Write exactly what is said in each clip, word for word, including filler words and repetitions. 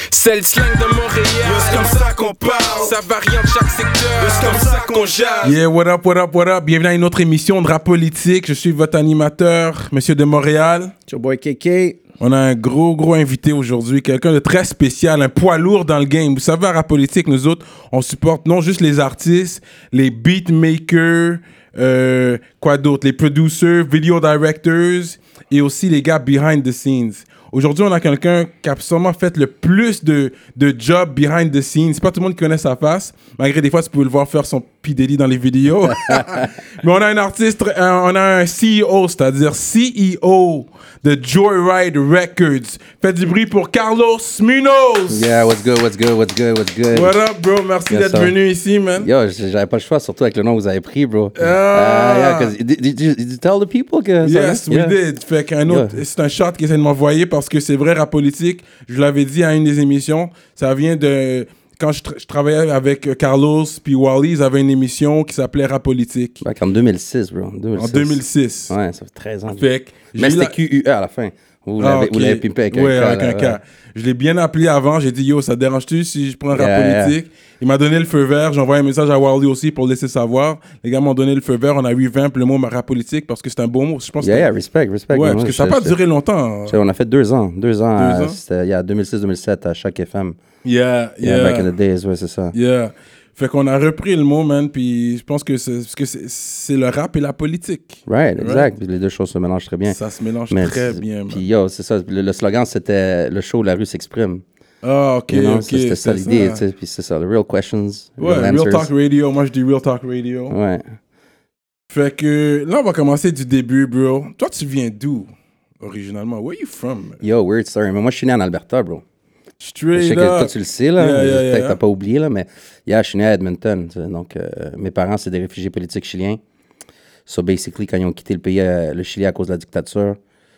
C'est le slang de Montréal. C'est comme ça qu'on parle. Ça varie en chaque secteur. C'est comme ça qu'on jase. Yeah, what up, what up, what up. Bienvenue à une autre émission de rap politique. Je suis votre animateur, Monsieur de Montréal. It's your boy K K. On a un gros, gros invité aujourd'hui, quelqu'un de très spécial, un poids lourd dans le game. Vous savez, à rap politique, nous autres, on supporte non juste les artistes, les beatmakers, euh, quoi d'autre, les producers, video directors et aussi les gars behind the scenes. Aujourd'hui, on a quelqu'un qui a sûrement fait le plus de, de jobs behind the scenes. C'est pas tout le monde qui connaît sa face, malgré des fois, tu peux le voir faire son P. Diddy dans les vidéos. Mais on a un artiste, un, on a un C E O, c'est-à-dire C E O de Joyride Records. Faites du bruit pour Carlos Munoz. Yeah, what's good, what's good, what's good, what's good. What up, bro? Merci Yes, d'être sir. venu ici, man. Yo, j'avais pas le choix, surtout avec le nom que vous avez pris, bro. Ah. Uh, yeah, cause did, did, you, did you tell the people que ça Yes, we yeah. did. Fait qu'un autre, Yeah. c'est un shot qui essaie de m'envoyer parce que c'est vrai, rap politique. Je l'avais dit à une des émissions. Ça vient de quand je, tra- je travaillais avec Carlos puis Wally, ils avaient une émission qui s'appelait Rap politique. Back en deux mille six, bro. deux mille six. En deux mille six. Ouais, ça fait treize ans. Fait que j'ai Mais eu c'était la- Q U E à la fin. Vous Ah, l'avez ok. vous l'avez pimpé avec un ouais, K, avec là, un ouais. K. Je l'ai bien appelé avant. J'ai dit, yo, ça te dérange-tu si je prends un rap Yeah, politique? Il m'a donné le feu vert. J'ai envoyé un message à Wally aussi pour le laisser savoir. Les gars m'ont donné le feu vert. On a revamp le mot rap politique parce que c'est un beau mot. Je pense Yeah, que yeah, respect, respect. ouais, Moi, parce que ça n'a je- pas je- duré longtemps. je- On a fait deux ans. Deux ans. Deux euh, ans? C'était il y a deux mille six deux mille sept à chaque F M. Yeah, Yeah, yeah. back in the days, ouais, c'est ça. Yeah. Fait qu'on a repris le mot, man, puis je pense que c'est, parce que c'est, c'est le rap et la politique. Right, exact. Les deux choses se mélangent très bien. Ça se mélange Mais très c'est- bien, man. Puis yo, c'est ça. Le, le slogan, c'était le show La rue s'exprime. Ah, ok, You know, ok. ça, c'était ça c'est l'idée, tu sais. Puis c'est ça, le real questions, Ouais, real Real answers. Talk Radio. Moi, je dis Real Talk Radio. Ouais. Fait que là, on va commencer du début, bro. Toi, tu viens d'où, originalement? Where you from? man? Yo, weird story. Mais moi, je suis né en Alberta, bro. Je Straight sais que up. toi, tu le sais, là. Yeah, yeah, Peut-être yeah. que t'as pas oublié, là. Mais yeah, je suis né à Edmonton. tu sais. Donc, euh, mes parents, c'est des réfugiés politiques chiliens. So, basically, quand ils ont quitté le pays, euh, le Chili, à cause de la dictature,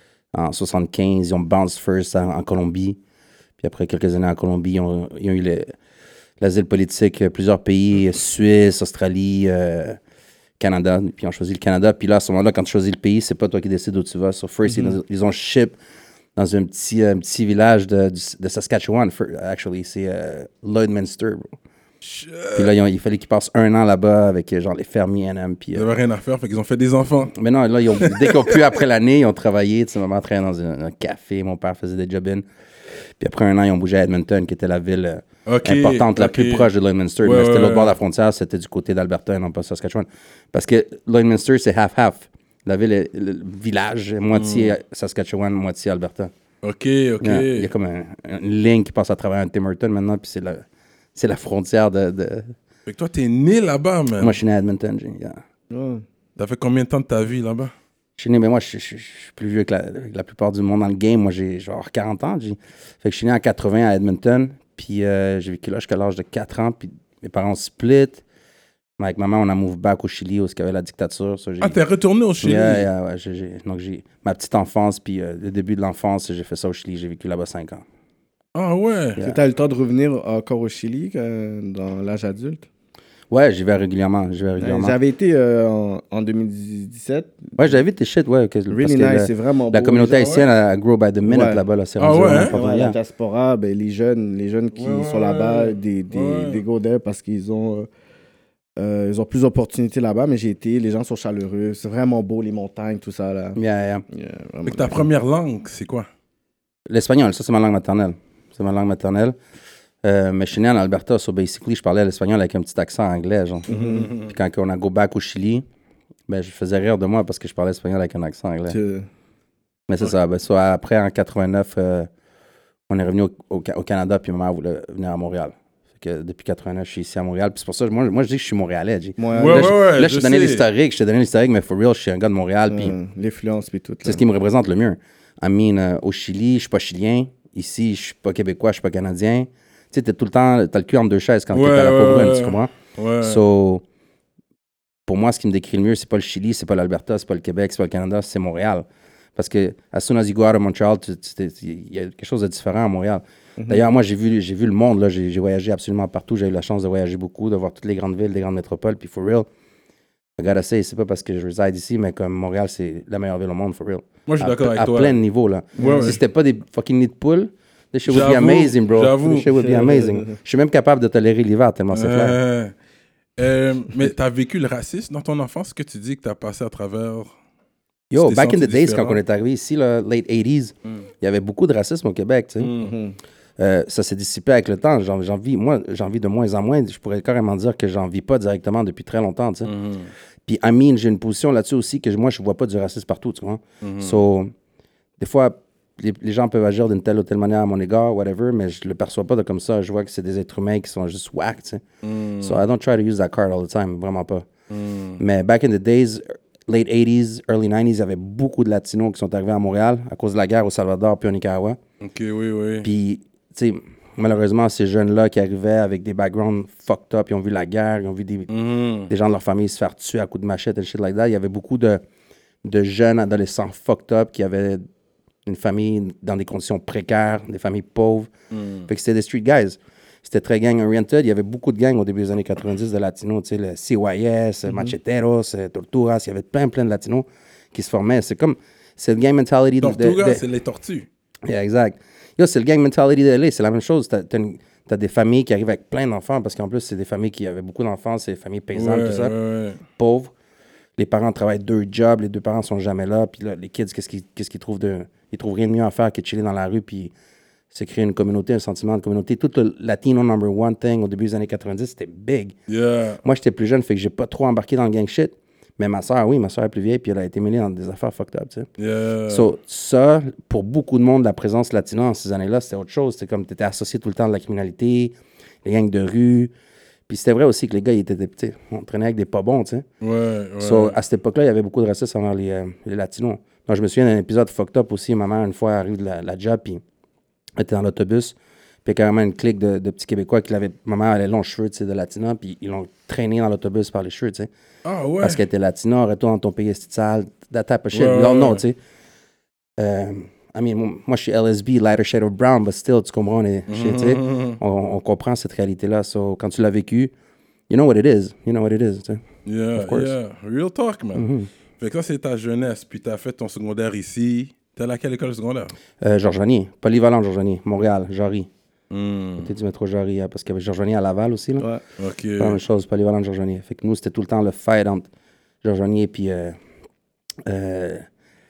en soixante-quinze, ils ont bounced first en, en Colombie. Puis après quelques années en Colombie, ils ont, ils ont eu le- l'asile politique, euh, plusieurs pays, Suisse, Australie, euh, Canada. Puis ils ont choisi le Canada. Puis là, à ce moment-là, quand tu choisis le pays, c'est pas toi qui décides où tu vas. So, first, ils, ils ont ship dans un petit, un petit village de, du- de Saskatchewan, for- actually. C'est euh, Lloydminster, bro. Puis là, ils ont- il fallait qu'ils passent un an là-bas avec euh, genre les fermiers N M. Puis, Ils euh, n'avaient rien à faire, fait qu'ils ont fait des enfants. mais non, là, ils ont, dès qu'ils ont pu, après l'année, ils ont travaillé. Tu sais, maman travaillait dans un, un café, mon père faisait des job-in. Puis après un an, ils ont bougé à Edmonton, qui était la ville euh, Ok, importante, la ok. plus proche de Lloydminster. Ouais, mais c'était ouais, l'autre bord de ouais. la frontière, c'était du côté d'Alberta et non pas Saskatchewan. Parce que Lloydminster, c'est half-half. La ville, est, le village, est moitié Saskatchewan, moitié Alberta. Ok, ok. Yeah, il y a comme un- une ligne qui passe à travers un Tim Hortons maintenant, puis c'est la, c'est la frontière de, de... Fait que toi, t'es né là-bas, man. Moi, je suis né à Edmonton. j'ai- yeah. Oh. T'as fait combien de temps de ta vie là-bas? Je suis né, mais moi, je, je- je- je suis plus vieux que la, que la plupart du monde dans le game. Moi, j'ai genre quarante ans. j'ai- Fait que je suis né en quatre-vingts à Edmonton. Puis euh, j'ai vécu là jusqu'à l'âge de quatre ans. Puis mes parents split. Mais avec maman, on a move back au Chili où il y avait la dictature. So, j'ai- Ah, t'es retourné au Chili? Yeah, yeah, ouais, j'ai- j'ai- donc, j'ai ma petite enfance. Puis euh, le début de l'enfance, j'ai fait ça au Chili. J'ai vécu là-bas cinq ans. Ah ouais? Yeah. Tu as eu le temps de revenir encore au Chili euh, dans l'âge adulte? Ouais, j'y vais régulièrement. J'y vais régulièrement. J'avais été euh, en, en deux mille dix-sept. Ouais, j'avais vu tes shit, ouais. que- Really parce que nice, la- c'est vraiment La beau. communauté Les gens, haïtienne a grow by the minute Ouais. là-bas. Là, c'est Ah rendu ouais, vraiment hein? pas Ouais, mal. la diaspora, ben, les jeunes, les jeunes qui Ouais, sont ouais, là-bas, ouais. des, des, Ouais. des go there parce qu'ils ont, euh, euh, ils ont plus d'opportunités là-bas, mais j'ai été, les gens sont chaleureux, c'est vraiment beau, les montagnes, tout ça là. Yeah, yeah. Yeah, vraiment Fait que ta nice. première langue, c'est quoi? L'espagnol, ça, c'est ma langue maternelle. C'est ma langue maternelle. Euh, mais je suis né en Alberta, so basically, je parlais l'espagnol avec un petit accent anglais, genre. Puis quand on a go back au Chili, ben, je faisais rire de moi parce que je parlais espagnol avec un accent anglais. Tu- Mais c'est ça. Ben, soit après, en quatre-vingt-neuf, euh, on est revenu au, au, Ca- au Canada, puis ma mère voulait venir à Montréal. Fait que depuis quatre-vingt-neuf, je suis ici à Montréal. Puis c'est pour ça que moi, moi, je dis que je suis montréalais. G. Moi, Ouais, là, je, ouais, ouais, là, je je t'ai donné sais. l'historique, je t'ai donné l'historique, mais for real, je suis un gars de Montréal. Puis euh, l'influence puis tout. c'est ce qui me représente le mieux. I mean, euh, au Chili, je suis pas chilien. Ici, je suis pas québécois, je suis pas canadien. Tu sais, t'es tout le temps, t'as le cul entre deux chaises quand Ouais, t'es à la ouais, Paubrune, ouais. tu comprends? Ouais. So, pour moi, ce qui me décrit le mieux, c'est pas le Chili, c'est pas l'Alberta, c'est pas le Québec, c'est pas le Canada, c'est Montréal. Parce que, as soon as you go out of Montreal, tu- tu- tu- il y a quelque chose de différent à Montréal. D'ailleurs, moi, j'ai vu, j'ai vu le monde, là, j'ai j'ai voyagé absolument partout, j'ai eu la chance de voyager beaucoup, de voir toutes les grandes villes, les grandes métropoles, puis for real, I gotta say, c'est pas parce que je réside ici, mais comme Montréal, c'est la meilleure ville au monde, for real. Moi, je suis À- d'accord avec à toi. plein de niveaux, là. Ouais, si ouais. c'était pas des fucking nids de poules, This shit would be J'avoue, amazing, bro. j'avoue. This shit would be amazing. Je suis même capable de tolérer l'hiver tellement c'est clair. Euh, euh, mais t'as vécu le racisme dans ton enfance? Que tu dis que t'as passé à travers... Yo, C'était back in the senti days, différent. quand on est arrivé ici, là, late eighties, il y avait beaucoup de racisme au Québec, tu sais. Mm. Euh, ça s'est dissipé avec le temps. J'en, j'en vis, moi, j'en vis de moins en moins. Je pourrais carrément dire que j'en vis pas directement depuis très longtemps, tu sais. Mm-hmm. Puis, I mean, j'ai une position là-dessus aussi que moi, je vois pas du racisme partout, tu vois. Mm-hmm. So, des fois, les, les gens peuvent agir d'une telle ou telle manière à mon égard, whatever, mais je le perçois pas de comme ça. Je vois que c'est des êtres humains qui sont juste whack, tu sais. Mm. So, I don't try to use that card all the time, vraiment pas. Mm. Mais back in the days, late eighties, early nineties, il y avait beaucoup de Latinos qui sont arrivés à Montréal à cause de la guerre au Salvador puis au Nicaragua. OK, oui, oui. Puis, tu sais, malheureusement, ces jeunes-là qui arrivaient avec des backgrounds fucked up, ils ont vu la guerre, ils ont vu des, Mm. des gens de leur famille se faire tuer à coups de machette et shit like that. Il y avait beaucoup de, de jeunes adolescents fucked up qui avaient une famille dans des conditions précaires, des familles pauvres. Mm. Fait que c'était des street guys. C'était très gang-oriented. Il y avait beaucoup de gangs au début des années quatre-vingt-dix de latinos, tu sais, le C Y S, Mm-hmm. Macheteros, euh, Tortugas. Il y avait plein, plein de latinos qui se formaient. C'est comme, c'est le gang mentality de... Tortuga, de- c'est les tortues. Yeah, exact. Yo, c'est le gang mentality de L A, c'est la même chose. T'as, t'as, une- t'as des familles qui arrivent avec plein d'enfants, parce qu'en plus, c'est des familles qui avaient beaucoup d'enfants, c'est des familles paysannes, Ouais, tout ça, ouais, ouais. pauvres. Les parents travaillent deux jobs, les deux parents sont jamais là, puis là, les kids, qu'est-ce qu'ils, qu'est-ce qu'ils trouvent de... Ils trouvent rien de mieux à faire que de chiller dans la rue, puis se créer une communauté, un sentiment de communauté. Tout le Latino number one thing au début des années quatre-vingt-dix, c'était big. Yeah. Moi, j'étais plus jeune, fait que j'ai pas trop embarqué dans le gang shit, mais ma soeur, oui, ma soeur est plus vieille, puis elle a été mêlée dans des affaires fucked up, tu sais. Yeah. So, ça, pour beaucoup de monde, la présence latino en ces années-là, c'était autre chose. C'était comme tu étais associé tout le temps de la criminalité, les gangs de rue. Puis c'était vrai aussi que les gars, ils étaient, tu sais, on traînait avec des pas bons, tu sais. ouais, ouais. So, à cette époque-là, il y avait beaucoup de racisme envers les, euh, les latinos. Moi, je me souviens d'un épisode fucked up aussi. Ma mère, une fois, arrive de la, la job, puis elle était dans l'autobus. Puis il y a carrément une clique de, de petits Québécois qui l'avaient. Ma mère, elle a les longs cheveux, tu sais, de latina, puis ils l'ont traîné dans l'autobus par les cheveux, tu sais. Ah ouais. Parce qu'elle était latina, retourne dans ton pays, c'est sale, that type of shit. Ouais, non, ouais, non, ouais. tu sais. Euh, I mean, moi, moi, je suis L S B, lighter shade of brown, but still, tu comprends, on, est, shit, tu sais, Mhm. on, on comprend cette réalité-là. So, quand tu l'as vécu, you know what it is. You know what it is, tu sais. Yeah, Of course. yeah. Real talk, man. Mhm. Fait que ça, c'est ta jeunesse. Puis t'as fait ton secondaire ici. T'es allé à quelle école secondaire? Euh, Georges-Vanier, polyvalent Georges-Vanier, Montréal, Jarry. Hmm. Côté du métro Jarry, hein, parce qu'il y avait Georges-Vanier à Laval aussi, là. Ouais. OK. Pas la même chose, polyvalent Georges-Vanier. Fait que nous, c'était tout le temps le fight entre Georges-Vanier puis... Euh, euh,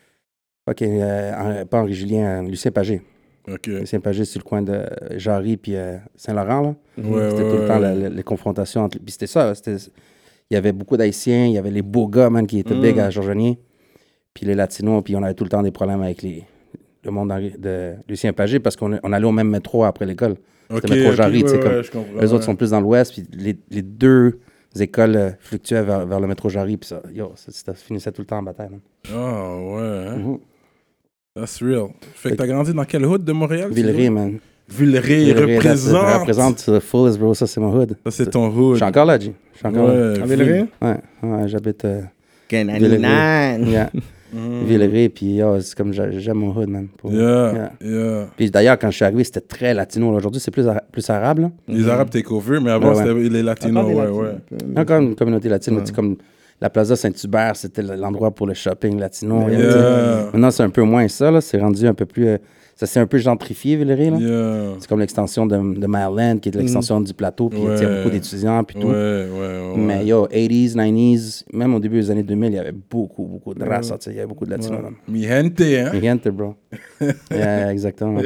ok, euh, pas Henri-Julien, euh, Lucien Pagé. OK. Lucien Pagé sur le coin de Jarry puis euh, Saint-Laurent, là. Ouais, C'était ouais, tout le temps ouais. la- la- les confrontations entre... Puis c'était ça, là, c'était... Il y avait beaucoup d'Haïtiens, il y avait les beaux gars, man, qui étaient Mm. big à Georges-Vanier. Puis les Latinos, puis on avait tout le temps des problèmes avec les, le monde d'Henri- de Lucien Pagé parce qu'on on allait au même métro après l'école. OK, C'était métro OK, Jarry, tu sais, ouais, comme... ouais, je comprends, Les ouais. autres sont plus dans l'ouest, puis les, les deux écoles euh, fluctuaient vers, vers le métro Jarry, puis ça, yo, ça, ça finissait tout le temps en bataille, man. Ah ouais, hein? Mhm. That's real. Fait que t'as grandi dans quelle hood de Montréal? Villeray, man. Villeray, Villeray, représente. that's- représente to the fullest, bro. Ça, c'est mon hood. Ça, c'est ton Je hood. suis encore là, G. Je suis encore là. Ouais, À Villeray? Ouais, ouais, j'habite euh, Canadian. yeah, Mhm. Villeray, puis yo, c'est comme j'a- j'aime mon hood, man. Pour- Yeah, yeah. yeah. Puis d'ailleurs, quand je suis arrivé, c'était très latino. Là. Aujourd'hui, c'est plus, ara- plus arabe, là. Les Arabes take over, mais avant, Ouais, ouais. c'était les Latinos, Encore des ouais, Latinos, ouais. un peu, Il y mais- a encore une communauté latine, mais tu sais, comme la Plaza Saint-Hubert, c'était l'endroit pour le shopping latino. Il y avait, tu sais, Yeah, Maintenant, c'est un peu moins ça, là. C'est rendu un peu plus... euh, ça s'est un peu gentrifié, Villeray, là. yeah. C'est comme l'extension de, de Maryland, qui est l'extension du plateau, puis tu sais, il y a Ouais. beaucoup d'étudiants, puis Ouais, tout. ouais, ouais. Mais yo, eighties, nineties, même au début des annes deux mille, il y avait beaucoup, beaucoup de races, tu sais, il y avait beaucoup de latinos, là. Mi gente, hein? Mi gente, bro. Yeah, exactement.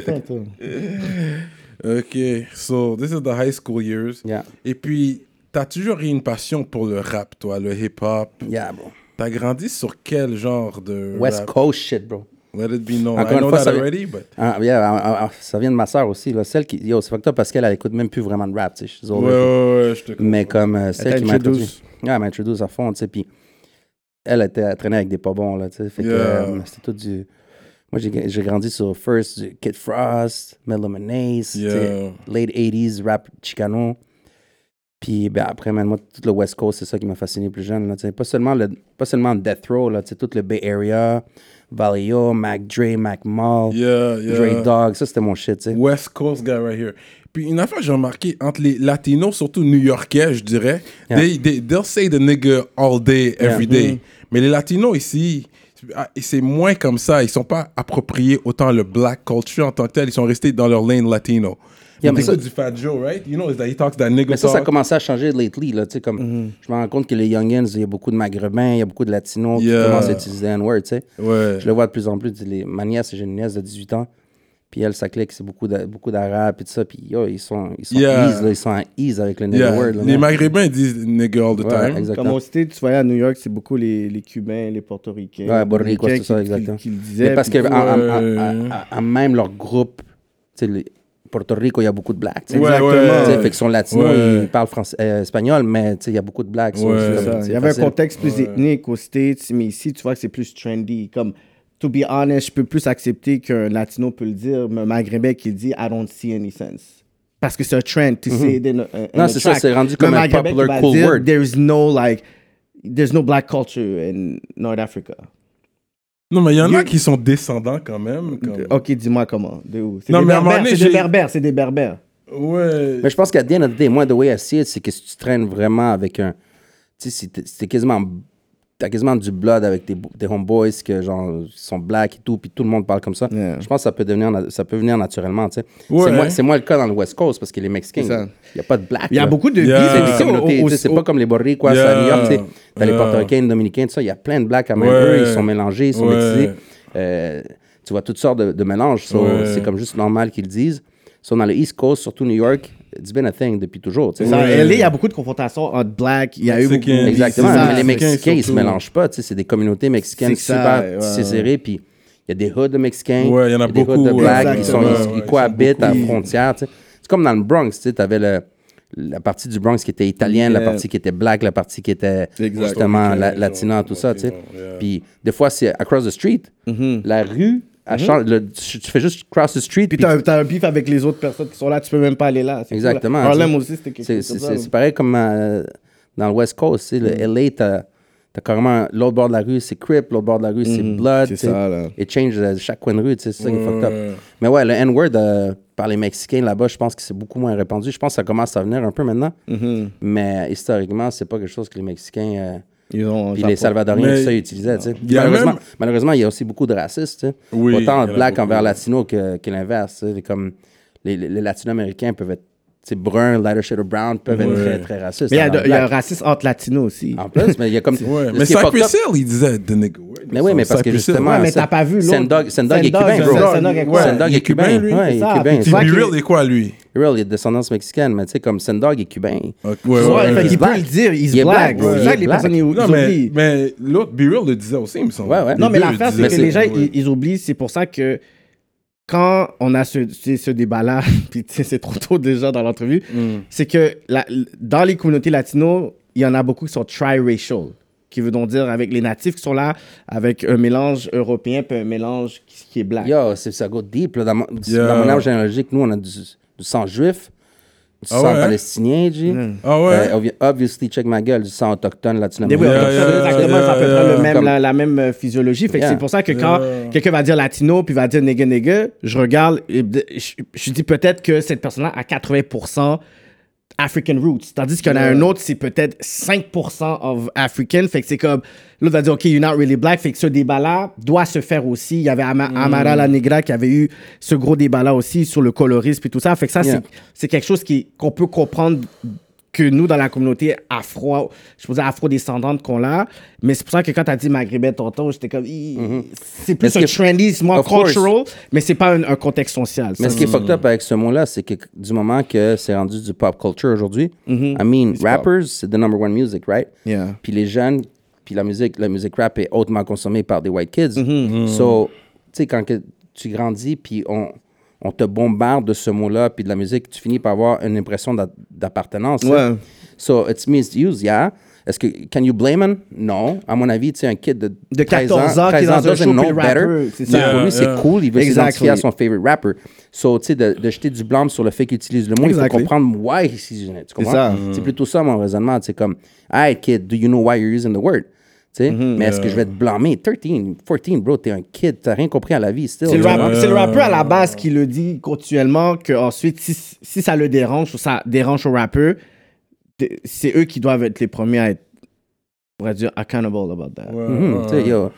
OK, so this is the high school years. Yeah, Et puis, t'as toujours eu une passion pour le rap, toi, le hip-hop. yeah, bro. T'as grandi sur quel genre de West rap? Coast shit, bro. Let it be known. Encore I une know fois, that ça- already, but... Ah, yeah, ah, ah, ah, ça vient de ma soeur aussi, là. Celle qui... Yo, c'est fucked up parce qu'elle, elle écoute même plus vraiment de rap, tu sais. she's Ouais, older. ouais, ouais, je te comprends. Mais comme euh, celle t'a qui m'a introduit. introduce. Ouais, elle m'a introduit à fond, tu sais. Puis elle était elle traînait avec des pas bons, là, tu sais. Fait que Yeah. euh, c'était tout du. Moi, j'ai j'ai grandi sur First, du Kid Frost, Mellow Menace, tu sais, Yeah. late eighties, rap Chicano. Puis ben, après, man, moi, tout le West Coast, c'est ça qui m'a fasciné plus jeune, là, tu sais. Pas seulement, le, pas seulement Death Row, là, tu sais, tout le Bay Area, Vallejo, Mac Dre, Mac Mall, Yeah, yeah. Dre Dog, ça, c'était mon shit, tu sais. West Coast guy right here. Puis une affaire que j'ai remarqué entre les latinos, surtout new-yorkais, je dirais, Yeah. they, they, they'll say the nigga all day, every Yeah. day. Mais les latinos ici, ah, et c'est moins comme ça. Ils sont pas appropriés autant le black culture en tant que tel. Ils sont restés dans leur lane latino. Yeah, mais mais ça- du Fat Joe, right? You know, is that he talks that nigga Mais ça, ça a talk. commencé à changer lately. Là, tu sais, comme, Je me rends compte que les Youngins, il y a beaucoup de Maghrébins, il y a beaucoup de Latinos Yeah. qui commencent à utiliser N-word. Tu sais. Ouais. Je le vois de plus en plus. Les, ma nièce, j'ai une nièce de dix-huit ans. Puis elle, ça clique, c'est beaucoup de- beaucoup d'arabes et tout ça. Puis yo, ils sont, ils sont Yeah. ease, là, ils sont à ease avec le Yeah. nigga word. Là, Les non? Maghrébins disent nigga all the Ouais, time. exactement. Comme au States, tu voyais à New York, c'est beaucoup les, les Cubains, les Portoricains. Ouais, Boricua, les c'est ça, Américains qui- exactement. Qui, qui le disaient. Mais parce que puis- en- en- Ouais. en- en- en même leur groupe, tu sais, les- Porto Rico, il y a beaucoup de blacks. tu sais. Ouais, Exactement. ouais. Tu sais, fait qu'ils sont latinos, Ouais. ils parlent français, euh, espagnol, mais tu sais, il y a beaucoup de blacks. so Ouais. c'est C'est comme- ça. c'est Il y avait facile. un contexte plus ethnique aux States, mais ici, tu vois que c'est plus trendy. Comme, to be honest, je peux plus accepter qu'un latino peut le dire, mais un maghrébin qui le dit, I don't see any sense. Parce que c'est un trend, tu sais. in a- in Non, a c'est ça, track. c'est rendu Mais comme un maghrébin qui popular va cool dire, word. There's no, like, there's no black culture in North Africa. Non, mais il y en a You- qui sont descendants quand même. Comme... Ok, dis-moi comment. De où? C'est Non, des mais à un moment berbères, donné, c'est des j'ai- berbères, c'est des berbères. Ouais. Mais je pense qu'à the end of the day, moi, the way I see it, c'est que si tu traînes vraiment avec un. Tu sais, si t'es si t'es quasiment. T'as quasiment du blood avec tes, tes homeboys que genre ils sont black et tout, puis tout le monde parle comme ça. Yeah. Je pense que ça peut devenir na- ça peut venir naturellement, tu sais. Ouais. C'est moins, c'est moins le cas dans le West Coast parce que les Mexicains, C'est ça. il n'y a pas de black. Il y a là. beaucoup de Yeah. beefs C'est des Ah. communautés, au- tu sais, c'est au- pas comme les Boricuas Yeah. à New York, tu sais. T'as les Yeah. Portoricains, les Dominicains, tout ça, il y a plein de blacks à même Ouais. eux, ils sont mélangés, ils sont Ouais. métissés. Euh, tu vois toutes sortes de, de mélanges, so, Ouais. c'est comme juste normal qu'ils le disent. So, dans le East Coast, surtout New York, it's been a thing depuis toujours, tu sais. Ça, Ouais. L A, il y a beaucoup de confrontations entre black. Il y a eu beaucoup Mexicains. Exactement, c'est ça. mais les Mexicains, Mexicains, ils se surtout. mélangent pas, tu sais, c'est des communautés mexicaines C'est ça, super ouais, tissées ouais. serrées, puis il y a des hoods de Mexicains, Ouais, il y en a des beaucoup, hoods de ouais, blacks, ils, exactement. sont, ils- Ouais, ils ils cohabitent sont à la beaucoup. frontière, tu sais. C'est comme dans le Bronx, tu sais, t'avais le, la partie du Bronx qui était italienne, la Yeah. partie qui était black, la partie qui était Exact. justement la, Genre, latina, tout ça, tu sais. yeah. Puis des fois, c'est across the street, la rue, elle change, le- tu, tu fais juste cross the street, Puis puis t'as, t'as un beef avec les autres personnes qui sont là, tu peux même pas aller là. C'est Exactement, cool. Harlem tu sais. aussi, c'était quelque C'est, chose c'est, comme c'est, ça. c'est pareil comme euh, dans le West Coast, tu sais, le L A, t'as, t'as carrément l'autre bord de la rue, c'est Crip, l'autre bord de la rue, c'est Blood. c'est tu sais. ça, là. Et change euh, chaque coin de rue, tu sais, c'est ça qui est fucked up. Ouais. Mais ouais, le N-word euh, par les Mexicains là-bas, je pense que c'est beaucoup moins répandu. Je pense que ça commence à venir un peu maintenant. Mhm. Mais historiquement, c'est pas quelque chose que les Mexicains. euh, Ils ont puis Japon. les Salvadoriens, Mais- tout ça, ils utilisaient, tu sais. Il y a Malheureusement, même- malheureusement, il y a aussi beaucoup de racistes, tu sais. Oui, il y Autant en a black beaucoup. envers latino que, que l'inverse, tu sais. Comme les, les, les latino-américains peuvent être, tu sais, bruns, lighter shade of brown, peuvent être Ouais. très, très racistes. Mais il y a, envers de- il y a un black. racisme entre latinos aussi. En plus, mais il y a comme. Ouais, ce mais qui est fucked Cypress up- Hill, il disait the nigga word. Mais oui, mais parce que Cypress Hill. justement. Ouais, mais ça- t'as pas vu l'autre. Sendog, Sendog est Sendog, cubain, bro. Sendog, Sendog est quoi? Sendog Il est est cubain, cubain, lui. ouais, C'est il est ça, cubain. puis tu Puis vois B-Real que- est quoi, lui? Real, il est de descendance mexicaine, mais tu sais, comme Sendog est cubain. Ok, Ouais, ouais, fait ouais. qu'il peut black. le dire, he's Il est black. black, bro, C'est il ça est que les black. personnes ils, Non, ils mais, oublient. mais l'autre, B-Real le disait aussi, il me semble. Ouais, ouais. Les Non, mais deux l'affaire, le c'est que disaient. les gens, Ouais. ils, ils oublient. C'est pour ça que quand on a ce, ce, ce débat-là, puis tu sais, c'est trop tôt déjà dans l'entrevue, c'est que la- dans les communautés latinos, il y en a beaucoup qui sont tri-racial, qui veut donc dire avec les natifs qui sont là, avec un mélange européen puis un mélange qui, qui est black. Yo, c'est, ça go deep. Là. Dans, mon, Yeah. dans mon arbre généalogique, nous, on a du, du sang juif, du Ah sang ouais? palestinien, G. Ah ouais? Euh, obvi- obviously, check ma gueule, du sang autochtone, Mais oui, latino-américain. Yeah, yeah, yeah, exactement, ça peut yeah, être le yeah. même, Comme- la, la même euh, physiologie. Fait que Yeah. c'est pour ça que quand Yeah. quelqu'un va dire latino puis va dire nigga nigga, je regarde, et de- je, je dis peut-être que cette personne-là a quatre-vingts pour cent African roots. Tandis qu'il y en a un autre, c'est peut-être cinq pour cent of African. Fait que c'est comme, l'autre va dire, OK, you're not really black. Fait que ce débat-là doit se faire aussi. Il y avait Ama- Amara La Negra qui avait eu ce gros débat-là aussi sur le colorisme et tout ça. Fait que ça, Yeah. c'est, c'est quelque chose qui, qu'on peut comprendre que nous, dans la communauté afro, je peux dire afro-descendante qu'on a. Mais c'est pour ça que quand tu as dit maghrébin tantôt, j'étais comme, Ih, c'est plus Parce un que- trendy, c'est moins Of course. cultural, mais c'est pas un, un contexte social. Mais Ça, ce qui est fucked up avec ce mot-là, c'est que du moment que c'est rendu du pop culture aujourd'hui, I mean, rappers, c'est the number one music, right? Yeah. Puis les jeunes, puis la musique, la musique rap est hautement consommée par des white kids. So, tu sais, quand que tu grandis, puis on, on te bombarde de ce mot-là, puis de la musique, tu finis par avoir une impression d'a- d'appartenance. Ouais. hein. So, it's misused, yeah. Est-ce que, can you blame him? Non. À mon avis, tu sais, un kid de, De quatorze ans qui est treize dans un doesn't show, know puis le better. rapper, c'est So, ça. pour lui, c'est Yeah. cool, il veut Exactly. s'identifier à son favorite rapper. So, tu sais, de, de jeter du blâme sur le fait qu'il utilise le mot, il faut Exactly. comprendre why he's using it. Tu comprends? ça. C'est plutôt ça mon raisonnement. C'est comme, hey kid, do you know why you're using the word? Tu sais, mais est-ce que je vais te blâmer? treize, quatorze, bro, t'es un kid, t'as rien compris à la vie, still. C'est le, tu rap- vois? c'est le rappeur à la base qui le dit continuellement que ensuite si, si ça le dérange ou ça dérange au rappeur, de- c'est eux qui doivent être les premiers à être, on pourrait dire, accountable about that. Ouais, Mhm, ouais, tu sais, yo,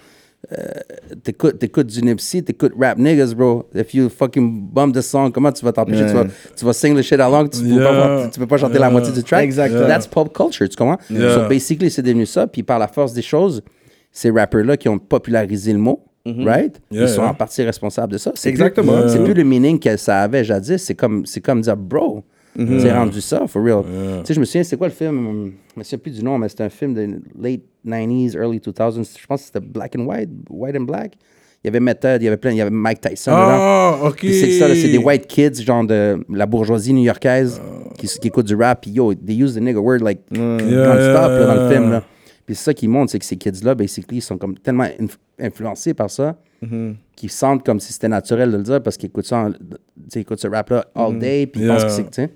euh, t'écoutes, t'écoutes du Nipsey, t'écoutes rap niggas, bro. If you fucking bum the song, comment tu vas t'empêcher? Yeah. Tu, vas, tu vas sing the shit along, tu, Yeah. peux pas, tu peux pas chanter Yeah. la moitié du track. Exactement. That's pop culture, tu comprends? Yeah. So basically, c'est devenu ça. Puis par la force des choses, ces rappers-là qui ont popularisé le mot, right? Yeah, Ils sont yeah. en partie responsables de ça. C'est Exactement. Plus, c'est Yeah. plus le meaning que ça avait jadis. C'est comme, c'est comme dire, bro, c'est rendu ça, for real. Yeah. Tu sais, je me souviens, c'est quoi le film? Je me souviens plus du nom, mais c'était un film de late nineties, early two thousands. Je pense que c'était Black and White, White and Black. Il y avait Method, il y avait plein, il y avait Mike Tyson dedans. Ah, ok. Puis c'est ça, là, c'est des white kids, genre de la bourgeoisie new-yorkaise, qui, qui écoutent du rap. Puis yo, they use the nigga word like non-stop là, dans le film. Là. Puis c'est ça qui montre, c'est que ces kids-là, basically, ils sont comme tellement inf- influencés par ça, qu'ils sentent comme si c'était naturel de le dire parce qu'ils écoutent ça, en- tu sais, ils écoutent ce rap-là all day, puis ils Yeah. pensent que c'est, tu sais.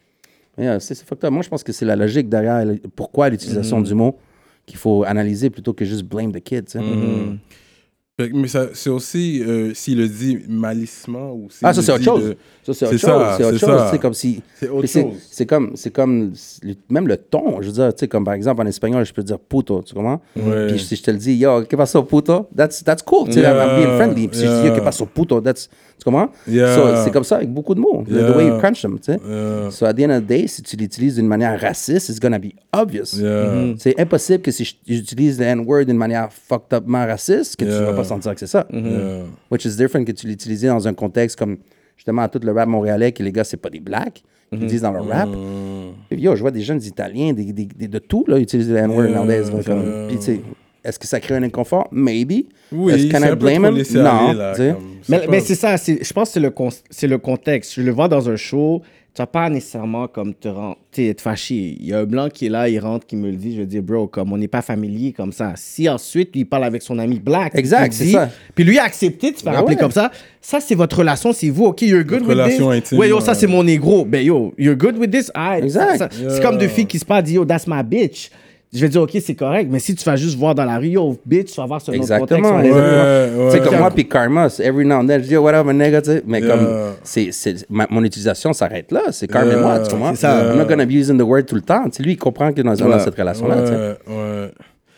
Yeah, c'est, c'est fucked up. Moi, je pense que c'est la logique derrière le- pourquoi l'utilisation du mot qu'il faut analyser plutôt que juste blame the kid, tu sais. Fait que- Mais ça, c'est aussi, euh, s'il le dit malicement ou s'il Ah, ça, le c'est autre dit chose. de- Ça, c'est autre C'est chose. ça, C'est autre c'est chose. ça. C'est comme si. C'est autre Mais c'est, chose. c'est comme, c'est comme le- même le ton. Je veux dire, tu sais, comme par exemple en espagnol, je peux dire puto, tu comprends? Ouais. Puis si je te le dis, yo, que paso puto? That's, that's cool. Tu sais, Yeah, I'm being friendly. Puis si je dis, yo, yeah. que paso puto? That's, tu comprends? Yeah. So, c'est comme ça avec beaucoup de mots. The- Yeah. The way you crunch them, tu sais. Yeah. So at the end of the day, si tu l'utilises d'une manière raciste, it's gonna be obvious. Yeah. C'est impossible que si je- j'utilise le N-word d'une manière fucked upment raciste, que tu Yeah. vas pas sentir que c'est ça. Yeah. Which is different que tu l'utilises dans un contexte comme justement tout le rap montréalais, que les gars, c'est pas des blacks, qu'ils disent dans leur rap. Puis yo, je vois des jeunes Italiens, des, des, des- de tout, là, utiliser le N-word Yeah, nowadays. là, comme- yeah. Puis tu sais, est-ce que ça crée un inconfort? Maybe. Oui, Est-ce can c'est I un peu blame trop him? laissé Non. aller, là, tu sais. comme- Mais, c'est mais pas- c'est ça, c'est, je pense que c'est le, con- c'est le contexte. Je le vois dans un show, tu vas pas nécessairement comme te rend, t'es être fâché. Il y a un blanc qui est là, il rentre, qui me le dit, je vais dire, bro, comme on n'est pas familier comme ça. Si ensuite, lui, il parle avec son ami black, Exact, il c'est dit, ça. puis lui a accepté de se faire Ben appeler ouais. comme ça, ça, c'est votre relation, c'est vous, OK, you're good Votre with relation this. intime, Ouais, yo, ça, ouais. c'est mon négro. Ben, yo, you're good with this? Alright. Exact. Ça- ça- Yeah. C'est comme deux filles qui se parlent, disent, yo, that's my bitch. Je vais dire, OK, c'est correct, mais si tu vas juste voir dans la rue, yo, bitch, tu vas voir sur un autre Exactement. contexte. Ouais, Ouais, ouais. Tu sais, comme Ouais. moi, puis Karma, c'est every now and then, je dis, yo, what up, my nigga, tu sais. Mais Yeah. comme, c'est, c'est, ma- mon utilisation s'arrête là. C'est Karma et moi, tu comprends? c'est ça. I'm not gonna be using the word tout le temps. Tu sais, lui, il comprend que dans, dans Ouais. cette relation-là, tu sais. Ouais, ouais.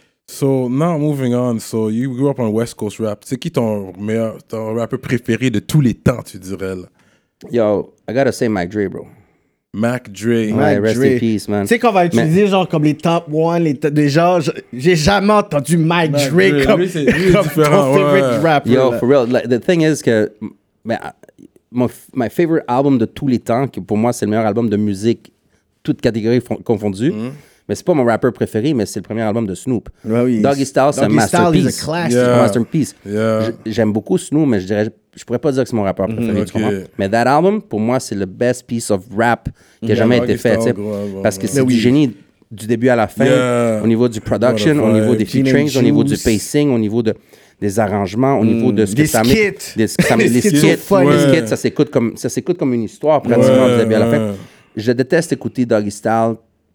So, now moving on. So, you grew up on West Coast rap. C'est qui ton meilleur, ton rappeur préféré de tous les temps, tu dirais, là? Yo, I gotta say Mac Dre, bro. Mac Dre. Ouais, Mac rest Dre. in peace, man. Tu sais qu'on va utiliser genre comme les top one, les top... Déjà, je- j'ai jamais entendu Mike Mac Dre Dre, comme, lui, c'est- lui, est comme différent, ton favorite ouais. rapper. Yo, là. for real. Like, the thing is que mais, uh, mon, my favorite album de tous les temps, qui pour moi c'est le meilleur album de musique, toutes catégories fon- confondues. Mais c'est pas mon rappeur préféré, mais c'est le premier album de Snoop. Ouais, oui. Doggy Style, c'est un Doggy Style is a masterpiece. classic. C'est un Yeah. masterpiece. Yeah. J- J'aime beaucoup Snoop, mais je dirais, je pourrais pas dire que c'est mon rappeur préféré. tu ok. comprends? Mais that album, pour moi, c'est le best piece of rap qui a jamais Doggy été fait. Style, tu sais. gros album, Parce que ouais. c'est Mais du oui. génie du début à la fin, Yeah. au niveau du production, What a au niveau vibe. des Teenage featurings, au niveau du Juice. pacing, au niveau de, des arrangements, au niveau de ce que Des ça skits. met. Des, ça met- Des les skits skits, sont funny. les Ouais. skits, ça s'écoute comme, ça s'écoute comme une histoire pratiquement Ouais, du début à la fin. ouais. Je déteste écouter Doggy Style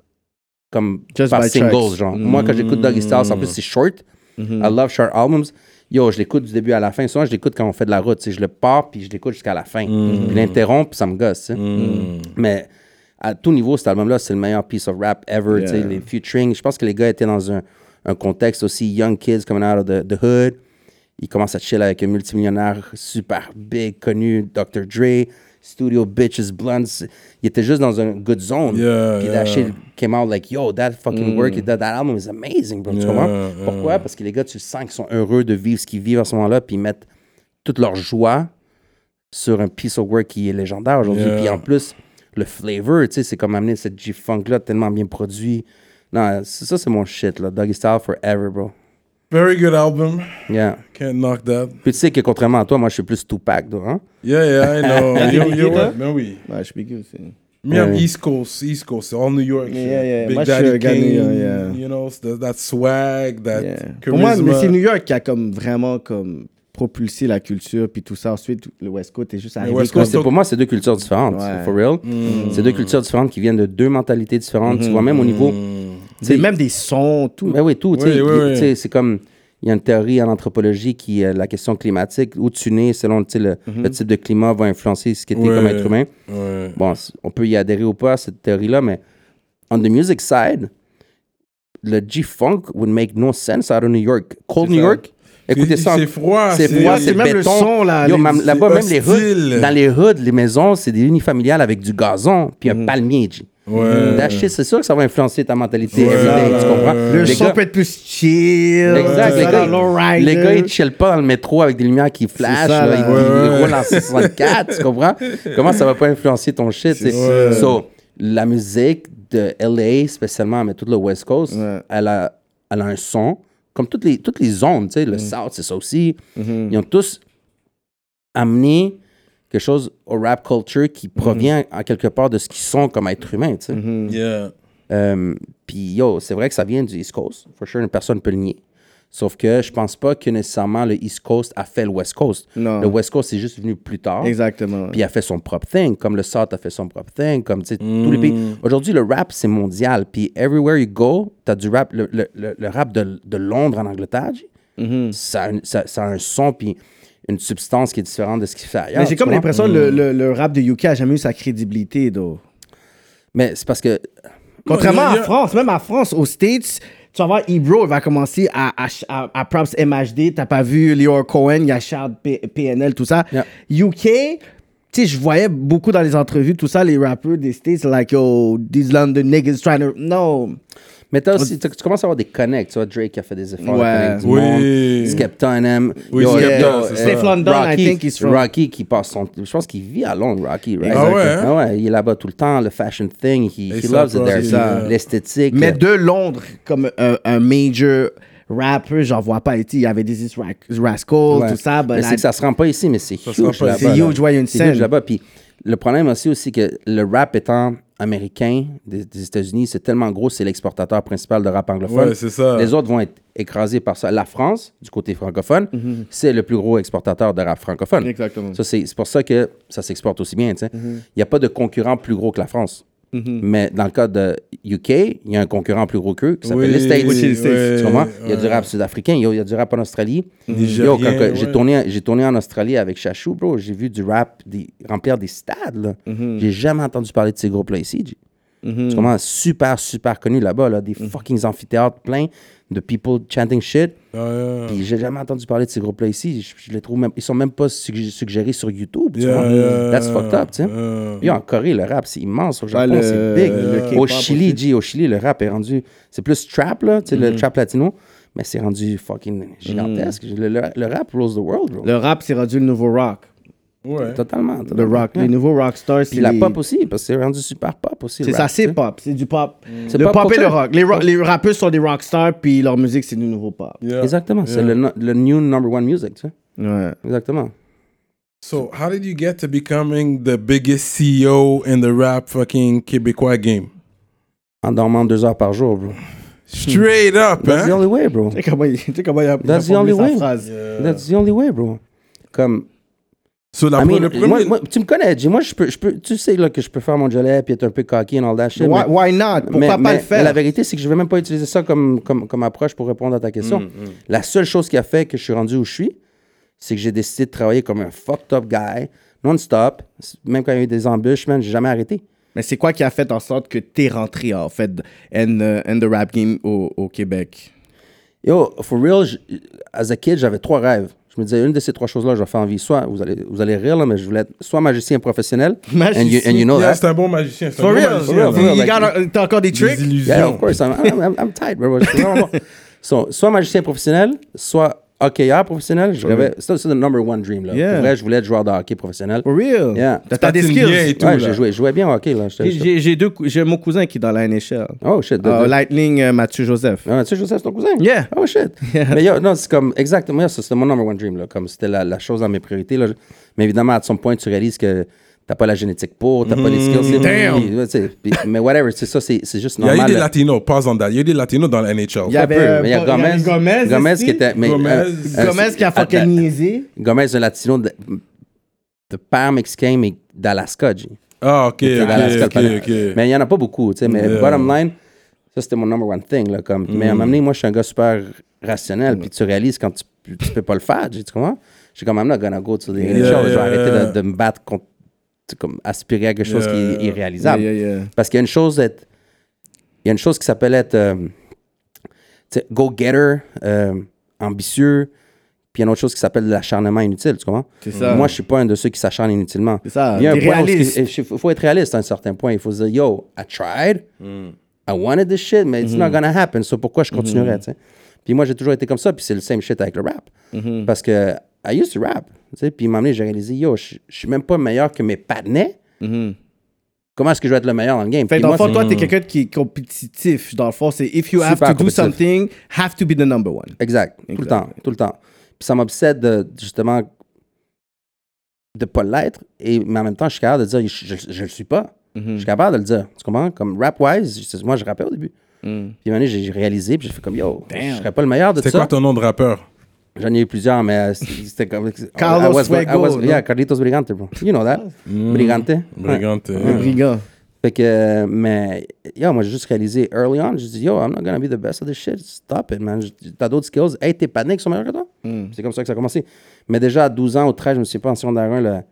comme Just par by singles, tracks. genre. Moi, quand j'écoute Doggy Style, en plus, c'est short. I love short albums. Yo, je l'écoute du début à la fin. Souvent, je l'écoute quand on fait de la route. Tu sais, je le pars, puis je l'écoute jusqu'à la fin. Puis l'interrompt, puis ça me gosse. tu sais. Mais à tout niveau, cet album-là, c'est le meilleur piece of rap ever. tu sais. Yeah. Les featuring, je pense que les gars étaient dans un, un contexte aussi young kids coming out of the, the hood. Ils commencent à chill avec un multimillionnaire super big, connu, docteur Dre, Studio Bitches, Blunts. Il était juste dans un good zone. Yeah, Puis yeah. that shit came out like, yo, that fucking work, that, that album is amazing, bro. Tu Yeah, comprends? yeah. Pourquoi? Parce que les gars, tu sens qu'ils sont heureux de vivre ce qu'ils vivent à ce moment-là, puis ils mettent toute leur joie sur un piece of work qui est légendaire aujourd'hui. Yeah. Puis en plus, le flavor, tu sais, c'est comme amener cette G-Funk-là tellement bien produit. Non, c'est- ça, c'est mon shit, là. Doggy Style forever, bro. Very good album. Yeah. Can't knock that. Puis tu sais que contrairement à toi, moi, je suis plus Tupac, toi, hein? Yeah, yeah, I know. T'es yo, Biggie, yo, toi? what? Ben oui. Ouais, je suis big aussi. Me, I'm Ouais. East Coast, East Coast, all New York. shit. Yeah, yeah. Big Moi, je suis Daddy un gars de Kane, New York, yeah. you know, that, that swag, that Yeah. charisma. Pour moi, mais c'est New York qui a comme vraiment comme propulsé la culture, puis tout ça. Ensuite, le West Coast est juste arrivé. West comme- Coast, C'est- pour moi, c'est deux cultures différentes, Ouais. for real. C'est deux cultures différentes qui viennent de deux mentalités différentes. Tu vois, même au niveau... C'est même des sons, tout. Ben oui, tout. tu sais, Oui, oui, il- oui. tu sais, c'est comme... Il y a une théorie en anthropologie qui est la question climatique. Où tu nais, selon tu sais, le, le type de climat, va influencer ce que tu es Ouais. comme être humain. Ouais. Bon, c- on peut y adhérer ou pas à cette théorie-là, mais on the music side, le G-Funk would make no sense out of New York. Cold C'est New ça. York, Écoutez ça. C'est froid. C'est froid, c'est même le béton. son, là, Yo, les- même- là-bas, même les hostile. hoods, dans les hoods, les maisons, c'est des unifamiliales avec du gazon puis un palmier, G. Ouais. That shit, c'est sûr que ça va influencer ta mentalité Ouais, everyday, ouais, tu comprends? ouais. Le Les son gars- peut être plus chill. Exact, les ça, gars, dans low ils- rider. les gars, ils chillent pas dans le métro avec des lumières qui flashent, ça, là, là. ils, Ouais, ils ouais. roulent en six cent soixante-quatre, tu comprends? Comment ça va pas influencer ton shit? C'est ça. So, la musique de L A, spécialement, mais toute le West Coast, Ouais. elle, a, elle a un son, comme toutes les, toutes les zones, tu sais, le South, c'est ça aussi. Ils ont tous amené quelque chose au rap culture qui provient en quelque part de ce qu'ils sont comme êtres humains, tu sais. Yeah. Euh, Puis, yo, c'est vrai que ça vient du East Coast. For sure, une personne peut le nier. Sauf que je pense pas que nécessairement le East Coast a fait le West Coast. Non. Le West Coast est juste venu plus tard. Exactement. Puis il a fait son propre thing, comme le South a fait son propre thing, comme tu sais, tous les pays. Aujourd'hui, le rap, c'est mondial. Puis everywhere you go, t'as du rap. Le, le, le, le rap de, de Londres en Angleterre, ça, a un- ça, ça a un son puis une substance qui est différente de ce qu'il fait ailleurs. Mais j'ai tu comme comprends? l'impression que le, le, le rap de U K a jamais eu sa crédibilité, though. Mais c'est parce que Contrairement il y a- à France, même à France, aux States, tu vas voir Ebro, il va commencer à, à, à, à Props M H D, t'as pas vu Leo Cohen, il y a Charles P- PNL, tout ça. Yeah. U K, tu sais, je voyais beaucoup dans les entrevues, tout ça, les rappeurs des States, like, yo, these London niggas trying to. No. Mais t'as aussi, tu tu commences à avoir des connects. Tu vois, Drake a fait des efforts Ouais. à connecter du Oui. monde. Skepta and M. Oui, Yo, Skepta, yo, c'est euh, ça. Steph London, I think he's from- Rocky qui passe son... Je pense qu'il vit à Londres, Rocky, right? Ah ouais, hein? Ah ouais, il est là-bas tout le temps. Le fashion thing, he, Et he ça, loves it there. c'est ça. L'esthétique. Mais euh, de Londres, comme un, un major rapper, j'en vois pas. Il y avait des East Rascals, ouais. tout ça. Mais but c'est I- que ça se rend pas ici, mais c'est se rend huge pas là-bas. ici. C'est là. huge, ouais, il y a une C'est scène. huge là-bas. Puis le problème aussi, aussi que le rap étant américain des, des États-Unis, c'est tellement gros, c'est l'exportateur principal de rap anglophone. Ouais, c'est ça. Les autres vont être écrasés par ça. La France, du côté francophone, c'est le plus gros exportateur de rap francophone. Exactement. Ça, c'est c'est pour ça que ça s'exporte aussi bien. tu sais. Il n'y a pas de concurrent plus gros que la France. Mais dans le cas de U K, il y a un concurrent plus gros qu'eux qui s'appelle Oui, les States. oui, Tu oui, comprends? Il y a du ouais. rap sud-africain, il y a- il y a du rap en Australie. Nigérien, Yo, quand- quand j'ai ouais. tourné, j'ai tourné en Australie avec Chachou, bro. J'ai vu du rap des, remplir des stades. Là. J'ai jamais entendu parler de ces groupes-là ici. G. Tu comprends? Super, super connu là-bas. Là. Des fucking amphithéâtres pleins de people chanting shit. Ah, yeah. Puis j'ai jamais entendu parler de ces groupes-là ici. Je, je les trouve même... Ils sont même pas suggé- suggérés sur YouTube. Tu Yeah, comprends? yeah, That's yeah, fucked up, tu sais. yeah. Yo, en Corée, le rap, c'est immense. Au Japon, le- c'est big. le Au K-pop Chili, G, au Chili, le rap est rendu... C'est plus trap, là, tu sais, le trap latino. Mais c'est rendu fucking gigantesque. Le, le- le rap rules the world, bro. Le rap, c'est rendu le nouveau rock. Ouais. Totalement. Le totalement. rock. Ouais. Les nouveaux rockstars, c'est Puis la les- pop aussi, parce que c'est rendu super pop aussi. C'est le ça, rap, c'est tu sais. pop. C'est du pop. C'est Le pop pop et le culture. rock. Les, ro- les rappeurs sont des rockstars, puis leur musique, c'est du nouveau pop. Yeah. Exactement. C'est Yeah. le, no- le new number one music, tu sais. Ouais. Exactement. So, how did you get to becoming the biggest C E O in the rap fucking Québécois game? En dormant deux heures par jour, bro. Straight up, That's the hein? only way, bro. Tu sais comment il, tu sais comment il a, il a That's the formulé only sa way. phrase. That's the only way, bro. Comme... So, la I mean, le premier... moi, moi, tu me connais, Jay. Moi, je peux, je peux, tu sais là, que je peux faire mon jolet puis être un peu cocky and all that shit. Why, mais, why not? Pourquoi mais- pas mais- le faire? mais la vérité, c'est que je vais même pas utiliser ça comme, comme, comme approche pour répondre à ta question. Mm, La seule chose qui a fait que je suis rendu où je suis, c'est que j'ai décidé de travailler comme un fucked up guy, non-stop. Même quand il y a eu des embûches, man, j'ai jamais arrêté. Mais c'est quoi qui a fait en sorte que t'es rentré, en fait, in, uh, in the rap game au, au Québec? Yo, for real, je- as a kid, j'avais trois rêves. Je me disais, une de ces trois choses-là, je vais faire en vie. Soit, vous allez, vous allez rire, là, mais je voulais être soit magicien professionnel. Magicien. And you, and you know Yeah, that. c'est un bon magicien. c'est un For bon real? magicien, real, là. for real. You like- got- T'as encore des Des tricks? illusions. Yeah, of course. I'm, I'm, I'm, I'm tight, bro. Je suis vraiment bon. So, soit magicien professionnel, soit hockeyeur professionnel. Je rêvais. Ça, c'est le number one dream. Là. Yeah. Pour vrai, je voulais être joueur de hockey professionnel. For real? Yeah. T'as- T'as des Patine bien et skills? tout, Ouais, là. j'ai joué, je jouais bien au hockey. Là. J'étais- J'ai- J'ai j'ai deux cou- j'ai mon cousin qui est dans la N H L. Oh shit. de- Euh, de- Lightning euh, Mathieu Joseph. Ah, tu sais, je sais, c'est ton cousin. Yeah. Oh shit. Mais yo, non, c'est comme exactement ça. C'était mon number one dream. Là. Comme c'était la, la chose dans mes priorités. Là. Mais évidemment, à son point, tu réalises que t'as pas la génétique pour, t'as pas les skills. Damn. Puis, ouais, tu sais, puis- mais whatever, c'est ça, c'est c'est juste Il y a normal. eu des là. latinos, pas en date. Il y a eu des latinos dans la N H L. Il y avait, Peu, euh, mais il y a Paul- il y avait Gomez, Gomez Gomez aussi. qui était mais, Gomez. euh, euh, Gomez qui a c'est- fucking att- niaisé. Gomez un latino de, de père mexicain mais d'Alaska, G. Ah, ok, C'est ok, d'Alaska, ok, le ok. père. Mais il y en a pas beaucoup, tu sais, mais Yeah. bottom line, ça c'était mon number one thing là, comme mais à un moment donné, moi je suis un gars super rationnel, puis tu réalises quand tu, tu peux pas le faire, G, tu comprends? Je suis quand même là gonna go to the N H L, Yeah, je vais yeah, arrêter yeah. de, de me battre contre tu sais, comme aspirer à quelque chose qui est Yeah. irréalisable. Yeah, yeah, yeah. Parce qu'il y a une chose d'être. Il y a une chose qui s'appelle être euh, tu sais, go-getter, euh, ambitieux, Puis il y a une autre chose qui s'appelle l'acharnement inutile, tu comprends? C'est ça. Moi, je suis pas un de ceux qui s'acharnent inutilement. C'est ça, Il y a un t'es point où réaliste. il faut être réaliste à un certain point. Il faut se dire, yo, I tried, I wanted this shit, mais it's not gonna happen. So pourquoi je continuerais, tu sais? Puis moi, j'ai toujours été comme ça, puis c'est le same shit avec le rap. Parce que I used to rap, tu sais, puis à un moment donné, j'ai réalisé, yo, je je suis même pas meilleur que mes partenaires. Comment est-ce que je vais être le meilleur dans le game? Fait Puis dans le moi, fond, toi, t'es quelqu'un qui est compétitif. Dans le fond, c'est if you have Super to do compétitif. something, have to be the number one. Exact. Tout le Exact. temps. Tout le temps. Puis ça m'obsède de, justement de pas l'être. Et, mais en même temps, je suis capable de dire je, je, je le suis pas. Je suis capable de le dire. Tu comprends? Comme rap-wise, je- moi, je rappais au début. Puis à un moment donné, j'ai réalisé, puis j'ai fait comme yo, je serais pas le meilleur de C'est ça. quoi ton nom de rappeur? J'en ai eu plusieurs, mais euh, c'était comme. Carlos I was- I Fuego, was- non? Yeah, Carlitos Brigante, bro. You know that? Brigante. Brigante. Le euh, brigand. Fait que, euh, mais, yo, moi, j'ai juste réalisé early on, j'ai dit, yo, I'm not gonna be the best of this shit. Stop it, man. T'as d'autres skills. Hey, t'es panique, sont meilleurs que toi. C'est comme ça que ça a commencé. Mais déjà, à douze ans ou treize, je me suis pas en secondaire un, le,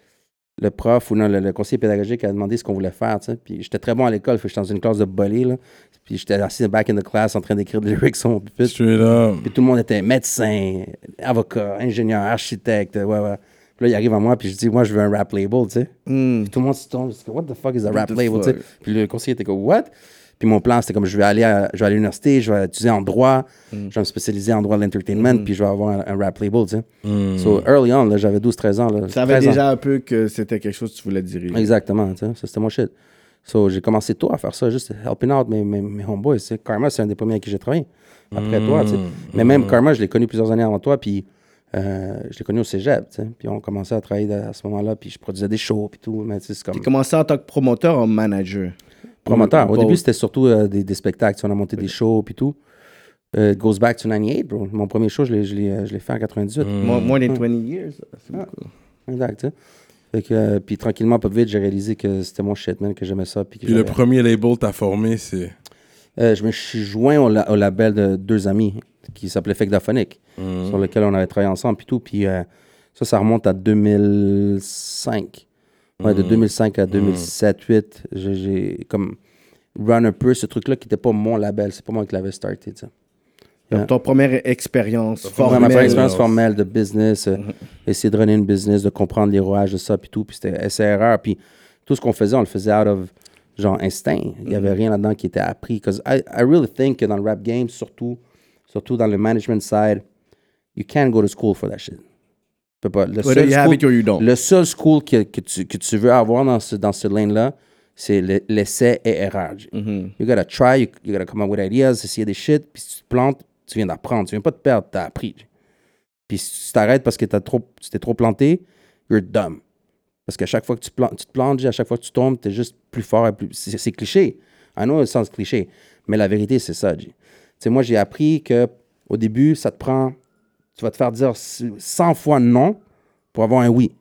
le prof ou non, le, le conseiller pédagogique a demandé ce qu'on voulait faire, tu sais. Puis j'étais très bon à l'école, fait que j'étais dans une classe de bolé, là. Puis j'étais assis back in the class en train d'écrire des lyrics sur mon pupitre. Straight up. Puis tout le monde était médecin, avocat, ingénieur, architecte, ouais, ouais. Puis là, il arrive à moi, puis je dis, moi, je veux un rap label, tu sais. Puis tout le monde se tourne, je dis, what the fuck is a rap the label, tu sais. fuck? Puis le conseiller était comme, what? Puis mon plan, c'était comme, je vais aller à, je vais aller à l'université, je vais étudier en droit, je vais me spécialiser en droit de l'entertainment, puis je vais avoir un, un rap label, tu sais. So, early on, là, j'avais douze treize ans. Là, Tu savais treize ans. déjà un peu que c'était quelque chose que tu voulais diriger. Exactement, tu sais, ça c'était mon shit. So, j'ai commencé tôt à faire ça, juste helping out mes, mes, mes homeboys, tu sais. Karma, c'est un des premiers avec qui j'ai travaillé, après toi, tu sais. Mais même Karma, je l'ai connu plusieurs années avant toi, puis euh, je l'ai connu au cégep, tu sais. Puis on commençait à travailler à ce moment-là, puis je produisais des shows, puis tout, mais tu sais, c'est comme... Tu as commencé en tant que promoteur ou en manager? Promoteur. Au Both. début, c'était surtout euh, des, des spectacles, tu sais, on a monté des shows, puis tout. Euh, it goes back to quatre-vingt-dix-huit, bro. Mon premier show, je l'ai, je l'ai, euh, je l'ai fait en quatre-vingt-dix-huit. More, more than twenty years. C'est beaucoup. Exact, tu sais. Fait que, euh, puis tranquillement, pas vite, j'ai réalisé que c'était mon shit, man, que j'aimais ça. Puis que Puis le j'avais- premier label t'as formé, c'est. Euh, je me suis joint au, la- au label de deux amis qui s'appelait Fecdaphonic, sur lequel on avait travaillé ensemble, puis tout. Puis euh, ça, ça remonte à deux mille cinq. Ouais, de deux mille cinq à deux mille sept huit, j'ai, j'ai comme run un peu ce truc-là qui n'était pas mon label, c'est pas moi qui l'avais starté, tu sais. Donc, ton première expérience Ouais, formelle. ma première expérience formelle de business, euh, essayer de runner une business, de comprendre les rouages de ça, puis tout, puis c'était essai-erreur, puis tout ce qu'on faisait, on le faisait out of, genre, instinct. Il n'y avait rien là-dedans qui était appris. Because I, I really think que dans le rap game, surtout, surtout dans le management side, you can't go to school for that shit. Tu peux pas. Le Whether seul you have school, it or you don't. le seul school que, que, tu, que tu veux avoir dans ce, dans ce lane-là, c'est le- l'essai et erreur. G. You gotta try, you, you gotta come up with ideas, essayer des shit, puis si tu te plantes, tu viens d'apprendre. Tu viens pas de perdre, t'as appris. G. Puis si tu t'arrêtes parce que t'as trop, tu t'es trop planté, you're dumb. Parce qu'à chaque fois que tu, plan- tu te plantes, G, à chaque fois que tu tombes, t'es juste plus fort. Et plus... C'est, c'est cliché. I know it sounds cliché. Mais la vérité, c'est ça, G. Tu sais, moi, j'ai appris que au début, ça te prend... Tu vas te faire dire cent fois non pour avoir un oui.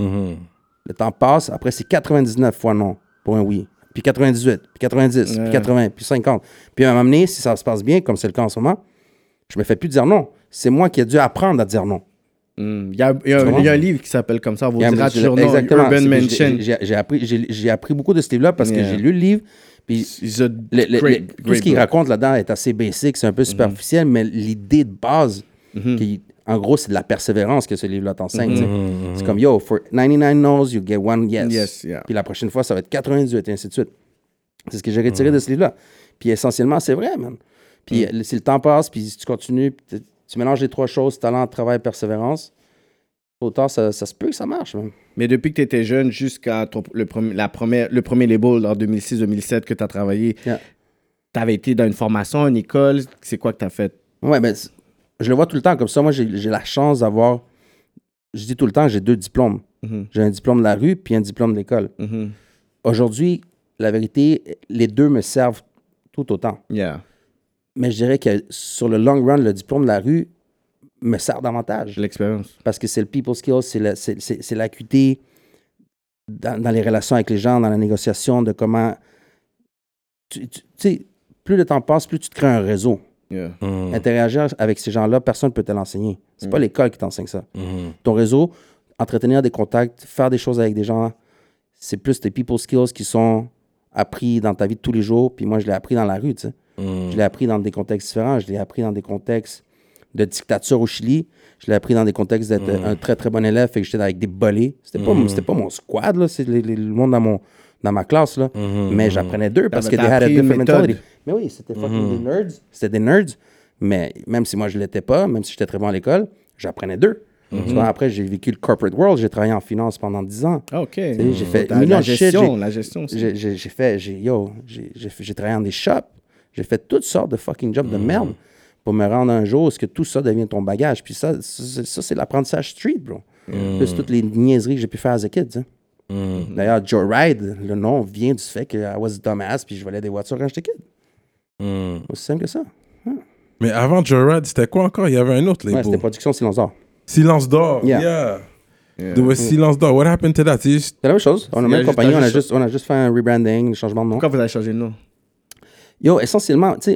Le temps passe, après, c'est quatre-vingt-dix-neuf fois non pour un oui. Puis quatre-vingt-dix-huit, puis quatre-vingt-dix, puis quatre-vingts, puis cinquante. Puis à un moment donné, si ça se passe bien, comme c'est le cas en ce moment, je me fais plus dire non. C'est moi qui ai dû apprendre à dire non. Mm. Il y, a, il y a- comprends? il y a un livre qui s'appelle comme ça, on vous Il y a un- dira toujours non, exactement. Urban C'est- Mansion. j'ai- J'ai, j'ai appris, j'ai, j'ai appris beaucoup de ce livre-là parce Yeah. que j'ai lu le livre. Puis It's a le- le- great- le- tout great ce qu'il book. raconte là-dedans est assez basic, c'est un peu superficiel, mais l'idée de base, qui, en gros, c'est de la persévérance que ce livre-là t'enseigne. tu sais. C'est comme, yo, for ninety-nine no's, you get one yes. Yes, yeah. Puis la prochaine fois, ça va être quatre-vingt-dix-huit, et ainsi de suite. C'est ce que j'ai retiré de ce livre-là. Puis essentiellement, c'est vrai, man. Puis euh, si le temps passe, puis si tu continues, puis tu- tu mélanges les trois choses, talent, travail, persévérance, autant ça, ça se peut que ça marche, man. Mais depuis que tu étais jeune jusqu'à ton- le, premier, la première, le premier label en deux mille six deux mille sept que tu as travaillé, Yeah. tu avais été dans une formation, une école. C'est quoi que tu as fait? Ouais, ben, c'est- je le vois tout le temps comme ça. Moi, j'ai, j'ai la chance d'avoir. Je dis tout le temps, j'ai deux diplômes. Mhm. J'ai un diplôme de la rue puis un diplôme de l'école. Mhm. Aujourd'hui, la vérité, les deux me servent tout autant. Yeah. Mais je dirais que sur le long run, le diplôme de la rue me sert davantage. J'ai l'expérience. Parce que c'est le people skills, c'est, le- c'est, c'est, c'est l'acuité dans, dans les relations avec les gens, dans la négociation, de comment. Tu tu- tu sais, plus le temps passe, plus tu te crées un réseau. Yeah. Interagir avec ces gens-là, personne ne peut te l'enseigner. C'est pas l'école qui t'enseigne ça. Ton réseau, entretenir des contacts, faire des choses avec des gens, c'est plus tes people skills qui sont appris dans ta vie de tous les jours. Puis moi, je l'ai appris dans la rue, tu sais. Je l'ai appris dans des contextes différents. Je l'ai appris dans des contextes de dictature au Chili. Je l'ai appris dans des contextes d'être mm. un très, très bon élève. Fait que j'étais avec des bolés. C'était pas, mm. c'était pas mon squad, là. C'est les, les, le monde dans, mon, dans ma classe, là. Mm. Mais j'apprenais d'eux parce que they had a different mentality. Mais oui, c'était fucking mm. des nerds. C'était des nerds. Mais même si moi, je l'étais pas, même si j'étais très bon à l'école, j'apprenais d'eux. Mm-hmm. Tu vois, après, j'ai vécu le corporate world. J'ai travaillé en finance pendant dix ans. OK. Mm. J'ai fait la, la gestion, la gestion. J'ai, j'ai, j'ai fait, j'ai, yo, j'ai, j'ai, j'ai travaillé dans des shops. J'ai fait toutes sortes de fucking jobs mm. de merde pour me rendre un jour où ce que tout ça devient ton bagage. Puis ça, ça, ça c'est l'apprentissage street, bro. Mm. Plus toutes les niaiseries que j'ai pu faire as a kid, hein. Mm. D'ailleurs, Joe Ride, le nom vient du fait que I was a dumbass puis je volais des voitures quand j'étais kid. Mm. Aussi simple que ça. Hein. Mais avant Joe Ride, c'était quoi encore? Il y avait un autre label. Ouais, c'était Production Silence d'Or. Silence d'Or, yeah. yeah. yeah. There was Silence d'Or. What happened to that? C'est juste... la même chose. On a la même compagnie, on a, juste, on a juste fait un rebranding, un changement de nom. Pourquoi vous avez changé de nom? Yo, essentiellement, tu sais,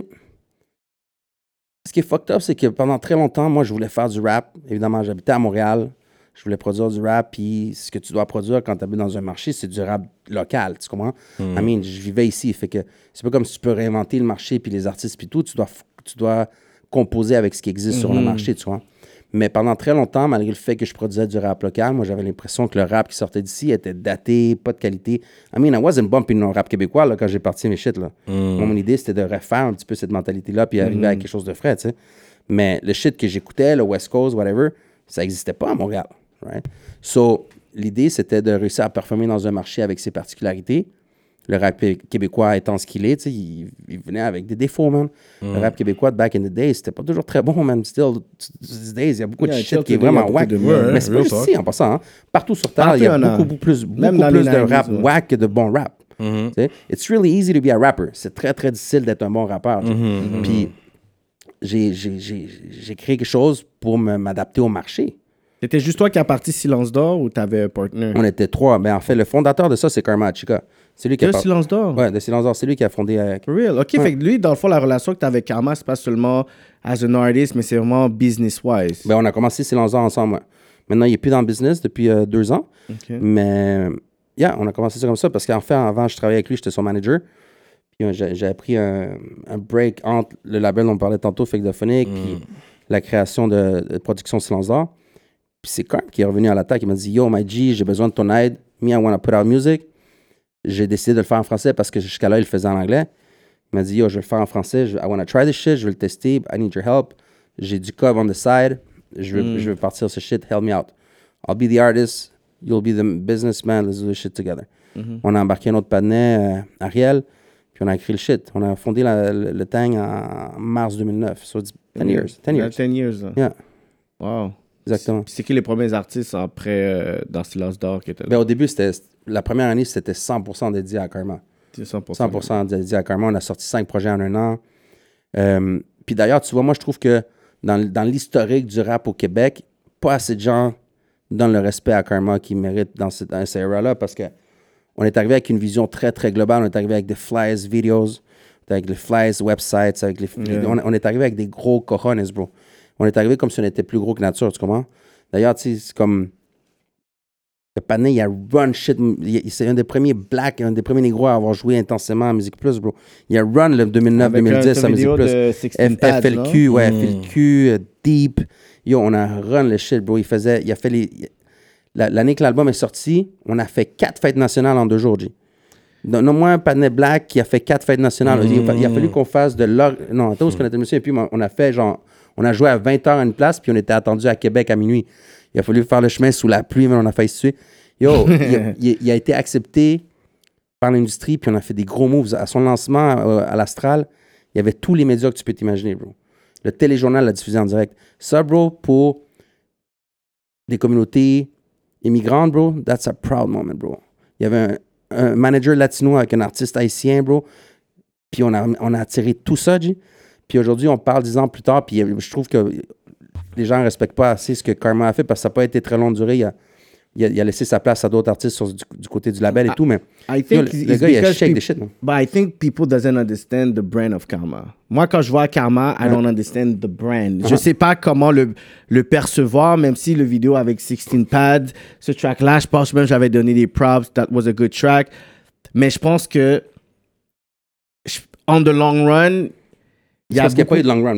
ce qui est fucked up, c'est que pendant très longtemps, moi, je voulais faire du rap. Évidemment, j'habitais à Montréal. Je voulais produire du rap, puis ce que tu dois produire quand tu habites dans un marché, c'est du rap local, tu comprends? Mm. I mean, je vivais ici, fait que c'est pas comme si tu peux réinventer le marché, puis les artistes, puis tout. Tu dois, tu dois composer avec ce qui existe mm-hmm. sur le marché, tu vois? Mais pendant très longtemps, malgré le fait que je produisais du rap local, moi, j'avais l'impression que le rap qui sortait d'ici était daté, pas de qualité. I mean, I wasn't bumping no rap québécois là, quand j'ai parti mes shit, là. Mm. Moi, mon idée, c'était de refaire un petit peu cette mentalité-là, puis arriver mm. à quelque chose de frais, tu sais. Mais le shit que j'écoutais, le West Coast, whatever, ça n'existait pas à Montréal, right? So, l'idée, c'était de réussir à performer dans un marché avec ses particularités. Le rap québécois étant ce qu'il est, tu sais, il, il venait avec des défauts, man. Mm. Le rap québécois de back in the days, c'était pas toujours très bon, man. Still, these days, il y a beaucoup yeah, de shit qui est vraiment whack. Ouais, mais c'est pas juste ici, en passant. Hein. Partout sur Terre, il y a beaucoup, beaucoup plus, beaucoup plus de rap ouais. whack que de bon rap. Mm-hmm. Tu sais? It's really easy to be a rapper. C'est très, très difficile d'être un bon rappeur. Mm-hmm. Puis, j'ai, j'ai, j'ai, j'ai créé quelque chose pour me, m'adapter au marché. C'était juste toi qui as parti Silence d'Or ou t'avais un partner? On était trois. Ben, en fait, le fondateur de ça, c'est Karma Chica. C'est lui qui de a par... Silence d'Or? Ouais, de Silence d'Or. C'est lui qui a fondé... Euh... For real? OK, ouais. Fait que lui, dans le fond, la relation que tu as avec Karma, c'est pas seulement as an artist, mais c'est vraiment business-wise. Ben, on a commencé Silence d'Or ensemble, ouais. Maintenant, il n'est plus dans le business depuis euh, deux ans. Okay. Mais, yeah, on a commencé ça comme ça parce qu'en fait, avant, je travaillais avec lui, j'étais son manager. Puis j'ai, j'ai pris un, un break entre le label dont on parlait tantôt, Fake de Phonique, mm. puis la création de, de production Silence d'Or. Puis c'est Karma qui est revenu à l'attaque. Il m'a dit, yo, my G, j'ai besoin de ton aide. Me, I want to put out music. J'ai décidé de le faire en français parce que jusqu'à là, il le faisait en anglais. Il m'a dit, yo, je vais le faire en français. Je, I want to try this shit. Je vais le tester. I need your help. J'ai du cob on the side. Je veux, mm. je veux partir ce shit. Help me out. I'll be the artist. You'll be the businessman. Let's do this shit together. Mm-hmm. On a embarqué un autre patinet, euh, Ariel. Puis on a écrit le shit. On a fondé la, le, le Tang en mars deux mille neuf. So it's ten years. ten years. ten years. Hein. Yeah. Wow. Exactement. C'est, c'est qui les premiers artistes après euh, dans Silence d'Or qui étaient là? Ben, au début, c'était, la première année, c'était cent pour cent dédié à Karma. cent pour cent. cent pour cent dédié à Karma. On a sorti cinq projets en un an. Euh, puis d'ailleurs, tu vois, moi, je trouve que dans, dans l'historique du rap au Québec, pas assez de gens donnent le respect à Karma qu'ils méritent dans cette, dans cette era-là parce que on est arrivé avec une vision très, très globale. On est arrivé avec des flyers videos, avec les flyers websites, avec les, yeah. on, on est arrivé avec des gros cojones, bro. On est arrivé comme si on était plus gros que nature, tu comprends? D'ailleurs, tu sais, c'est comme... Le Pané, il a run shit. Il, c'est un des premiers blacks, un des premiers négros à avoir joué intensément à Musique Plus, bro. Il a run le deux mille neuf deux mille dix à Musique Plus. F L Q, ouais, mm. F L Q, uh, Deep. Yo, on a run le shit, bro. Il faisait... Il a fait les... La, l'année que l'album est sorti, on a fait quatre fêtes nationales en deux jours, G. Donne-moi un Pané Black qui a fait quatre fêtes nationales. Mm. Il, a, il a fallu qu'on fasse de l'or... Non, attends, où est-ce qu'on était, monsieur? Et puis, on a fait genre... On a joué à vingt heures à une place, puis on était attendu à Québec à minuit. Il a fallu faire le chemin sous la pluie, mais on a failli se tuer. Yo, il, il, il a été accepté par l'industrie, puis on a fait des gros moves. À son lancement euh, à l'Astral, il y avait tous les médias que tu peux t'imaginer, bro. Le téléjournal l'a diffusé en direct. Ça, bro, pour des communautés immigrantes, bro, that's a proud moment, bro. Il y avait un, un manager latino avec un artiste haïtien, bro, puis on a, on a attiré tout ça, G. Puis aujourd'hui, on parle dix ans plus tard, puis je trouve que les gens ne respectent pas assez ce que Karma a fait parce que ça n'a pas été très longue durée. Il a, il a, il a laissé sa place à d'autres artistes sur, du, du côté du label et I, tout, mais I think yo, le, le gars, il a shake des shit. Non? But I think people doesn't understand the brand of Karma. Moi, quand je vois Karma, I yeah. don't understand the brand. Uh-huh. Je ne sais pas comment le, le percevoir, même si le vidéo avec sixteen pads, ce track-là, je pense même que j'avais donné des props, that was a good track. Mais je pense que, on the long run, Il y a parce beaucoup... qu'il n'y a pas eu de long run, bro.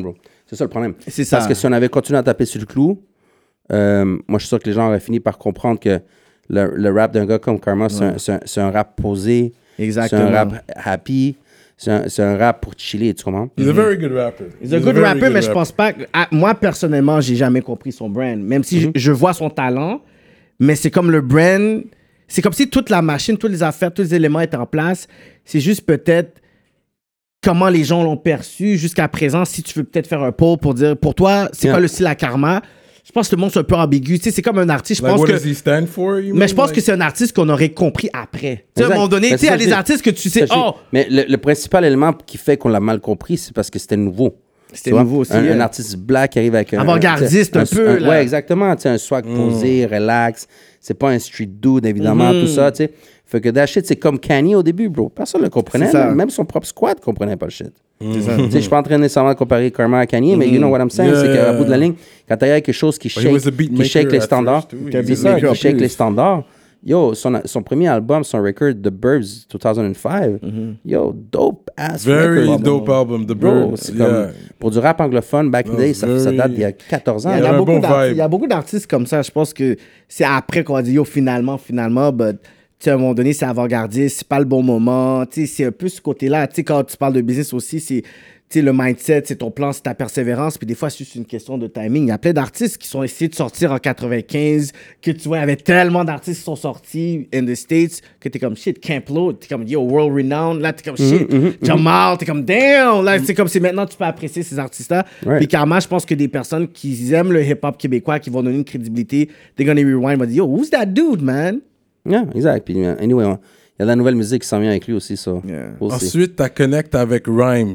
C'est ça le problème. C'est ça. Parce que si on avait continué à taper sur le clou, euh, moi, je suis sûr que les gens auraient fini par comprendre que le, le rap d'un gars comme Karma, c'est, ouais. un, c'est, un, c'est un rap posé. Exactement. C'est un rap happy. C'est un, c'est un rap pour chiller, tu comprends? He's a very good rapper. He's a good a rapper, good mais je pense pas... Que, à, moi, personnellement, j'ai jamais compris son brand. Même si mm-hmm. je, je vois son talent, mais c'est comme le brand... C'est comme si toute la machine, toutes les affaires, tous les éléments étaient en place. C'est juste peut-être comment les gens l'ont perçu jusqu'à présent. Si tu veux peut-être faire un poll pour dire, pour toi, c'est yeah. quoi le style à Karma? Je pense que le monde c'est un peu ambigu. Tu sais, c'est comme un artiste. Je like pense what que. Does he stand for, you mais je pense like... que c'est un artiste qu'on aurait compris après. Tu sais, à un moment donné, tu sais, il y a des artistes que tu sais. Oh! Mais le, le principal élément qui fait qu'on l'a mal compris, c'est parce que c'était nouveau. C'était nouveau aussi. Un, yeah. un artiste black qui arrive avec un. Avant-gardiste un, un, un peu. Un, là. Ouais, exactement. Tu sais, un swag mm. posé, relax. C'est pas un street dude, évidemment, mm. tout ça, tu sais. Fait que that shit, c'est comme Kanye au début, bro. Personne ne le comprenait. Même, même son propre squad comprenait pas le shit. Mm. Tu sais, je suis pas en train nécessairement de comparer Karma à Kanye, mm. mais you know what I'm saying, yeah. c'est qu'à bout de la ligne, quand t'as quelque chose qui shake, qui shake les standards, c'est ça, qui shake les standards. Yo, son, son premier album, son record, The Burbs, deux mille cinq, mm-hmm. yo, dope ass very record. dope album, The Burbs. Yeah. Comme, pour du rap anglophone, back in the day, ça, ça date d'il y a quatorze ans. Il y, a, beaucoup bon il y a beaucoup d'artistes comme ça. Je pense que c'est après qu'on va dire, yo, finalement, finalement, but, tu sais, à un moment donné, c'est avant-gardiste, c'est pas le bon moment. Tu sais, c'est un peu ce côté-là. Tu sais, quand tu parles de business aussi, c'est. Tu sais, le mindset, c'est ton plan, c'est ta persévérance. Puis des fois, c'est juste une question de timing. Il y a plein d'artistes qui sont essayés de sortir en quatre-vingt-quinze, que tu vois, il y avait tellement d'artistes qui sont sortis in the States que t'es comme shit, Camp Lo, t'es comme yo, world renowned. Là, t'es comme shit, mm-hmm, Jamal, t'es comme damn. Là, c'est comme si maintenant tu peux apprécier ces artistes-là. Right. Puis Karma, je pense que des personnes qui aiment le hip-hop québécois, qui vont donner une crédibilité, they're gonna rewind, vont dire yo, who's that dude, man? Yeah, exact. Puis, anyway, il y a de la nouvelle musique qui s'en vient avec lui aussi, ça. Yeah. Ensuite, t'as connecté avec Rhymes.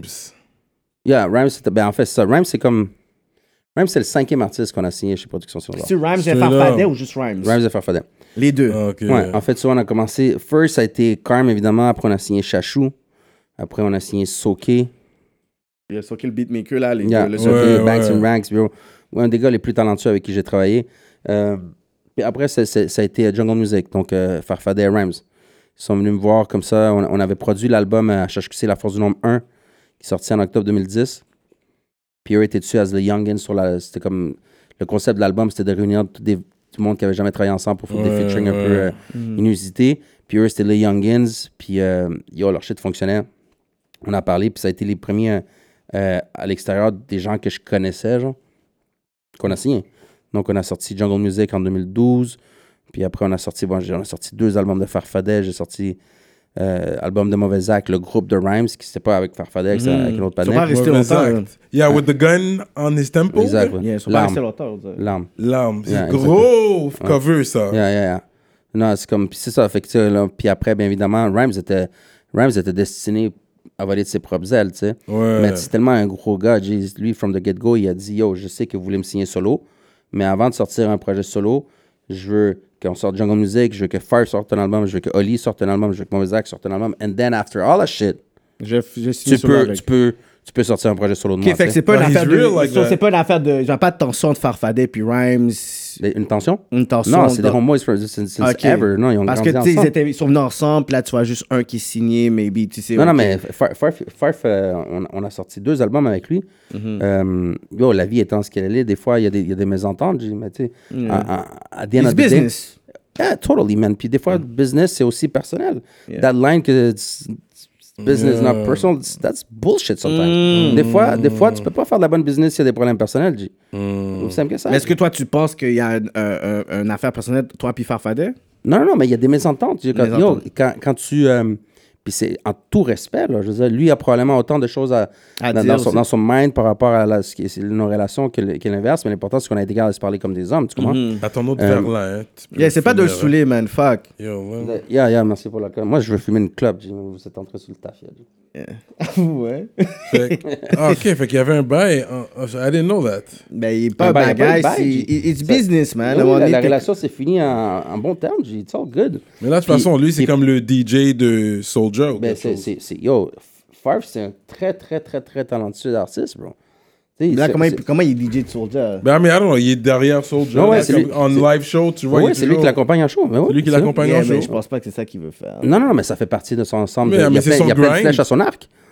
Yeah, Rhymes, c'est, ben en fait, c'est ça. Rhymes, c'est comme. Rhymes, c'est le cinquième artiste qu'on a signé chez Production Sonore. C'est Rhymes et Farfadet ou juste Rhymes? Rhymes et Farfadet. Les deux. Okay. Ouais, en fait, souvent, on a commencé. First, ça a été Karm, évidemment. Après, on a signé Chachou. Après, on a signé Soké. Il y a Soké, le beatmaker, là. Les yeah, deux, le Soké, ouais, Banks ouais. and Ranks, bro. Ouais, un des gars les plus talentueux avec qui j'ai travaillé. Euh, puis après, c'est, c'est, ça a été Jungle Music, donc euh, Farfadet et Rhymes. Ils sont venus me voir comme ça. On, on avait produit l'album à H H Q C, La Force du Nombre un, qui est sorti en octobre deux mille dix. Puis eux étaient dessus as The Youngins sur la. C'était comme. Le concept de l'album, c'était de réunir tout, des, tout le monde qui avait jamais travaillé ensemble pour faire ouais, des featuring ouais. un peu euh, mm. inusités. Puis eux, c'était The Youngins. Puis euh, yo, leur shit fonctionnait. On a parlé. Puis ça a été les premiers euh, à l'extérieur des gens que je connaissais, genre, qu'on a signé. Donc on a sorti Jungle Music en deux mille douze. Puis après, on a sorti, bon, on a sorti deux albums de Farfadet. J'ai sorti. Euh, album de Mauvais Acte, le groupe de Rhymes, qui c'était pas avec Farfadet, mm. avec une autre panel. Ils sont pas restés longtemps. Hein. Yeah, with the gun on his temple. Exact. Yeah, ils sont pas restés longtemps. L'arme. L'arme. C'est yeah, gros exactly. cover, ouais. ça. Yeah, yeah, yeah. Non, c'est comme, puis c'est ça. Fait que, là, puis après, bien évidemment, Rhymes était, Rhymes était destiné à voler de ses propres ailes, tu sais. Ouais. Mais c'est tellement un gros gars. Lui, from the get-go, il a dit, yo, je sais que vous voulez me signer solo, mais avant de sortir un projet solo, je veux qu'on sorte Jungle Music, je veux que Fire sorte un album, je veux que Oli sorte un album, je veux que Mauvais Acte sorte un album, and then after all that shit, je, je tu, peux, tu, peux, tu peux sortir un projet solo de okay, moi. Fait que c'est pas, no, une affaire de, like so, c'est pas une affaire de... Genre pas de tension de Farfadet puis Rhymes... Une tension? Une tension. Non, c'est dans... des homeboys since okay. ever. Non, ils ont Parce grandi que ensemble. Parce qu'ils sont venus ensemble, puis là, tu vois juste un qui est signé, maybe, tu sais. Non, okay. non, mais Farf, euh, on, on a sorti deux albums avec lui. Mm-hmm. Euh, yo, la vie étant ce qu'elle est, des fois, il y, y a des mésententes, mais tu sais, yeah. à, à, à the end of the business. Day, yeah, totally, man. Puis des fois, mm. business, c'est aussi personnel. Yeah. That line que business, yeah. not personal, that's bullshit sometimes. Mm. Des fois, des fois, tu peux pas faire de la bonne business s'il y a des problèmes personnels, G. Mm. C'est simple que ça. Mais est-ce que toi, tu penses qu'il y a une euh, euh, affaire personnelle, toi puis Farfadet? Non, non, non, mais il y a des mésententes. Quand, yo, quand, quand tu... Euh, puis c'est en tout respect, là, je veux dire, lui a probablement autant de choses à, à dans, dans, son, dans son mind par rapport à la, ce qui est, nos relations que, que l'inverse, mais l'important, c'est qu'on a été capable de se parler comme des hommes, tu comprends? Mm-hmm. À ton autre euh, verre-là, hein. Yeah, c'est pas de le saouler, man, fuck. Yo, ouais. Yeah, yeah, merci pour la... Moi, je veux fumer une clope, vous êtes entré sur le taf, yeah. Ouais. Fait, ah, OK, fait qu'il y avait un bail. Uh, I didn't know that. Ben, il est pas un bad guy, c'est... It's business, man. Oui, la, la relation s'est finie en, en bon terme, it's all good. Mais là, de toute façon, lui, c'est comme le D J de Soulja. Ben, c'est, c'est, c'est... Yo, Farf, c'est un très, très, très, très talentueux artiste, bro. Là, comment, il, comment il est D J de Soulja? Ben, mais I don't know, il est derrière Soulja. Non, ouais, c'est lui, en c'est, live show, tu vois. Oui, c'est lui qui l'accompagne en show. Mais ouais, c'est lui qui l'accompagne yeah, en show. Mais je pense pas que c'est ça qu'il veut faire. Non, non, non, mais ça fait partie de son ensemble. Mais, de, mais il y a, plein, il y a plein de flèches à son arc.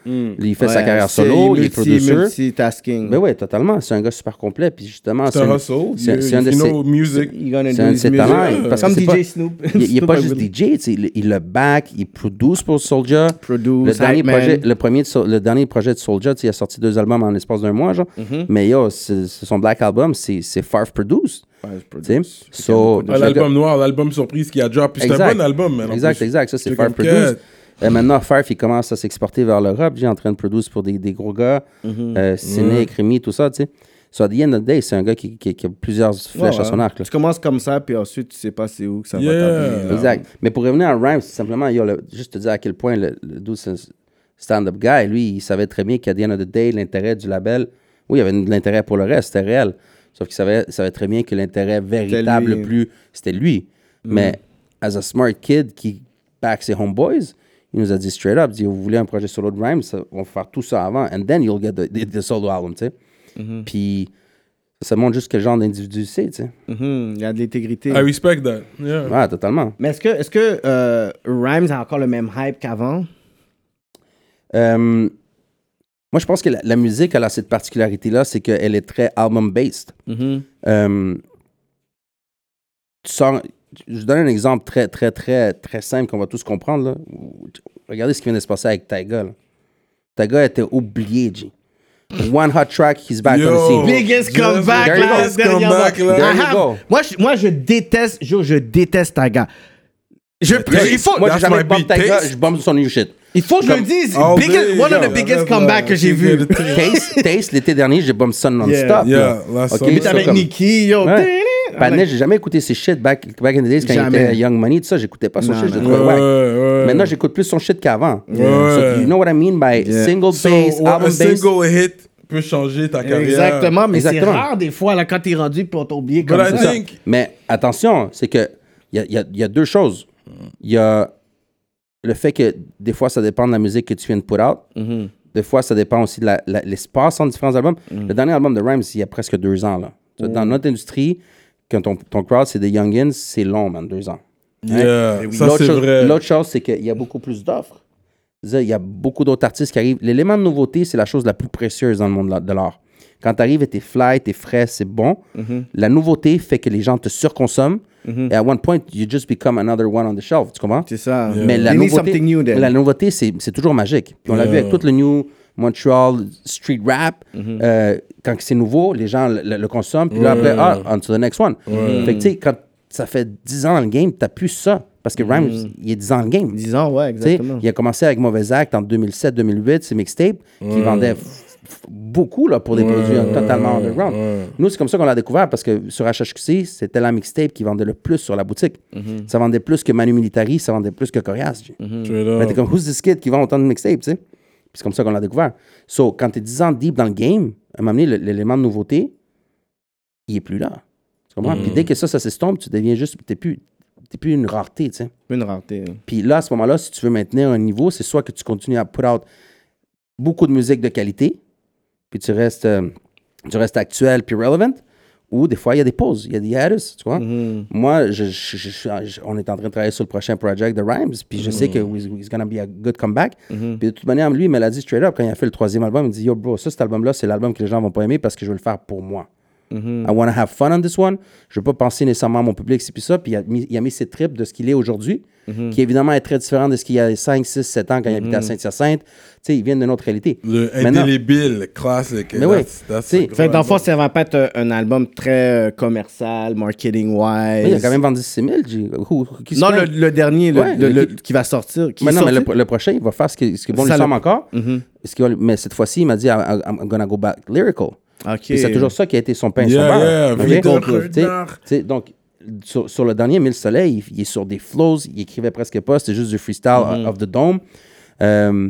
Mm. Il fait sa Ouais, carrière c'est solo, il est multi- producer. multitasking. Ben oui, totalement. C'est un gars super complet. Puis justement, C'est un hustle. c'est- c'est un de you ses- know music. You're gonna c'est do un de his ses music. talents. Parce que Comme c'est D pas- J Snoop. Il n'est Snoop pas I juste really- D J, tu sais, il, il le back, il produce pour Soulja. Produce, le dernier hype man. projet, le premier, de Soul- le dernier projet de Soulja, tu sais, il a sorti deux albums en l'espace d'un mois, genre. Mm-hmm. Mais yo, c'est, c'est son Black Album, c'est, c'est Farf Produced. Ouais, je Tu produce. sais, so, Ah, le l'album gars- noir, l'album surprise qui a drop. Puis c'est un Exact. bon album, man. en Exact, plus. exact. Ça, c'est C'est Farf comme Produced. que- Et maintenant, Farf, il commence à s'exporter vers l'Europe. J'ai en train de produire pour des, des gros gars. Mm-hmm. euh, Cynic, Rémi, tout ça, tu sais. So, at the end of the day, c'est un gars qui, qui, qui a plusieurs flèches Ouais, à son arc. là. Tu commences comme ça, puis ensuite, tu sais pas c'est où que ça Yeah. va t'amener. là. Exact. Mais pour revenir à Rhymes, c'est simplement, yo, le- juste te dire à quel point le, le dude, c'est un stand-up guy. Lui, il savait très bien qu'à the end of the day, l'intérêt du label, oui, il y avait de l'intérêt pour le reste, c'était réel. Sauf qu'il savait, il savait très bien que l'intérêt véritable, lui. le plus, c'était lui. Mais, as a smart kid qui back ses homeboys, il nous a dit straight up, dit, vous voulez un projet solo de Rhymes, ça- on va faire tout ça avant, and then you'll get the, the, the solo album, tu sais. Puis, ça montre juste quel genre d'individu c'est, tu sais. Mhm, il y a de l'intégrité. I respect that. Yeah. Ouais, totalement. Mais est-ce que, est-ce que euh, Rhymes a encore le même hype qu'avant? Euh, moi, je pense que la, la musique, elle a cette particularité-là, c'est qu'elle est très album-based. Euh, tu sors, je vous donne un exemple très, très, très, très simple qu'on va tous comprendre. Là. Regardez ce qui vient de se passer avec Tyga. Là. Tyga était oublié, G. One hot track, he's back Yo. on the scene. Biggest Just comeback, there you là, go. dernièrement. Comeback, là. There I you have- go. Moi, je, moi, je déteste, je, je déteste Tyga. Je, il faut, Moi, j'ai That's jamais my bump beat. Tyga, Taste. je bump son new shit. il faut que je le Comme- dise. All Biggest- day, one of yo, the biggest arrête, comebacks là. que j'ai vu. Taste, Taste, l'été dernier, j'ai bump ça non-stop. Yeah, là. last Ok, summer. Puis so avec comme- Nicki, yo. Ouais. I'm Padney, like, j'ai jamais écouté ses shit back, back in the days quand Jamais. il était Young Money, tout ça, j'écoutais pas son Non, shit, je le non. trouvais Ouais, wack. ouais. Maintenant, j'écoute plus son shit qu'avant. Ouais. So, you know what I mean by Yeah. single So, bass, ouais, album un bass? single hit peut changer ta carrière. Exactement, mais Exactement. c'est rare des fois là, quand t'es rendu pour t'oublier But comme I ça. think... Mais attention, c'est que il y a, y a- y a deux choses. Il y a le fait que des fois, ça dépend de la musique que tu viens de put out. Mhm. Des fois, ça dépend aussi de la- la- l'espace entre différents albums. Le dernier album de Rhymes, il y a presque deux ans. Là. Tu vois, Dans notre industrie, quand ton, ton crowd, c'est des youngins, c'est long, man, deux ans. Yeah, ça L'autre c'est chose, vrai. l'autre chose, c'est qu'il y a beaucoup plus d'offres. C'est-à-dire, Il y a beaucoup d'autres artistes qui arrivent. L'élément de nouveauté, c'est la chose la plus précieuse dans le monde de la- de l'art. Quand tu arrives et t'es fly, t'es frais, c'est bon. La nouveauté fait que les gens te surconsomment. Et à one point, you just become another one on the shelf. Tu comprends? C'est ça. Mais la They need nouveauté, something new then. la nouveauté c'est, c'est toujours magique. Puis on l'a Yeah. vu avec tout le new Montreal street rap. Euh, quand c'est nouveau, les gens le, le consomment. Puis là, après, ah, on to the next one. Fait que tu sais, quand ça fait dix ans dans le game, t'as plus ça. Parce que Rhymes, il est dix ans dans le game. dix ans, ouais, Tu sais, exactement. il a commencé avec Mauvais Acte en deux mille sept deux mille huit, c'est mixtape, qui vendait f- f- beaucoup là, pour des produits euh, totalement underground. Nous, c'est comme ça qu'on l'a découvert parce que sur H H Q C, c'était la mixtape qui vendait le plus sur la boutique. Ça vendait plus que Manu Militari, ça vendait plus que Corias. G. Straight Mais up. t'es comme, who's this kid qui vend autant de mixtapes, tu sais? Puis c'est comme ça qu'on l'a découvert. So, quand t'es dix ans deep dans le game, à un moment donné, le- l'élément de nouveauté, il est plus là. Tu comprends? Puis dès que ça, ça s'estompe, tu deviens juste, t'es plus, t'es plus une rareté, tu sais. Une rareté. hein. Puis là, à ce moment-là, si tu veux maintenir un niveau, c'est soit que tu continues à put out beaucoup de musique de qualité, puis tu restes, euh, tu restes actuel puis relevant, ou des fois, il y a des pauses, il y a des hiatus, tu vois. Moi, je, je- je- je- on est en train de travailler sur le prochain project de Rhymes, puis je sais que he's, he's gonna be a good comeback. Puis de toute manière, lui, il me l'a dit straight up, quand il a fait le troisième album, il me dit, yo, bro, ça, cet album-là, c'est l'album que les gens vont pas aimer parce que je veux le faire pour moi. I want to have fun on this one. Je veux pas penser nécessairement à mon public, c'est puis ça. Puis il a mis, il a mis ses trips de ce qu'il est aujourd'hui, qui évidemment est très différent de ce qu'il y a cinq, six, sept ans quand il habitait à Saint-Hyacinthe. Tu sais, ils viennent d'une autre réalité. Le Maintenant- indélébile, classique. Mais oui. That's- that's Tu sais, a gros Fait que dans le fond, album. ça va pas être un, un album très euh, commercial, marketing-wise. Mais il a quand même vendu six mille. G. Who- who- qui se Non, le, plaint? le dernier, le, Ouais, le- le- le- qui va sortir. Qui Mais est non, mais sorti? le, le prochain, il va faire ce qui, ce qui est bon Ça, lui semble le- encore. Mhm. Ce qui va- mais cette fois-ci, il m'a dit, I- I- I'm gonna go back lyrical. Ok. Puis c'est toujours ça qui a été son pain et Yeah, son beurre. yeah, Ok? Victor Tu sais, Cordard. tu sais, donc, sur, sur le dernier, Mille Soleil, il, il est sur des flows, il écrivait presque pas, c'était juste du freestyle of the dome. Euh,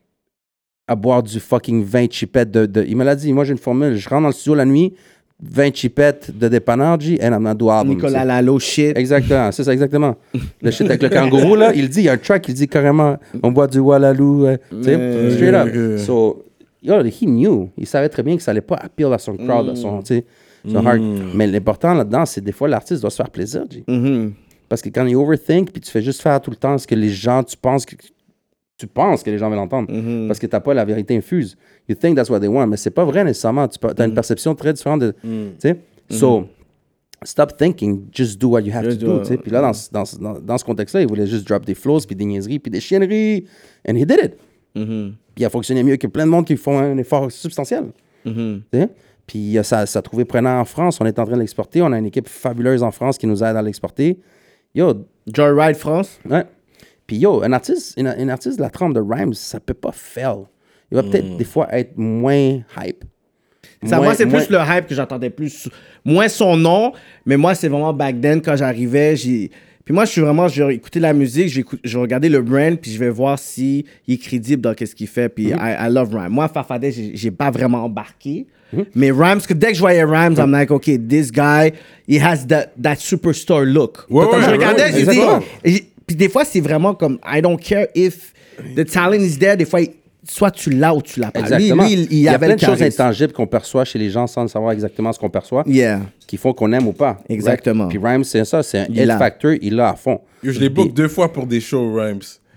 à boire du fucking vingt chipettes de, de- Il me l'a dit, moi j'ai une formule, je rentre dans le studio la nuit, vingt chipettes de dépanneur, G, and I'm not do album. Nicolas C'est- Lalo, shit. Exactement, c'est ça, exactement. Le shit avec le kangourou, là, il dit, il y a un track, il dit carrément, on boit du Walaloo, euh, tu sais, Mais- straight up. Ok. So, yo, he knew. Il savait très bien que ça allait pas appeal à son crowd, à son, tu sais, son heart. Mais l'important là-dedans, c'est des fois, l'artiste doit se faire plaisir, G. Mhm. Parce que quand il overthink, puis tu fais juste faire tout le temps ce que les gens, tu penses que tu penses que les gens veulent l'entendre Mhm. parce que t'as pas la vérité infuse. You think that's what they want, mais c'est pas vrai nécessairement. Tu as une perception très différente de, tu sais. So, stop thinking, just do what you have Just to do do, it. tu sais. Puis là, dans, dans, dans, dans ce contexte-là, il voulait juste drop des flows, puis des niaiseries, puis des chienneries, and he did it. Mhm. Puis il a fonctionné mieux que plein de monde qui font un effort substantiel. Mhm. Tu sais? Puis euh, ça, ça a trouvé prenant en France. On est en train de l'exporter. On a une équipe fabuleuse en France qui nous aide à l'exporter. Yo, Joyride France. ouais. Puis yo, un artiste, une, une artiste de la trempe de Rhymes, ça peut pas fail. Il va peut-être des fois être moins hype. Ça, Moins- moi, c'est moins- plus le hype que j'entendais plus. Moins son nom, mais moi, c'est vraiment back then, quand j'arrivais, j'ai... Puis moi, je suis vraiment... Je vais écouter la musique, je vais, écou- je vais regarder le brand, puis je vais voir s'il est crédible dans ce qu'il fait. Puis I, I love Rhymes. Moi, Farfadet, j'ai, j'ai pas vraiment embarqué. Mais Rhymes, que dès que je voyais Rhymes, I'm like, OK, this guy, he has that, that superstar look. Ouais, Quand ouais, je ouais, regardais, ouais, j'ai dit... exactement. et- Puis des fois, c'est vraiment comme, I don't care if the talent is there. Des fois, il- soit tu l'as ou tu l'as pas. Lui, Exactement. lui, il, il il y a avait plein le de choses charisme. intangibles qu'on perçoit chez les gens sans savoir exactement ce qu'on perçoit, Yeah. qui font qu'on aime ou pas. Exactement. Right? Puis Rhymes, c'est ça, c'est un Il hit l'a. factor, il l'a à fond. Yo, je les book deux fois pour des shows, Rhymes.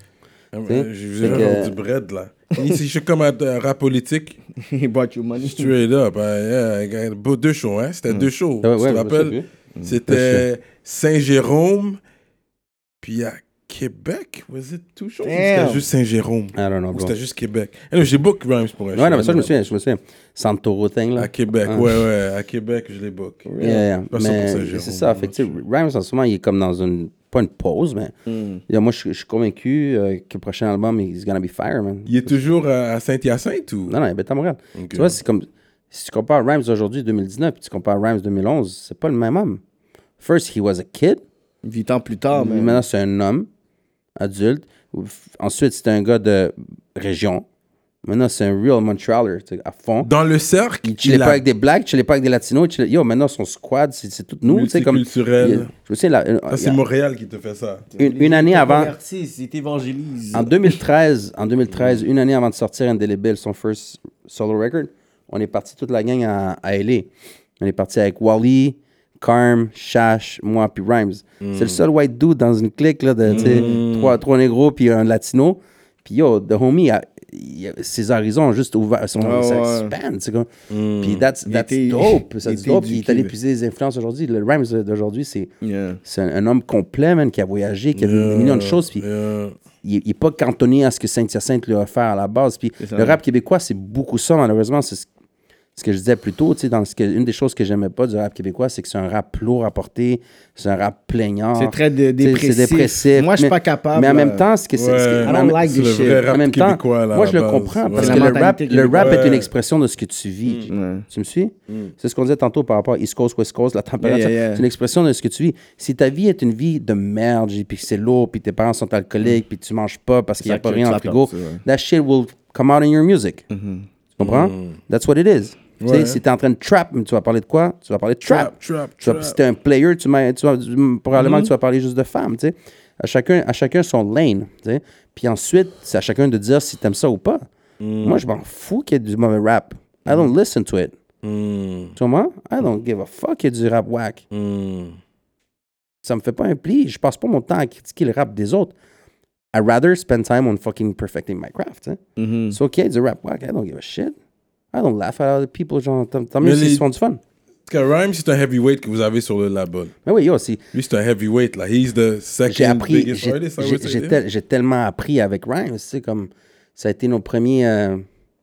sais, J'ai c'est vu que- du bread, là. Ici, je suis comme un un rap politique. He brought you money. Straight up. hein, yeah, I got bo- deux shows, hein. C'était deux shows. Ouais, tu ouais, te je me rappelles? souviens. C'était Saint-Jérôme, puis à Québec. Was it two shows? Ou Damn. C'était juste Saint-Jérôme. I don't know, Ou bro. c'était juste Québec. Eh non, j'ai book Rhymes pour un show. Ouais, non, mais ça, je me souviens, je me souviens. Santoro thing, là. À Québec, Ah. ouais, ouais. À Québec, je les book. Yeah, yeah. Pas ça pour Mais Saint-Jérôme, c'est ça, fait que, tu sais, Rhymes, en ce moment, il est comme dans une, pas une pause, mais yeah, moi, je, je suis convaincu euh, que le prochain album, he's gonna be fire, man. Il est toujours à à Saint-Hyacinthe ou? Non, non, il est à Montréal. Ok. Tu vois, c'est comme, si tu compares Rhymes d'aujourd'hui, deux mille dix-neuf, puis tu compares Rhymes deux mille onze, c'est pas le même homme. First, he was a kid. Huit ans plus tard, mais... Maintenant, c'est un homme adulte. Ensuite, c'était un gars de région. Maintenant, c'est un real Montrealer, tu sais, à fond. Dans le cercle, Il chillait il pas a avec des blacks, il chillait pas avec des latinos. il chillait- Yo, maintenant, son squad, c'est c'est tout nous. tu sais, comme, multiculturel. il- Je me souviens, là, une, Ça, c'est Montréal qui te fait ça. une, une année avant, Convertis, il t'évangélise. en deux mille treize, en deux mille treize, une année avant de sortir Indelible, son first solo record, on est parti toute la gang à, à L A. On est parti avec Wally, Carm, Shash, moi, puis Rhymes. C'est le seul white dude dans une clique, là, de, tu sais, trois, trois négros, puis un latino. Puis yo, the homie, a, il a- ses horizons ont juste ouvert, son, Ah ça ouais. expand, c'est comme... Puis that's, Il that's était- dope, il c'est était dope. Puis il est éduqué. allé puiser les influences aujourd'hui. Le Rhymes d'aujourd'hui, c'est... Yeah. C'est un, un homme complet, man, qui a voyagé, qui a vu un million de choses. Puis Yeah. il n'est pas cantonné à ce que Saint-Hyacinthe lui a offert à la base. Puis ça. le rap québécois, c'est beaucoup ça, malheureusement. C'est ce, ce que je disais plus tôt. Tu sais, dans ce que, une des choses que j'aimais pas du rap québécois, c'est que c'est un rap lourd à porter, c'est un rap plaignant. C'est très dé- Tu sais, dépressif. C'est dépressif. Moi, je suis Mais- pas capable. Mais en même euh, temps, ce que c'est. ce que- Ouais. I don't like C'est this le shit. vrai en rap même temps, québécois, là, moi, à je le la comprends base. parce Ouais. que La le rap, mentalité le rap est québécoise. une expression de ce que tu vis. Ouais. Tu me suis? C'est ce qu'on disait tantôt par rapport à East Coast, West Coast, la température. Yeah, yeah, yeah. C'est une expression de ce que tu vis. Si ta vie est une vie de merde, et puis que c'est lourd, puis tes parents sont alcooliques, puis tu manges pas parce qu'il n'y a ça pas que rien tu dans le frigo, t'apportes, ouais. that shit will come out in your music. Tu comprends? That's what it is. Tu sais, Ouais. si t'es en train de trap, tu vas parler de quoi? Tu vas parler de trap. Trap, trap, Tu vas- trap. si t'es un player, tu m'as- tu vas, probablement que tu vas parler juste de femmes, tu sais. À chacun, à chacun son lane, tu sais. Puis ensuite, c'est à chacun de dire si t'aimes ça ou pas. Moi, je m'en fous qu'il y ait du mauvais rap. I don't listen to it. Mm. Tu comprends? I don't give a fuck qu'il y ait du rap whack. Mm. Ça me fait pas un pli. Je passe pas mon temps à critiquer le rap des autres. I'd rather spend time on fucking perfecting my craft, tu sais. Mhm. So, qu'il y ait du rap whack, I don't give a shit. I don't laugh at other people, genre, tant tant mieux Mais s'ils les- se font du fun. Parce que Rhymes, c'est un heavyweight que vous avez sur le label. Mais oui, yo, c'est... Lui, c'est un heavyweight, là. He's the second J'ai appris, biggest j'ai, artist, I j'ai, would say, j'ai yeah. tel- j'ai tellement appris avec Rhymes, tu sais, comme ça a été nos premiers, euh,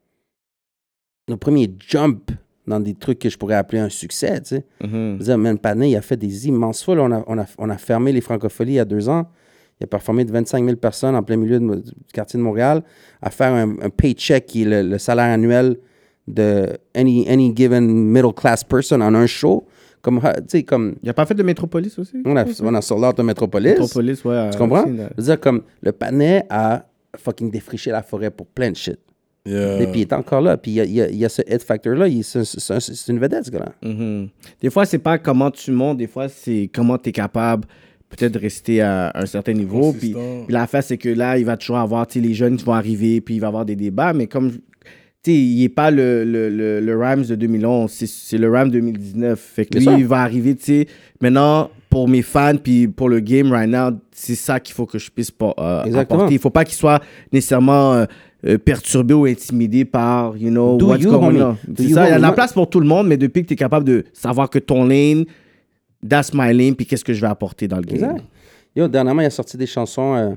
nos premiers jumps dans des trucs que je pourrais appeler un succès, tu sais. Mhm. Je veux dire, Man Panet, il a fait des immenses fois, là. on, a, on, a, on a fermé les francopholies il y a deux ans, il a performé de vingt-cinq mille personnes en plein milieu de, du quartier de Montréal, à faire un, un paycheck qui est le, le salaire annuel de any, any given middle class person en un show, comme, tu sais, comme, Il a pas fait de Métropolis aussi? on a, on a sold out de Metropolis. Métropolis, ouais. Tu comprends? Je veux dire, comme le Panet a fucking défriché la forêt pour plein de shit. Yeah. Et puis il est encore là. Puis il y a, il y a, il y a ce hit factor-là. il- C'est c'est- c'est- c'est une vedette, ce gars-là. Mhm. Des fois, c'est pas comment tu montes, des fois, c'est comment tu es capable peut-être de rester à un certain niveau. Puis, Consistant. puis l'affaire, c'est que là, il va toujours avoir, tu sais, les jeunes qui vont arriver, puis il va y avoir des débats, mais comme, tu sais, il n'est pas le, le, le, le Rhymes de deux mille onze, c'est, c'est le Rhymes deux mille dix-neuf. Fait que Bien lui, sûr. il va arriver, tu sais, maintenant, pour mes fans, puis pour le game right now, c'est ça qu'il faut que je puisse pas, euh, apporter. Il faut pas qu'ils soient nécessairement euh, euh, perturbés ou intimidés par, you know, Do what's you, going homie. on. Do C'est you, ça, il y a de la homie. place pour tout le monde, mais depuis que tu es capable de savoir que ton lane, that's my lane, puis qu'est-ce que je vais apporter dans le game. Exact. Yo, dernièrement, il a sorti des chansons euh,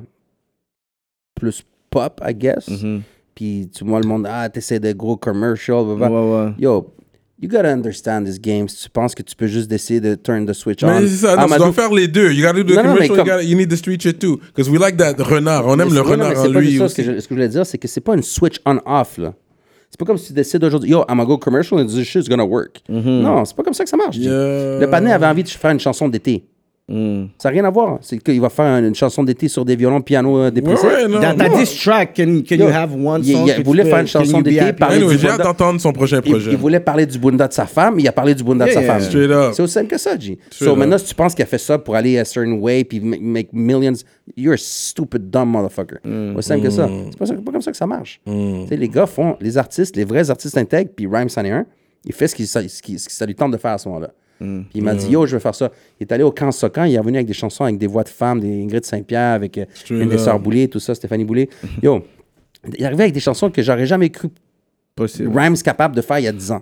plus pop, I guess. Mhm. Puis tu vois le monde, ah, t'essaies de gros commercial, Ouais, blablabla. ouais. Yo, you gotta understand this game. Si tu penses que tu peux juste décider de turn the switch on. Mais c'est ça, non, tu Amadou- dois faire les deux. You gotta do the Non, non, mais commercial, comme- you, gotta, you need the street shit too. Because we like that renard. On aime Mais le c'est- ouais, non, renard mais en c'est pas lui juste ça. Ce aussi. que, je, ce que je voulais dire, c'est que c'est pas une switch on-off, là. C'est pas comme si tu décides aujourd'hui, yo, I'm gonna go commercial and this shit's gonna work. Non, c'est pas comme ça que ça marche. G. Yeah. Le panais avait envie de faire une chanson d'été. Mm. Ça n'a rien à voir. C'est qu'il va faire une, une chanson d'été sur des violons, piano euh, dépressifs. Ouais, ouais, non. Dans ta diss track, can, can Yo, you have one il- song il que tu voulait peux- faire une can chanson you be d'été, happy? parler Anyway, du j'ai bunda- hâte d'entendre son prochain Il, projet. il voulait parler du bunda de sa femme, il a parlé du bunda de Yeah, sa femme. straight up. C'est aussi simple que ça, G. Straight So up. maintenant, si tu penses qu'il a fait ça pour aller a certain way puis make, make millions, you're a stupid dumb motherfucker. Mm. Aussi simple que ça. C'est pas, ça- pas comme ça que ça marche. Tu sais, les gars font, les artistes, les vrais artistes intègres, puis Rhymes en est un, il fait ce, qu'il, ce, qui, ce que ça lui tente de faire à ce moment-là. Mm. Puis il m'a dit, yo, je vais faire ça. Il est allé au camp Socan, il est revenu avec des chansons avec des voix de femmes, des Ingrid Saint-Pierre, avec euh, Straight une des up. sœurs Boulay, tout ça, Stéphanie Boulay. Yo, il est arrivé avec des chansons que j'aurais jamais cru Possible. Rhymes capable de faire il y a dix ans.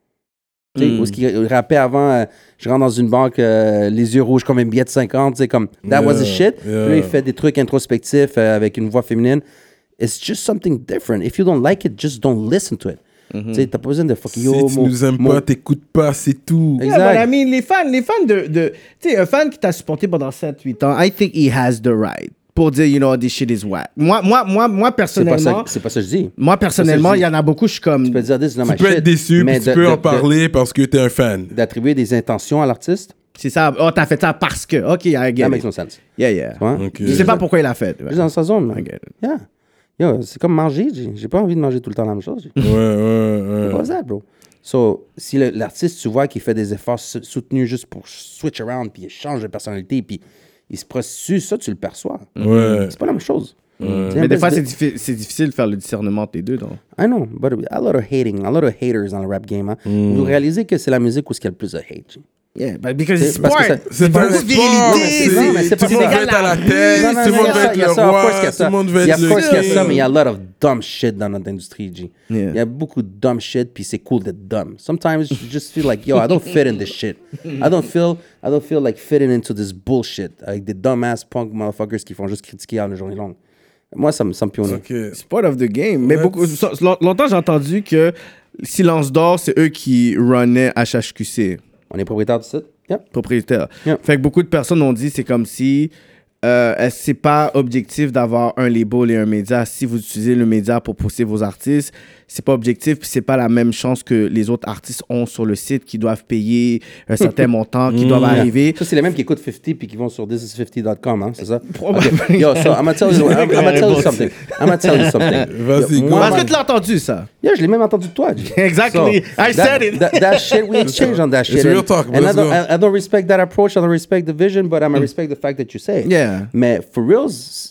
Tu sais, Hmm. où est-ce qu'il rappait avant, euh, je rentre dans une banque, euh, les yeux rouges comme un billet de cinquante, tu sais, comme, that was the Yeah, shit. yeah. Puis là, il fait des trucs introspectifs euh, avec une voix féminine. It's just something different. If you don't like it, just don't listen to it. Tu sais, t'as pas besoin de fucking Si yo, tu mon- nous aimes mon- pas, t'écoutes pas, c'est tout. Exact. Yeah, but I mean, les fans, les fans de, de tu sais, un fan qui t'a supporté pendant sept huit ans, I think he has the right pour dire, you know, this shit is whack. Moi, moi, moi, moi C'est pas, personnellement, ça, c'est pas ça que je dis. moi personnellement, il y en a beaucoup, je suis comme, Tu peux dire, this is not Tu my peux shit, être déçu, mais puis tu de- peux de- en de- parler parce que t'es un fan. D'attribuer des intentions à l'artiste, c'est ça, oh, t'as fait ça parce que, ok, I get that it. makes no sense. Yeah, yeah. Tu vois? Ok. Je sais pas pourquoi il a fait. Juste dans sa zone, man. I get it. Yeah. Yo, c'est comme manger, j'ai j'ai pas envie de manger tout le temps la même chose. Ouais, ouais, ouais. What's that, bro? So, si le- l'artiste, tu vois qu'il fait des efforts sou- soutenus juste pour switch around, puis il change de personnalité, puis il se prostitue, ça, tu le perçois. Ouais. C'est pas la même chose. Tu sais, Mais un des peu, fois, c'est- c'est diffi- c'est difficile de faire le discernement entre les deux, donc. I know, but a lot of hating, a lot of haters dans le rap game. Hein. Vous réalisez que c'est la musique où il y a le plus de hate. G. Yeah, but because C'est- it's parce sport. que ça- C'est pas un une sport, virilité. Non, mais c'est tout pas le monde ça. veut être à la tête, Non, non, tout le non, monde il y a veut ça, être il y a le ça, of course roi, qu'il y a tout ça. le monde veut Il y a être of course qu'il y a ça, mais il y le a a lot of dumb shit dans notre industrie, G. Yeah. Il y a beaucoup de dumb shit, puis c'est cool d'être dumb. Sometimes you just feel like, yo, I don't fit in this shit. I don't feel, I don't feel like fitting into this bullshit avec des dumbass punk motherfuckers qui font juste critiquer à la journée longue. Moi, ça me ça me pionne. Ok. C'est part of the game. Mais Ouais, beaucoup, tu- so- long- longtemps, j'ai entendu que Silence d'Or, c'est eux qui runnaient H H Q C, On est propriétaire du site? Yep. propriétaire. Yeah. Fait que beaucoup de personnes ont dit c'est comme si euh, c'est pas objectif d'avoir un label et un média. Si vous utilisez le média pour pousser vos artistes, c'est pas objectif, puis c'est pas la même chance que les autres artistes ont sur le site qui doivent payer un certain montant, qui doivent arriver. Ça, c'est les mêmes qui écoutent cinquante puis qui vont sur this is fifty dot com, hein, c'est ça? Probablement. Ok. Yo, so, I'm gonna tell you, I'm, I'm gonna tell you something. I'm gonna tell you something. Vas-y, Yo, go. moi, Parce ma- que tu l'as entendu, ça. Yeah, je l'ai même entendu de toi, G. Exactly. I said it. That, that shit, we exchange on that shit. It's real And- talk, And I let's don't, go. I, I don't respect that approach, I don't respect the vision, but I'm gonna respect the fact that you say it. Yeah. Mais for reals,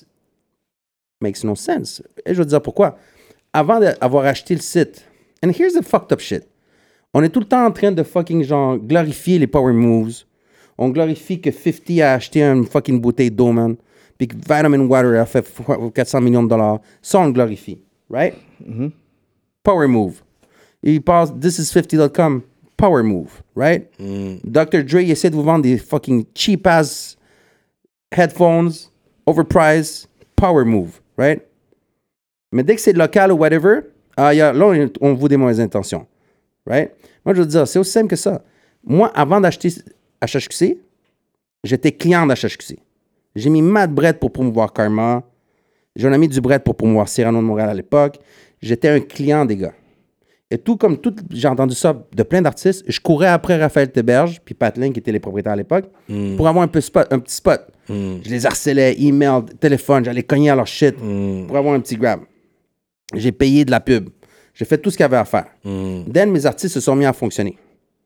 makes no sense. Et je vais te dire pourquoi. Avant d'avoir acheté le site, and here's the fucked up shit. On est tout le temps en train de fucking genre glorifier les power moves. On glorifie que cinquante a acheté une fucking bouteille d'eau, man. Puis que Vitamin Water a fait quatre cents millions de dollars. Ça, on le glorifie. Right? Power move. Il passe this is fifty dot com. Power move. Right? docteur Dre il essaie de vous vendre des fucking cheap ass headphones, overpriced, power move. Right? Mais dès que c'est local ou whatever, ah, y a, là, on, on vous des mauvaises intentions. Right? Moi, je veux dire, c'est aussi simple que ça. Moi, avant d'acheter H H Q C, j'étais client d'H H Q C. J'ai mis Mad Bread pour promouvoir Karma. J'en ai mis du bread pour promouvoir Cyrano de Montréal à l'époque. J'étais un client des gars. Et tout comme tout, j'ai entendu ça de plein d'artistes, je courais après Raphaël Théberge puis Pat Lin, qui était les propriétaires à l'époque, pour avoir un, peu spot, un petit spot. Je les harcelais, email, téléphone, j'allais cogner à leur shit pour avoir un petit grab. J'ai payé de la pub. J'ai fait tout ce qu'il y avait à faire. Then, mes artistes se sont mis à fonctionner.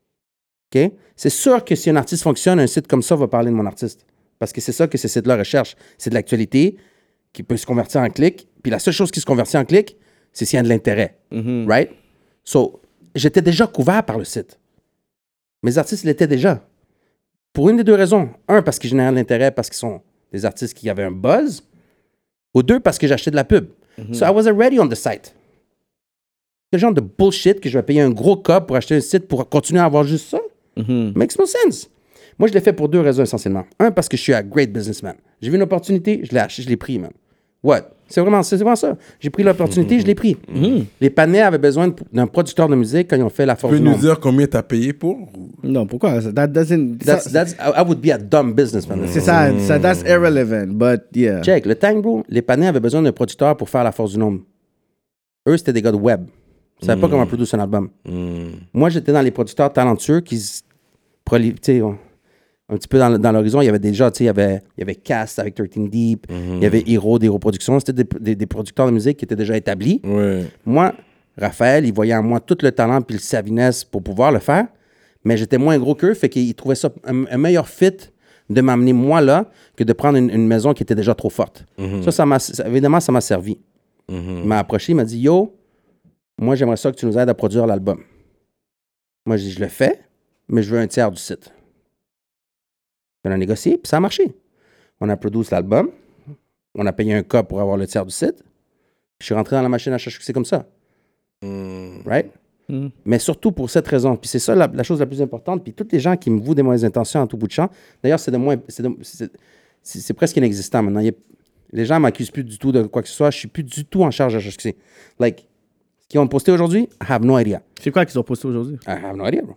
OK? C'est sûr que si un artiste fonctionne, un site comme ça va parler de mon artiste. Parce que c'est ça que ces sites-là recherchent. C'est de l'actualité qui peut se convertir en clic. Puis la seule chose qui se convertit en clic, c'est s'il y a de l'intérêt. Right? So, j'étais déjà couvert par le site. Mes artistes l'étaient déjà. Pour une des deux raisons. Un, parce qu'ils généraient de l'intérêt, parce qu'ils sont des artistes qui avaient un buzz. Ou deux, parce que j'achetais de la pub. Mm-hmm. So I was already on the site. C'est le genre de bullshit que je vais payer un gros cop pour acheter un site pour continuer à avoir juste ça. Mm-hmm. Makes no sense. Moi, je l'ai fait pour deux raisons essentiellement. Un, parce que je suis un great businessman. J'ai vu une opportunité, je l'ai acheté, je l'ai pris, man. What? C'est vraiment, c'est vraiment ça. J'ai pris l'opportunité, mm-hmm. je l'ai pris. Mm-hmm. Les Panais avaient besoin de, d'un producteur de musique quand ils ont fait La Force du Nombre. Tu peux nous dire combien t'as payé pour? Non, pourquoi? That doesn't... That's, that's, I would be a dumb businessman. C'est ça, ça, that's irrelevant, but yeah. Check, le time, bro, les Panais avaient besoin d'un producteur pour faire La Force du Nombre. Eux, c'était des gars de web. Ils ne savaient mm. pas comment produire un album. Mm. Moi, j'étais dans les producteurs talentueux qui... Proli- tu sais, un petit peu dans, dans l'horizon, il y avait déjà, tu sais, il y avait, il y avait Cast avec treize Deep, mm-hmm. il y avait Hero d'Hero Productions, c'était des, des, des producteurs de musique qui étaient déjà établis. Ouais. Moi, Raphaël, il voyait en moi tout le talent puis le savinesse pour pouvoir le faire, mais j'étais moins gros qu'eux, fait qu'il trouvait ça un, un meilleur fit de m'amener moi là que de prendre une, une maison qui était déjà trop forte. Mm-hmm. Ça, ça m'a, ça, évidemment, ça m'a servi. Mm-hmm. Il m'a approché, il m'a dit « Yo, moi, j'aimerais ça que tu nous aides à produire l'album. » Moi, je dis « Je le fais, mais je veux un tiers du site. » On a négocié, puis ça a marché. On a produit l'album, on a payé un cop pour avoir le tiers du site. Je suis rentré dans la machine à H H Q C comme ça. Mm. Right? Mm. Mais surtout pour cette raison. Puis c'est ça la, la chose la plus importante. Puis tous les gens qui me vouent des mauvaises intentions en tout bout de champ, d'ailleurs, c'est de moins, c'est, de, c'est, c'est, c'est presque inexistant maintenant. Il y a, les gens ne m'accusent plus du tout de quoi que ce soit. Je ne suis plus du tout en charge à H H Q C. Like, ce qu'ils ont posté aujourd'hui, I have no idea. C'est quoi qu'ils ont posté aujourd'hui? I have no idea, bro.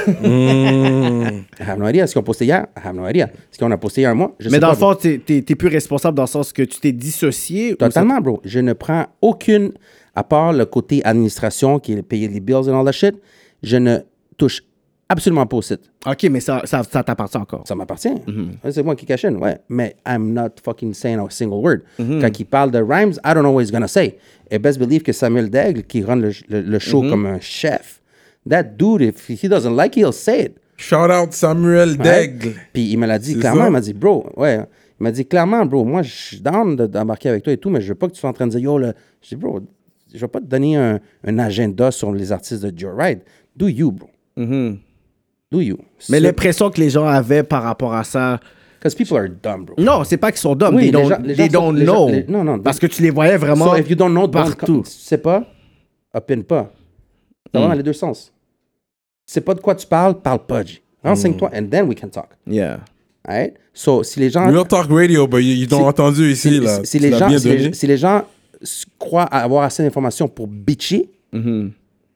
mm. I have no idea. Ce qu'ils ont posté hier, I have no idea. Ce qu'on a posté il y a un mois, je Mais sais dans pas, le fond, tu n'es plus responsable dans le sens que tu t'es dissocié? Totalement, ça... bro. Je ne prends aucune, à part le côté administration, qui est payer les bills and all that shit, je ne touche absolument pas au site. OK, mais ça, ça, ça t'appartient encore. Ça m'appartient. Mm-hmm. C'est moi qui cachine, ouais. Mais I'm not fucking saying a single word. Mm-hmm. Quand il parle de rhymes, I don't know what he's gonna say. Et best believe que Samuel Daigle, qui run le, le, le show mm-hmm. comme un chef, that dude, if he doesn't like it, he'll say it. Shout out Samuel Daigle. Ouais. Puis il me l'a dit c'est clairement, ça? il m'a dit, bro, ouais. Il m'a dit clairement, bro, moi, je suis down de, d'embarquer avec toi et tout, mais je veux pas que tu sois en train de dire, yo, là. Je dis, bro, je vais pas te donner un, un agenda sur les artistes de Joe Ride. Do you, bro. Mm-hmm. Do you. Mais so, l'impression que les gens avaient par rapport à ça... Because people are dumb, bro. Non, c'est pas qu'ils sont dumb. Oui, they les don't, gens, les they gens don't sont, know. Les gens, les, non, non. Parce que tu les voyais vraiment so if you don't know, partout. Tu sais pas, opine pas. Ça mm. va dans les deux sens. Tu sais pas de quoi tu parles, parle pas, G. Renseigne-toi, mm. and then we can talk. Yeah. Right? So, si les gens... Real Talk Radio, but ils t'ont entendu ici, si, là. Si, si, les gens, si, les, si les gens croient avoir assez d'informations pour bitcher, mm-hmm.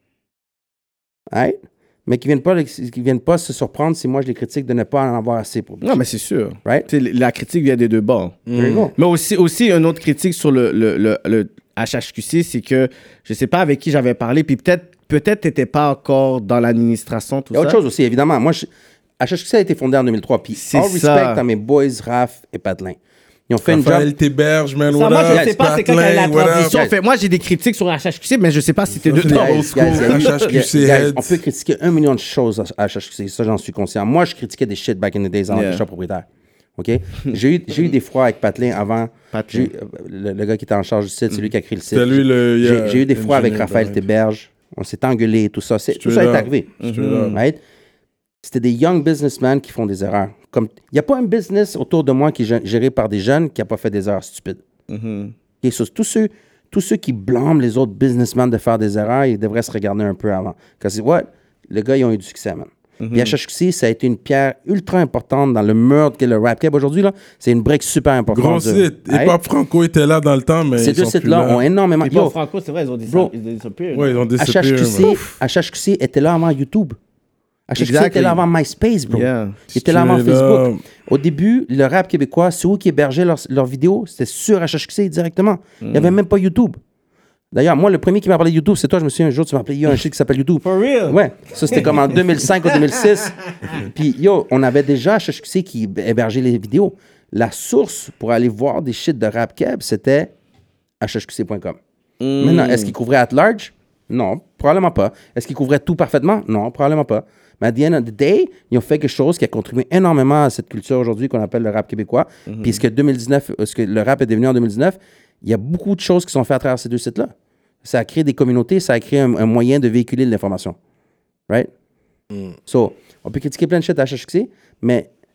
right? Mais qui viennent pas, qui viennent pas se surprendre si moi je les critique de ne pas en avoir assez pour bitcher. Non, mais c'est sûr. Right? T'sais, la critique vient des deux bords. Mm. Mais aussi, aussi, une autre critique sur le, le, le, le H H Q C, c'est que je sais pas avec qui j'avais parlé, puis peut-être peut-être t'étais pas encore dans l'administration, tout ça. Il y a autre chose aussi, évidemment. Moi, je, H H Q C a été fondé en deux mille trois, puis all respect à mes boys, Raph et Patelin. Ils ont fait Raphaël une job... T'héberge, man, ça, what moi, up, je sais pas c'est quand il y a la transition. Fait, moi, j'ai des critiques sur H H Q C, mais je sais pas si t'es de c'est temps. old school, H H Q C heads. On peut critiquer un million de choses à H H Q C, ça, j'en suis conscient. Moi, je critiquais des shit back in the days en tant que shop propriétaire. OK? J'ai eu, j'ai eu des froids avec Patelin avant. J'ai eu, le, le gars qui était en charge du site, c'est lui qui a créé le site. C'est lui le... J'ai, yeah, j'ai eu des froids avec Raphaël T'héberge. On s'est engueulé et tout ça. C'est, tout ça est arrivé. Mm-hmm. Right? C'était des young businessmen qui font des erreurs. Il n'y a pas un business autour de moi qui est géré par des jeunes qui n'a pas fait des erreurs stupides. Mm-hmm. Et so, tous, ceux, tous ceux qui blâment les autres businessmen de faire des erreurs, ils devraient se regarder un peu avant. Parce que, what? Les gars, ils ont eu du succès, man. Mm-hmm. Puis H H Q C, ça a été une pierre ultra importante dans le meurtre qu'est le rap cap aujourd'hui. Là, c'est une brique super importante. Gros site. Hip Hop Franco était là dans le temps, mais ces ils deux sont sites-là plus là. ont énormément... Hip Hop Franco, c'est vrai, ils ont dit Bro, ça. Ils ont disappeared. Ouais, ils ont H H Q C, H H Q C était là avant YouTube. H H Q C exactly. était là avant MySpace, bro. Yeah. Il était là avant Facebook. Au début, le rap québécois, c'est où qui hébergeait leurs leur vidéos? C'était sur H H Q C directement. Mm. Il n'y avait même pas YouTube. D'ailleurs, moi, le premier qui m'a parlé de YouTube, c'est toi. Je me souviens un jour, tu m'as appelé, il y a un shit qui s'appelle YouTube. For real? Ouais. Ça, c'était comme en deux mille cinq ou deux mille six. Puis, yo, on avait déjà H H Q C qui hébergeait les vidéos. La source pour aller voir des shit de rap keb, c'était H H Q C point com. Mm. Maintenant, est-ce qu'il couvrait at large? Non, probablement pas. Est-ce qu'il couvrait tout parfaitement? Non, probablement pas. Mais à the end of the day, ils ont fait quelque chose qui a contribué énormément à cette culture aujourd'hui qu'on appelle le rap québécois. Mm-hmm. Puis ce que, deux mille dix-neuf, ce que le rap est devenu en deux mille dix-neuf, il y a beaucoup de choses qui sont faites à travers ces deux sites-là. Ça a créé des communautés, ça a créé un, un moyen de véhiculer de l'information. Right? Mm. So, on peut critiquer plein de shit à H H Q C, mais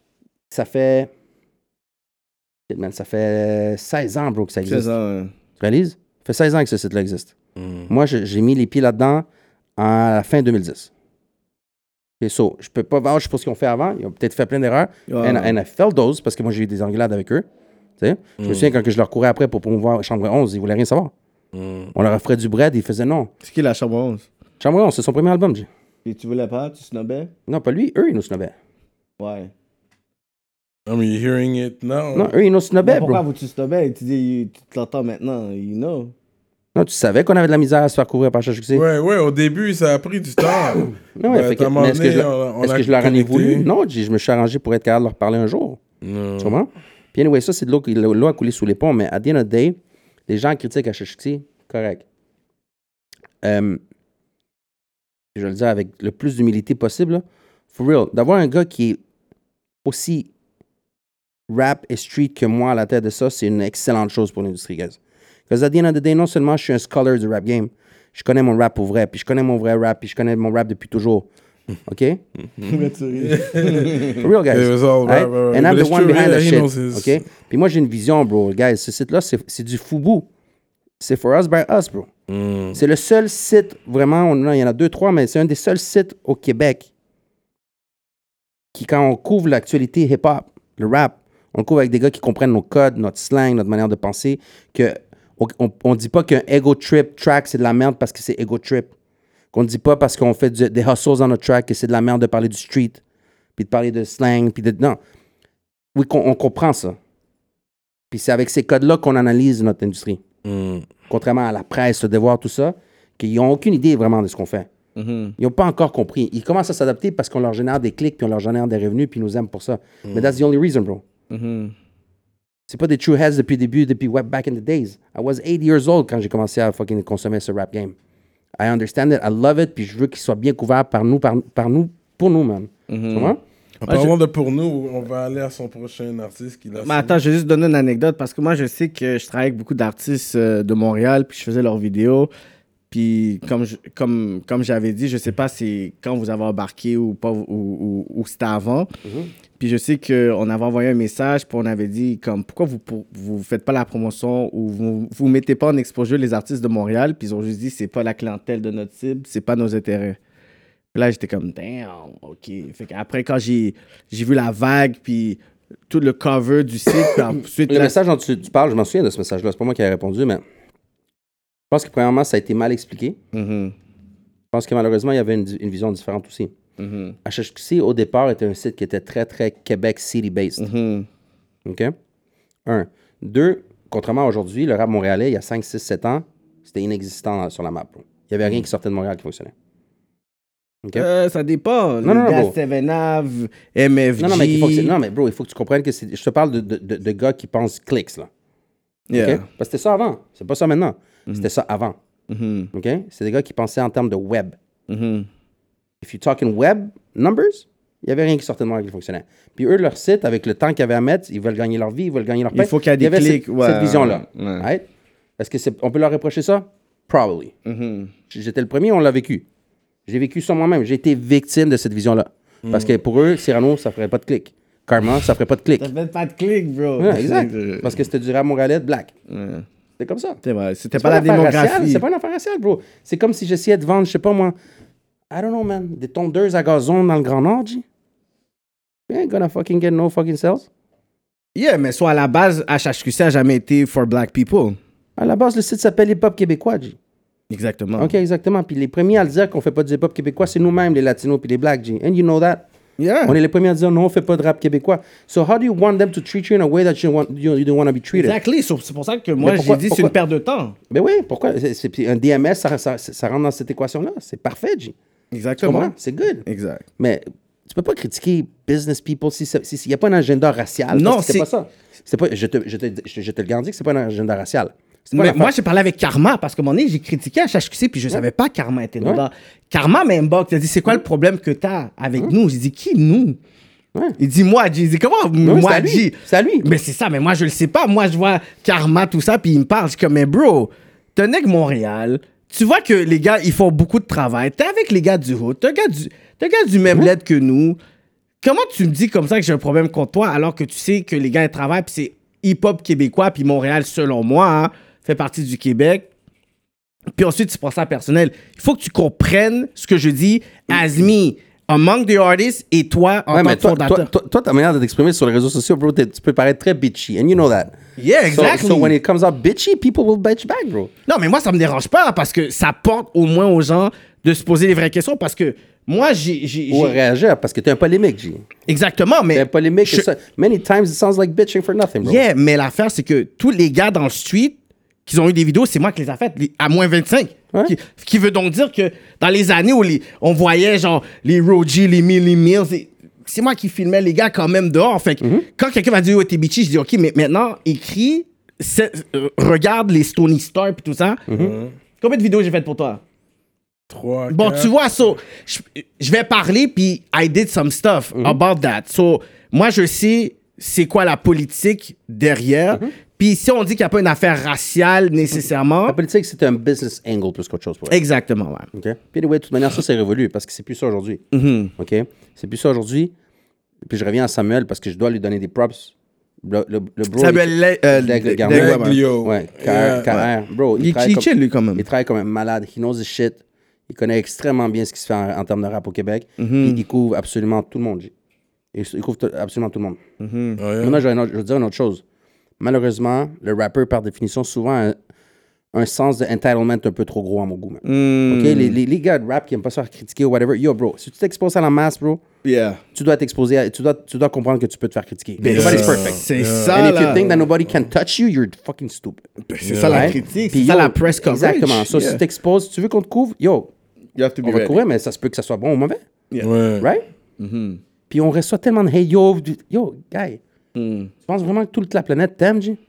Ça fait... Man, ça fait seize ans, bro, que ça existe. C'est ça, ouais. Tu réalises? Ça fait seize ans que ce site-là existe. Mm. Moi, je- j'ai mis les pieds là-dedans à la fin deux mille dix. Et so, je peux pas voucher pour ce qu'ils ont fait avant. Ils ont peut-être fait plein d'erreurs. Ouais. And, and I felt those parce que moi, j'ai eu des engueulades avec eux. Tu sais? Je me souviens quand que je leur courais après pour promouvoir Chambre onze, ils voulaient rien savoir. Mm. On leur offrait du bread, ils faisaient non. C'est qui la chambre onze? Chambre onze, c'est son premier album, G. Et tu voulais pas? Tu snobais? Non, pas lui, eux, ils nous snobbaient. Ouais. I'm hearing it now. Non, eux, ils nous snobbaient, Mais pourquoi bro. vous tu snobais? Tu dis, tu te l'entends maintenant, you know. Non, tu savais qu'on avait de la misère à se faire couvrir par H H Q C? Ouais, ouais, au début, ça a pris du temps. Non, ouais, Ben, fait que- à un moment mais est-ce que donné, je, on a- on est-ce a que je leur en ai connecté. voulu? Non, G, je me suis arrangé pour être capable de leur parler un jour. Non. Tu comprends? Puis anyway, ça, c'est de l'eau, qui- l'eau a coulé sous les ponts, mais à the end of the day, les gens critiquent H H Q C, correct. Euh, je vais le dire avec le plus d'humilité possible, là. For real, d'avoir un gars qui est aussi rap et street que moi à la tête de ça, c'est une excellente chose pour l'industrie, guys. Parce at the end of the day, non seulement je suis un scholar du rap game, je connais mon rap pour vrai, puis je connais mon vrai rap, puis je connais mon rap depuis toujours. OK? Mais tu ris. For real, guys. It was all Right? rap, uh, And I'm but the it's one true, behind yeah, the he shit. knows his- OK? Puis moi, j'ai une vision, bro. Guys, ce site-là, c'est, c'est du foubou. C'est for us by us, bro. Mm. C'est le seul site, vraiment, on, non, il y en a deux, trois, mais c'est un des seuls sites au Québec qui, quand on couvre l'actualité hip-hop, le rap, on le couvre avec des gars qui comprennent nos codes, notre slang, notre manière de penser, que on, on dit pas qu'un ego trip track, c'est de la merde parce que c'est ego trip. Qu'on ne dit pas parce qu'on fait du- des hustles dans notre track que c'est de la merde de parler du street, puis de parler de slang, puis de... Non. Oui, qu'on- on comprend ça. Puis c'est avec ces codes-là qu'on analyse notre industrie. Mm. Contrairement à la presse, le devoir, tout ça, qu'ils n'ont aucune idée vraiment de ce qu'on fait. Mhm. Ils n'ont pas encore compris. Ils commencent à s'adapter parce qu'on leur génère des clics, puis on leur génère des revenus, puis ils nous aiment pour ça. Mais that's the only reason, bro. Mhm. C'est pas des true heads depuis le début, depuis web back in the days. I was eight years old quand j'ai commencé à fucking consommer ce rap game. I understand it, I love it, puis je veux qu'il soit bien couvert par nous, par, par nous, pour nous, man. Tu comprends? En parlant de pour nous, on va aller à son prochain artiste qui l'a Mais attends, je vais juste donner une anecdote parce que moi, je sais que je travaille avec beaucoup d'artistes euh, de Montréal, puis je faisais leurs vidéos. Puis, comme, je- comme, comme j'avais dit, je sais pas si quand vous avez embarqué ou pas, ou, ou, ou c'était avant. Puis, je sais qu'on avait envoyé un message, puis on avait dit, comme, pourquoi vous pour- vous faites pas la promotion ou vous vous mettez pas en exposure les artistes de Montréal. Puis, ils ont juste dit, c'est pas la clientèle de notre cible, c'est pas nos intérêts. Puis là, j'étais comme, damn, OK. Fait qu'après, quand j'ai, j'ai vu la vague, puis tout le cover du site, puis ensuite... Le la- message dont tu, tu parles, je m'en souviens de ce message-là. C'est pas moi qui ai répondu, mais je pense que premièrement, ça a été mal expliqué. Mhm, Je pense que malheureusement, il y avait une, une vision différente aussi. mhm, H H Q C, au départ, était un site qui était très, très Québec City-based. mhm. OK? Un. Deux, contrairement à aujourd'hui, le rap montréalais, il y a cinq, six, sept ans, c'était inexistant sur la map. bro. Il n'y avait rien qui sortait de Montréal qui fonctionnait. OK? Euh, ça dépend. Non, non, les non, gars, bro. seven Ave, M F G. non, non, mais il faut que c'est- non, mais bro, il faut que tu comprennes que c'est, je te parle de, de, de, de gars qui pensent clicks, là. Yeah. OK? Parce que c'était ça avant. C'est pas ça maintenant. C'était ça avant. Mhm, OK? C'est des gars qui pensaient en termes de web. mhm. If you're talking web numbers, il n'y avait rien qui sortait de Montréal qui fonctionnait. Puis eux, leur site, avec le temps qu'ils avaient à mettre, ils veulent gagner leur vie, ils veulent gagner leur pain. Il faut qu'il y ait des avait clics, Cette, ouais, cette vision-là. ouais. Right? Est-ce que c'est, on peut leur reprocher ça? Probably. Mhm. J'étais le premier, on l'a vécu. J'ai vécu ça moi-même. J'ai été victime de cette vision-là. Parce que pour eux, Cyrano, ça ferait pas de clic. Karma, ça ferait pas de clic. Ça fait pas de clic, bro. Ouais, exact. Parce que c'était du rap montréalais de black. Ouais. C'était comme ça. C'est vrai. C'était C'est pas la une affaire raciale, démographie. C'est pas une affaire raciale, bro. C'est comme si j'essayais de vendre, je sais pas moi, I don't know, man, des tondeuses à gazon dans le Grand Nord, G. You ain't gonna fucking get no fucking sales. Yeah, mais soit à la base, H H Q C a jamais été for black people. À la base, le site s'appelle Hip Hop Québécois, G. Exactement. OK, exactement. Puis les premiers à le dire qu'on fait pas du hip hop québécois, c'est nous-mêmes, les Latinos puis les Blacks, G. And you know that. Yeah. On est les premiers à dire non, on fait pas de rap québécois. So how do you want them to treat you in a way that you, want, you, you don't want to be treated? Exactly. So, c'est pour ça que moi, Mais j'ai pourquoi- dit c'est pourquoi- une perte de temps. Mais oui, pourquoi? C'est, c'est- puis un D M S, ça, ça, ça rentre dans cette équation-là. C'est parfait, G. Tu Exactement. comprends? C'est good. Exact. Mais tu peux pas critiquer business people si il si, n'y a pas un agenda racial. Non, parce que c'est c'est- pas ça. C'est pas, je, te, je, te, je, je te le garantis que c'est pas un agenda racial. C'est pas Mais l'affaire- moi, j'ai parlé avec Karma parce que à un moment donné, j'ai critiqué H H Q C puis je savais pas que Karma était Ouais. dedans. Karma m'a inbox. Il a dit c'est quoi le problème que t'as avec nous? J'ai dit qui nous? Ouais. Il dit moi, G. Il dit comment Non, c'est moi, à lui. G? C'est à lui. Mais c'est ça, mais moi, je le sais pas. Moi, je vois Karma, tout ça, puis il me parle. Je suis comme, mais bro, t'es un nègre Montréal. Tu vois que les gars, ils font beaucoup de travail. T'es avec les gars du Hood. T'es un gars du, t'es un gars du même lettre que nous. comment tu me dis comme ça que j'ai un problème contre toi alors que tu sais que les gars ils travaillent puis c'est hip-hop québécois puis Montréal, selon moi, hein, fait partie du Québec. Puis ensuite, tu prends ça personnel. Il faut que tu comprennes ce que je dis as me, among the artists, et toi, en Ouais, tant mais que toi, fondateur. toi, toi, toi, ta manière de t'exprimer sur les réseaux sociaux, bro, t'es- tu peux paraître très bitchy. And you know that. Yeah, exactly. So, so when it comes out bitchy, people will bitch back, bro. Non, mais moi, ça me dérange pas parce que ça porte au moins aux gens de se poser les vraies questions parce que moi, j'ai... j'ai- Ou j'ai- réagir, parce que t'es un polémique, G. Exactement, mais... T'es un polémique. je- ça- Many times, it sounds like bitching for nothing, bro. Yeah, mais l'affaire, c'est que tous les gars dans le street qui ont eu des vidéos, c'est moi qui les ai faites, les- à moins vingt-cinq. Ouais. Qui, qui veut donc dire que dans les années où les, on voyait genre les Roji, les Millie Mills, c'est- c'est moi qui filmais les gars quand même dehors. Fait que Mm-hmm. quand quelqu'un va dire, oh, t'es bitchy, je dis, OK, mais maintenant, écris, c'est- euh, regarde les Stony Star et tout ça. Mm-hmm. Combien de vidéos j'ai faites pour toi? Trois, Bon, quatre. tu vois, so, je, je vais parler, puis I did some stuff Mm-hmm. about that. So, moi, je sais c'est quoi la politique derrière. Mm-hmm. Puis si on dit qu'il n'y a pas une affaire raciale nécessairement... La politique, c'était un business angle plus qu'autre chose pour elle. Exactement, ouais. OK? Puis, anyway, de toute manière, ça, c'est révolu parce que c'est plus ça aujourd'hui. Mm-hmm. OK? C'est plus ça aujourd'hui. Puis, je reviens à Samuel parce que je dois lui donner des props. Le, le, le bro. Samuel il- Le- euh, Leg- Le- Garner. Leg- Leglio. Ouais, K R, Yeah. K R. Bro, il, Il, travaille il comme, chill, lui, quand même. il travaille comme un malade. He knows his shit. Il connaît extrêmement bien ce qui se fait en, en termes de rap au Québec. Mm-hmm. il, il couvre absolument tout le monde. G. Il, il couvre tout- absolument tout le monde. Mm-hmm. Oh, yeah. Maintenant, je vais, une autre- je vais te dire une autre chose. Malheureusement, le rappeur, par définition, souvent a un, un sens de entitlement un peu trop gros à mon goût. man. Mm. OK? Les, les, les gars de rap qui n'aiment pas se faire critiquer ou whatever, yo, bro, si tu t'exposes à la masse, bro, Yeah. tu dois t'exposer, à- tu dois, tu dois comprendre que tu peux te faire critiquer. Ben, Nobody's c'est- perfect. C'est And ça, if you là. think that nobody can touch you, you're fucking stupid. C'est ça, la Right? critique. Puis C'est ça, yo, la press coverage. Exactement. So, Yeah. si tu t'exposes, tu veux qu'on te couvre, yo, You have to be on va te ready. couvrir, mais ça se peut que ça soit bon ou mauvais. Ouais. Right? Mm-hmm. Puis on reçoit tellement de hey, yo, du- yo, guy. Mm. Tu penses vraiment que toute la planète t'aime, G?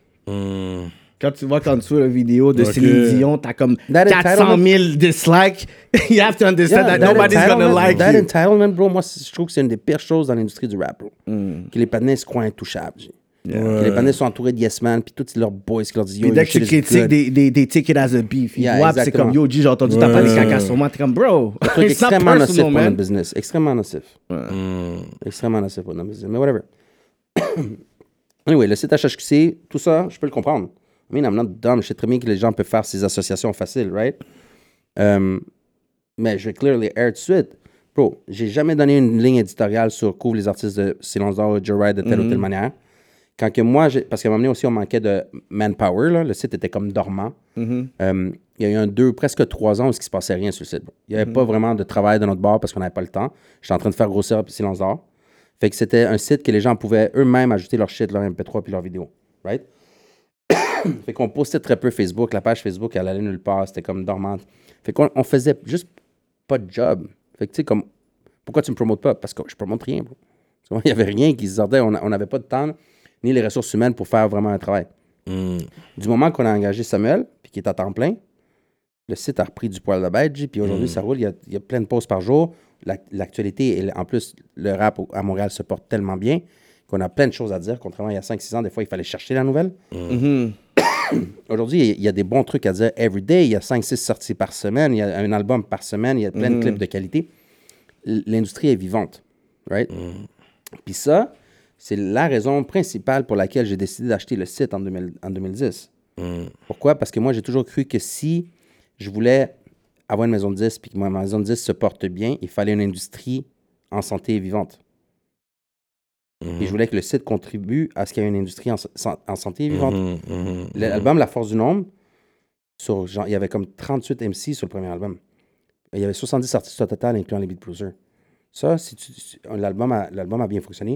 Quand tu vois qu'en dessous la vidéo de Ok. Céline Dion, t'as comme That quatre cent mille dislikes. You have to understand that, that nobody's gonna entitlement- like that you. entitlement, bro, moi, c'est- je trouve que c'est une des pires choses dans l'industrie du rap, bro. Que les panais se croient intouchables, G. Que les panais sont entourés de yes man, puis tous leurs boys qui leur disent yo, Puis dès your que tu shit is critiques, good. des, des, des tickets as a beef. Ils Yeah, voient, puis c'est exactement. comme, yo, G, j'ai entendu t'as pas des caca sur moi. T'es comme, bro, Un truc it's not extrêmement nocif personal, pour notre man. business. Extrêmement nocif. Extrêmement nocif pour notre business. Mais whatever. Anyway, le site H H Q C, tout ça, je peux le comprendre. I mean, I'm not dumb. Je sais très bien que les gens peuvent faire ces associations faciles, right? Um, mais je vais clearly air tout de suite. Bro, j'ai jamais donné une ligne éditoriale sur couvre les artistes de Silence d'Or ou Joe Ride de telle ou telle manière. Quand que moi, j'ai- parce qu'à un moment donné aussi, on manquait de manpower, là. Le site était comme dormant. Um, il y a eu un deux, presque trois ans où il ne se passait rien sur le site. bro. Il n'y avait pas vraiment de travail de notre bord parce qu'on n'avait pas le temps. J'étais en train de faire grossir Silence d'Or. Fait que c'était un site que les gens pouvaient eux-mêmes ajouter leur shit, leur M P trois puis leurs vidéos. Right? Fait qu'on postait très peu Facebook. La page Facebook, elle allait nulle part. C'était comme dormante. Fait qu'on on faisait juste pas de job. Fait que tu sais, comme, pourquoi tu me promotes pas? Parce que je promote rien, bro. Il n'y avait rien qui se sortait. On n'avait pas de temps, là, ni les ressources humaines pour faire vraiment un travail. Du moment qu'on a engagé Samuel, puis qui est à temps plein, le site a repris du poil de bête, J, puis aujourd'hui, ça roule. Il y, a, il y a plein de pauses par jour. La- L'actualité, et en plus, le rap au- à Montréal se porte tellement bien qu'on a plein de choses à dire. Contrairement à il y a cinq six ans, des fois, il fallait chercher la nouvelle. Aujourd'hui, il y a des bons trucs à dire every day. Il y a cinq six sorties par semaine. Il y a un album par semaine. Il y a plein de clips de qualité. L- L'industrie est vivante. Right? Puis ça, c'est la raison principale pour laquelle j'ai décidé d'acheter le site en, deux mille en deux mille dix. Pourquoi? Parce que moi, j'ai toujours cru que si je voulais avoir une maison de disques puis que ma maison de disques se porte bien, il fallait une industrie en santé et vivante. Et je voulais que le site contribue à ce qu'il y ait une industrie en, san- en santé et vivante. L'album La Force du Nombre, sur, genre, il y avait comme trente-huit M C sur le premier album. Il y avait soixante-dix artistes au total, incluant les Beat Producers. Ça, si tu- si- l'album a, l'album a bien fonctionné.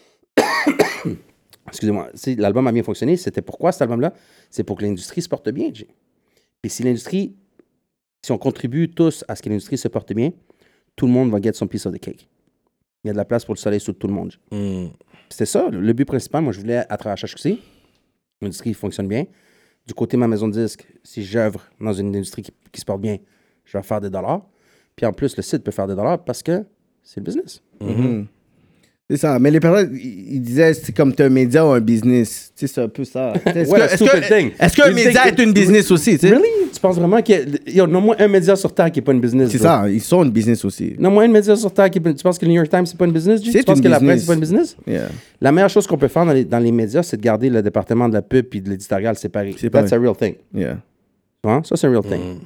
Excusez-moi. Si l'album a bien fonctionné, c'était pourquoi cet album-là? C'est pour que l'industrie se porte bien, Jay. Puis si l'industrie, si on contribue tous à ce que l'industrie se porte bien, tout le monde va get son piece of the cake. Il y a de la place pour le soleil sous tout le monde. Jay. C'était ça, le but principal. Moi, je voulais, à travers H H Q C, l'industrie fonctionne bien. Du côté de ma maison de disques, si j'œuvre dans une industrie qui, qui se porte bien, je vais faire des dollars. Puis en plus, le site peut faire des dollars parce que c'est le business. C'est ça. Mais les personnes, ils ils disaient, c'est comme t'es un média ou un business. Tu sais, c'est un peu ça. Est-ce What que- a est-ce stupid que- thing. est-ce qu'un You média think est une business aussi, tu sais? Really? Tu penses vraiment qu'il y a, y a au moins un média sur Terre qui n'est pas une business? C'est bro. ça, ils sont une business aussi. Non, moins un média sur Terre qui est pas... Tu penses que le New York Times, c'est pas une business? G? C'est Tu penses une que la business. presse, c'est pas une business? Yeah. La meilleure chose qu'on peut faire dans les, dans les médias, c'est de garder le département de la pub et de l'éditorial séparé. Séparé. That's a real thing. Yeah. Hein? Ça, c'est un real thing. Mm.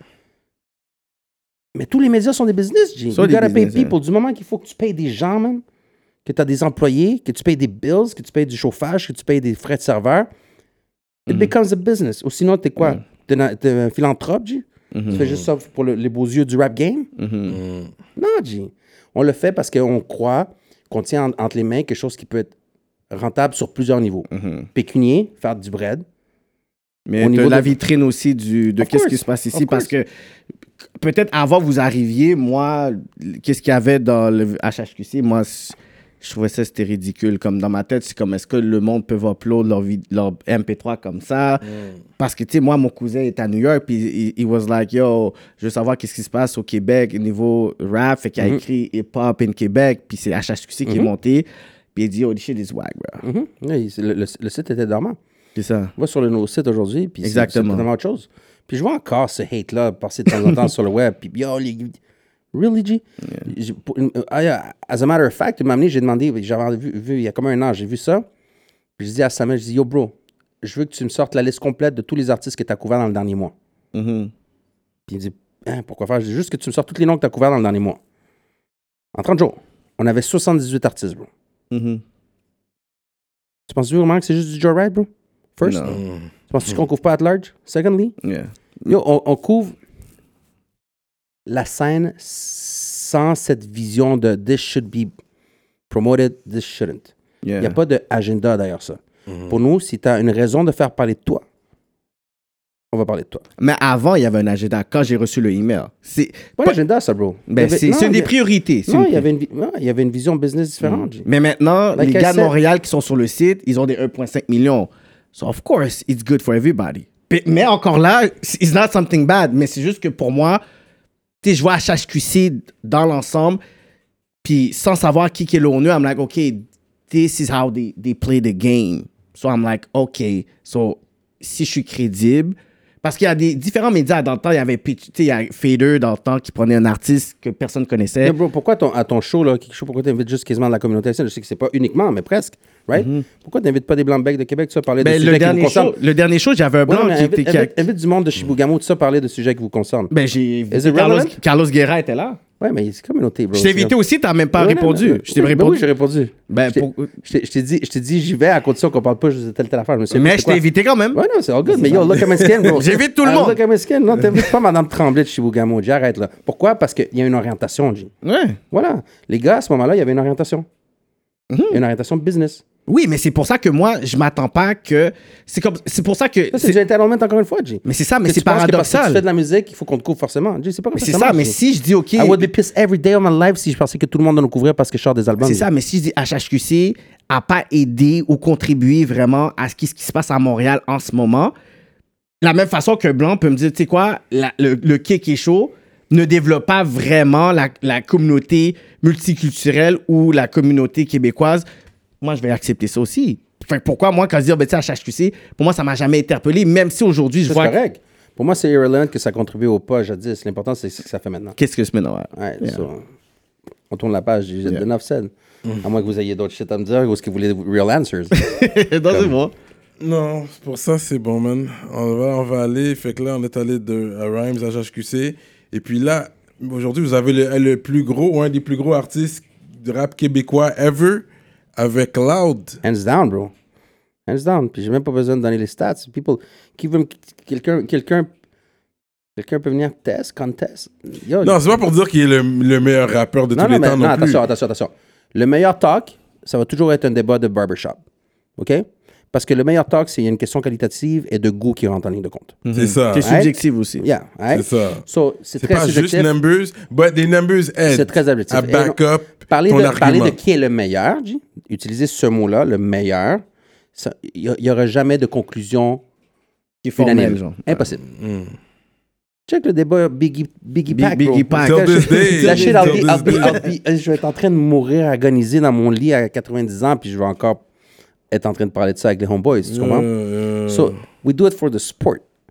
Mais tous les médias sont des business, G. Sont You des gotta pay business, people. Du moment qu'il faut que tu payes des gens, man, que tu as des employés, que tu payes des bills, que tu payes du chauffage, que tu payes des frais de serveur, it becomes a business. Ou sinon, t'es quoi? Mm. T'es, un- t'es un philanthrope, G? Tu fais juste ça pour le- les beaux yeux du rap game? Mm. Non, G. On le fait parce qu'on croit qu'on tient en- entre les mains quelque chose qui peut être rentable sur plusieurs niveaux. Pécunier, faire du bread. Mais Au niveau de la de- vitrine aussi du, de Of qu'est-ce course, qui se passe ici. of Parce course. que peut-être avant vous arriviez, moi, qu'est-ce qu'il y avait dans le H H Q C, moi, c- je trouvais ça, c'était ridicule. Comme dans ma tête, c'est comme, est-ce que le monde peut upload leur, vid- leur M P trois comme ça? Parce que, tu sais, moi, mon cousin est à New York, puis il, il was like, yo, je veux savoir qu'est-ce qui se passe au Québec niveau rap. Fait qu'il a écrit hip-hop in Québec, puis c'est H H Q C qui est monté. Puis il dit, oh, this shit is whack, bro. Mhm. Oui, c'est- le, le- le site était dormant. C'est ça. Je vois sur le nouveau site aujourd'hui, puis c'est- c'est Exactement. totalement autre chose. Puis je vois encore ce hate-là passer de temps en temps sur le web, puis yo, les... Really, G? J'ai- pour- euh, ah, As a matter of fact, il m'a amené, j'ai demandé, j'avais vu, vu, il y a comme un an, j'ai vu ça, puis je dis à Samuel, je dis, yo, bro, je veux que tu me sortes la liste complète de tous les artistes que tu as couverts dans le dernier mois. Mhm. Puis il dit, hein, pourquoi faire? Je dis juste que tu me sortes tous les noms que tu as couverts dans le dernier mois. En trente jours, on avait soixante-dix-huit artistes, bro. Mhm. Tu penses vraiment que c'est juste du Joyride, bro? First? Non. Tu penses qu'on couvre pas at large? Secondly? Yeah. Yo, on, on couvre la scène sans cette vision de this should be promoted, this shouldn't. Il Yeah. n'y a pas d'agenda derrière ça. Pour nous, si tu as une raison de faire parler de toi, on va parler de toi. Mais avant, il y avait un agenda. Quand j'ai reçu le email, c'est Pas pas- l'agenda, ça, bro. Il y ben, avait- c'est non, c'est une il y des a- priorités. c'est Non, une il y, pri- avait une, vi- non, il y avait une vision business différente. G. Mais maintenant, Like les I gars de said- Montréal qui sont sur le site, ils ont des un virgule cinq millions. So, of course, it's good for everybody. Puis- Mais encore là, it's not something bad. Mais c'est juste que pour moi, tu sais, je vois H H Q C dans l'ensemble, puis sans savoir qui qui est l'honneur, I'm like, OK, this is how they, they play the game. So, I'm like, OK, so, si je suis crédible, parce qu'il y a des différents médias dans le temps, il y avait Pitch- tu sais, il y a Fader dans le temps qui prenait un artiste que personne connaissait. Mais bro, pourquoi ton, à ton show, là, quelque chose, pourquoi tu invites juste quasiment de la communauté haïtienne? Je sais que c'est pas uniquement, mais presque, right? Pourquoi tu n'invites pas des Blancs-Becs de Québec, tu vas parler de Ben, sujets le, qui vous dernier concernent? show, le dernier show, j'avais un Ouais, blanc mais qui invite, était... qui a- invite- invite du monde de Chibougamau, tout ça, parler de sujets qui vous concernent. Ben, j'ai Is invité it Carlos, relevant? Carlos Guerra était là. Ouais, mais c'est communauté, bro. Je t'ai invité aussi, t'as même pas Ouais, répondu. non, non, Je t'ai oui, ben répondu. oui, j'ai répondu. Ben, Je t'ai- pour- je t'ai- je t'ai dit, je t'ai dit, j'y vais à condition qu'on parle pas juste de telle telle affaire. Je me suis dit, Mais c'est je quoi? t'ai invité quand même. Ouais, non, c'est all good. Mais yo, look at my skin, bro. J'invite tout le Ah, monde. Look at my skin. Non, t'invites pas Madame Tremblay de Chibougamau. Dis, arrête là. Pourquoi? Parce qu'il y a une orientation, G. Ouais. Voilà. Les gars, à ce moment-là, il y avait une orientation. Il y a une orientation business. Oui, mais c'est pour ça que moi, je m'attends pas que... C'est comme... C'est pour ça que... Ça, c'est c'est- du entitlement encore une fois, G. Mais c'est ça, mais Que c'est tu penses que parce que tu paradoxal. fais de la musique, il faut qu'on te couvre forcément. G, c'est pas comme Mais ça. c'est que ça, marche, mais G. si je dis, OK... I would be pissed every day of my life si je pensais que tout le monde doit nous couvrir parce que je sors des albums. C'est G. ça, mais si je dis H H Q C a pas aidé ou contribué vraiment à ce qui, ce qui se passe à Montréal en ce moment, la même façon qu'un blanc peut me dire, tu sais quoi, la- le, le kick est chaud, ne développe pas vraiment la, la communauté multiculturelle ou la communauté québécoise, moi, je vais accepter ça aussi. Fait que pourquoi, moi, quand je dis, oh, ben, tu sais, H H Q C, pour moi, ça m'a jamais interpellé, même si aujourd'hui, je C'est vois... que- correct. Pour moi, c'est irrelevant que ça contribue au pas jadis. L'important, c'est ce que ça fait maintenant. Qu'est-ce que c'est maintenant? Ouais, Yeah. so, on tourne la page. J'ai Yeah. enough said. À moins que vous ayez d'autres shit à me dire ou est-ce que vous voulez real answers. Non, c'est bon. Non, pour ça, c'est bon, man. On va, on va aller. Fait que là, on est allé de à Rhymes à H H Q C. Et puis là, aujourd'hui, vous avez le, le plus gros, ou un des plus gros artistes de rap québécois ever avec Loud. Hands down, bro. Hands down. Puis j'ai même pas besoin de donner les stats. People, qui veut me- quelqu'un, quelqu'un, quelqu'un peut venir test, contest. Yo, Non, c'est pas pour dire qu'il est le, le meilleur rappeur de non, tous non, les mais temps non, non plus. attention, attention, attention. Le meilleur talk, ça va toujours être un débat de barbershop. OK? Parce que le meilleur talk, c'est il y a une question qualitative et de goût qui rentre en ligne de compte. C'est ça. C'est subjectif aussi. Yeah, right? C'est ça. So, c'est C'est très pas juste subjectif. numbers, but the numbers aid. C'est très objectif. À Et back non, up Parler ton de, argument. parler de qui est le meilleur, G, utiliser ce mot-là, le meilleur, il n'y aura jamais de conclusion Qui formel, unanime. genre. Impossible. Check le débat Biggie, Biggie Big- Pack, Biggie bro. Pack. Till this day. La shit, Till I'll be- this I'll be- day. I'll be- je vais être en train de mourir, agoniser dans mon lit à quatre-vingt-dix ans, puis je vais encore être en train de parler de ça avec les homeboys, tu comprends? Euh, So, we do it for the sport.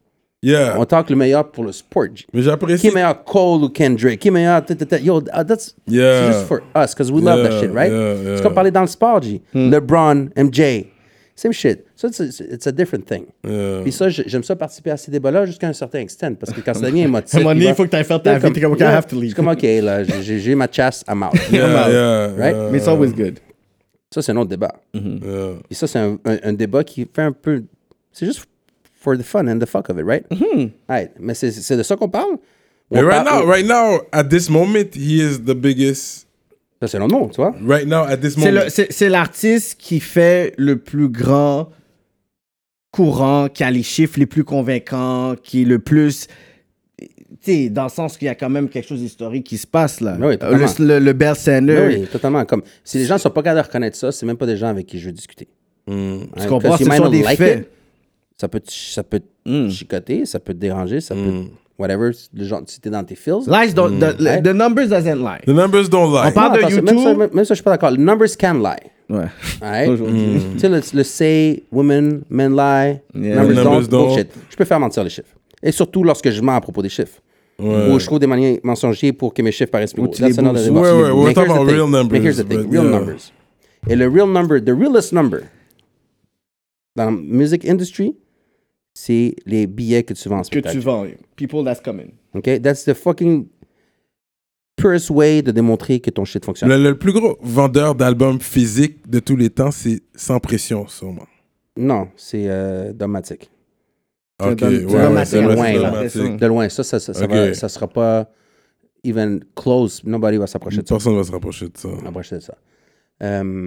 Yeah. On talk le meilleur pour le sport, G. Mais Qui j'apprécie. est meilleur, Cole ou Kendrick? Qui est meilleur? ta, ta, ta. Yo, uh, that's Yeah. it's just for us, because we love Yeah, that shit, right? yeah, yeah. C'est comme parler dans le sport, G. LeBron, M J. Same shit. So it's a, it's a different thing. Yeah. Puis ça, j- j'aime ça participer à ces débats-là jusqu'à un certain extent, parce que quand ça devient émotif... À un moment donné, il va- il faut que t'ailles faire ta T'es vie, t'es comme, OK, I have to leave. C'est comme, OK, là, j'ai- j'ai j'ai ma chasse, I'm out. Yeah, yeah, Right? yeah, Mais it's always good. Ça, c'est un autre débat. yeah. Puis ça, c'est un, un, un débat qui fait un peu... C'est juste for the fun and the fuck of it, right? Right. Mais c'est c'est de ça qu'on parle? Mais On right parle- now, right now, at this moment, he is the biggest. Ça, c'est un autre mot, tu vois? Right now, at this C'est moment. le- C'est c'est l'artiste qui fait le plus grand courant, qui a les chiffres les plus convaincants, qui est le plus... Tu sais, dans le sens qu'il y a quand même quelque chose d'historique qui se passe, là. Oui, totalement. le, le, le Bell Center. Oui, totalement. Comme, si les gens ne sont pas capables de reconnaître ça, c'est même pas des gens avec qui je veux discuter. Mm. Hein, Tu comprends? because you Ce might sont not des like faits. it. Ça peut te, ça peut te Mm. chicoter, ça peut te déranger, ça peut... Whatever, le genre, si t'es dans tes feels. Lies don't... The, Ouais. the numbers doesn't lie. The numbers don't lie. On parle Non, de attention, YouTube. Même ça, même, même ça, je suis pas d'accord. The numbers can lie. Ouais. Right? Aujourd'hui. Tu sais, le, le say, women, men lie, Yeah. numbers, Numbers don't, don't. bullshit. Je peux faire mentir les chiffres. Et surtout lorsque je mens à propos des chiffres. Ou je trouve des manières mensongers pour que mes chiffres paraissent plus Ou gros. tu les That's another boostes. debate. Ouais, ouais, we're Mais talking here's the about thing. real numbers, Mais here's the thing, but real yeah. numbers. Et le real number, the realest number dans la music industry, c'est les billets que tu vends en Que spectacle. tu vends. People that's coming. OK? That's the fucking purest way de démontrer que ton shit fonctionne. Le, le plus gros vendeur d'albums physiques de tous les temps, c'est Sans Pression, sûrement. Non, c'est euh, Dogmatic. Ok, Dom- ouais, c'est ouais, Dogmatic, c'est de vrai, loin, c'est là. Dogmatic. De loin, ça, ça, ça, ça, Ok. va, ça sera pas even close. Nobody va s'approcher de ça. Personne va se rapprocher de ça. Approcher de ça. Euh,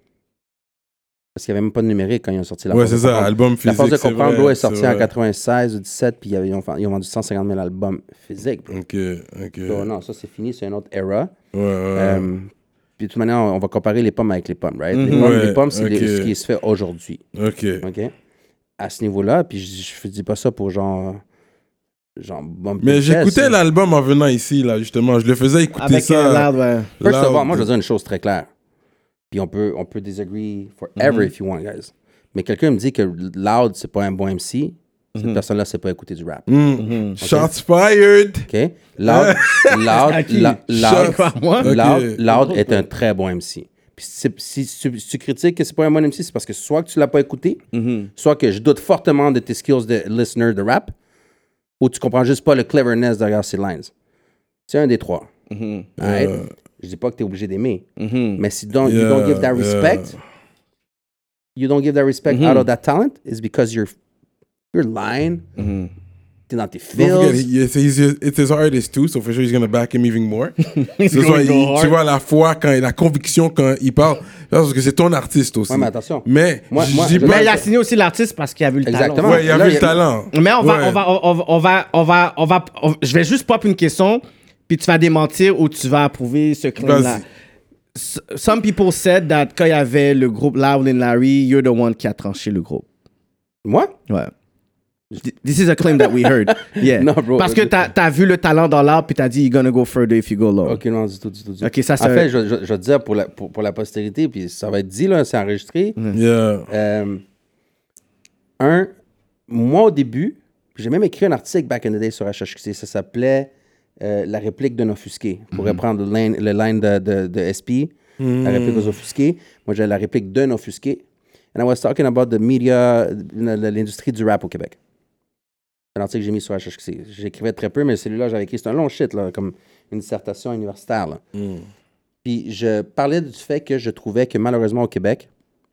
parce qu'il n'y avait même pas de numérique quand ils ont sorti la Ouais, Force c'est de ça, comprendre. album La physique. Force de c'est comprendre, vrai, bro, est c'est sorti en vrai. quatre-vingt-seize ou dix-sept, puis ils, avaient- ils ont, ils ont vendu cent cinquante mille albums physiques. bro. Ok, ok. So, non, ça c'est fini, c'est une autre era. Ouais, ouais. Euh, puis de toute manière, on va comparer les pommes avec les pommes, right? Les Mhm. pommes, Ouais, les pommes, c'est les- ok. ce qui se fait aujourd'hui. Ok. OK? À ce niveau-là, puis je ne dis pas ça pour genre. Genre, bump Mais the chest. j'écoutais l'album en venant ici, là, justement. Je le faisais écouter Avec ça. euh, Loud, ouais. First of loud. all, moi, je veux dire une chose très claire. Puis on peut, on peut disagree forever if you want, guys. Mais quelqu'un me dit que Loud, c'est pas un bon M C. Cette personne-là, c'est pas écouter du rap. Mm. Shots fired. OK? Loud, Loud, qui? La- Loud, Quoi, moi? Loud, Ok. Loud est un très bon M C. Puis si, si tu, si tu critiques que c'est pas un bon M C, c'est parce que soit que tu l'as pas écouté, soit que je doute fortement de tes skills de listener de rap, ou tu comprends juste pas le cleverness derrière ces lines. C'est un des trois. Alright? Je dis pas que tu es obligé d'aimer. Mais si don't, you don't Yeah, give that yeah. respect, you don't give that respect out of that talent, is because you're, you're lying. T'es dans tes Don't forget, feels. he, it's, he's, it's his artist too, so for sure he's gonna back him even more. He's Ce gonna soir, go il- hard. tu vois la foi, quand, la conviction quand il parle, parce que c'est ton artiste aussi. Ouais, mais attention. Mais, Moi- je moi, dis je- pas... Mais il a signé aussi l'artiste parce qu'il a vu le Exactement. talent. Ouais, il a Là, vu il y le a- talent. Mais on va, Ouais. on va, on va, on va, on va, on va, on- je vais juste pop une question, puis tu vas démentir ou tu vas approuver ce claim-là. Vas-y. S- Some people said that quand il y avait le groupe Loud and Larry, you're the one qui a tranché le groupe. Moi? Ouais. This is a claim that we heard. Yeah. Non, bro. Parce que t'as as vu le talent dans l'art, puis t'as dit, you're gonna go further if you go low. Ok, non, du tout, du tout. Du tout. Ok, ça, c'est En un- fait, je, je, je vais te dire pour la, pour, pour la postérité, puis ça va être dit, là, c'est enregistré. Yeah. Euh, un, moi au début, j'ai même écrit un article back in the day sur H H Q C, ça s'appelait euh, La réplique d'un offusqué. Pour reprendre le line, le line de, de, de S P, la réplique aux offusqués. Moi, j'ai la réplique d'un offusqué. And I was talking about the media, l'industrie du rap au Québec. Un article que j'ai mis sur H H Q C. J'écrivais très peu, mais celui-là, j'avais écrit, c'est un long shit, là, comme une dissertation universitaire. Là. Puis je parlais du fait que je trouvais que malheureusement au Québec,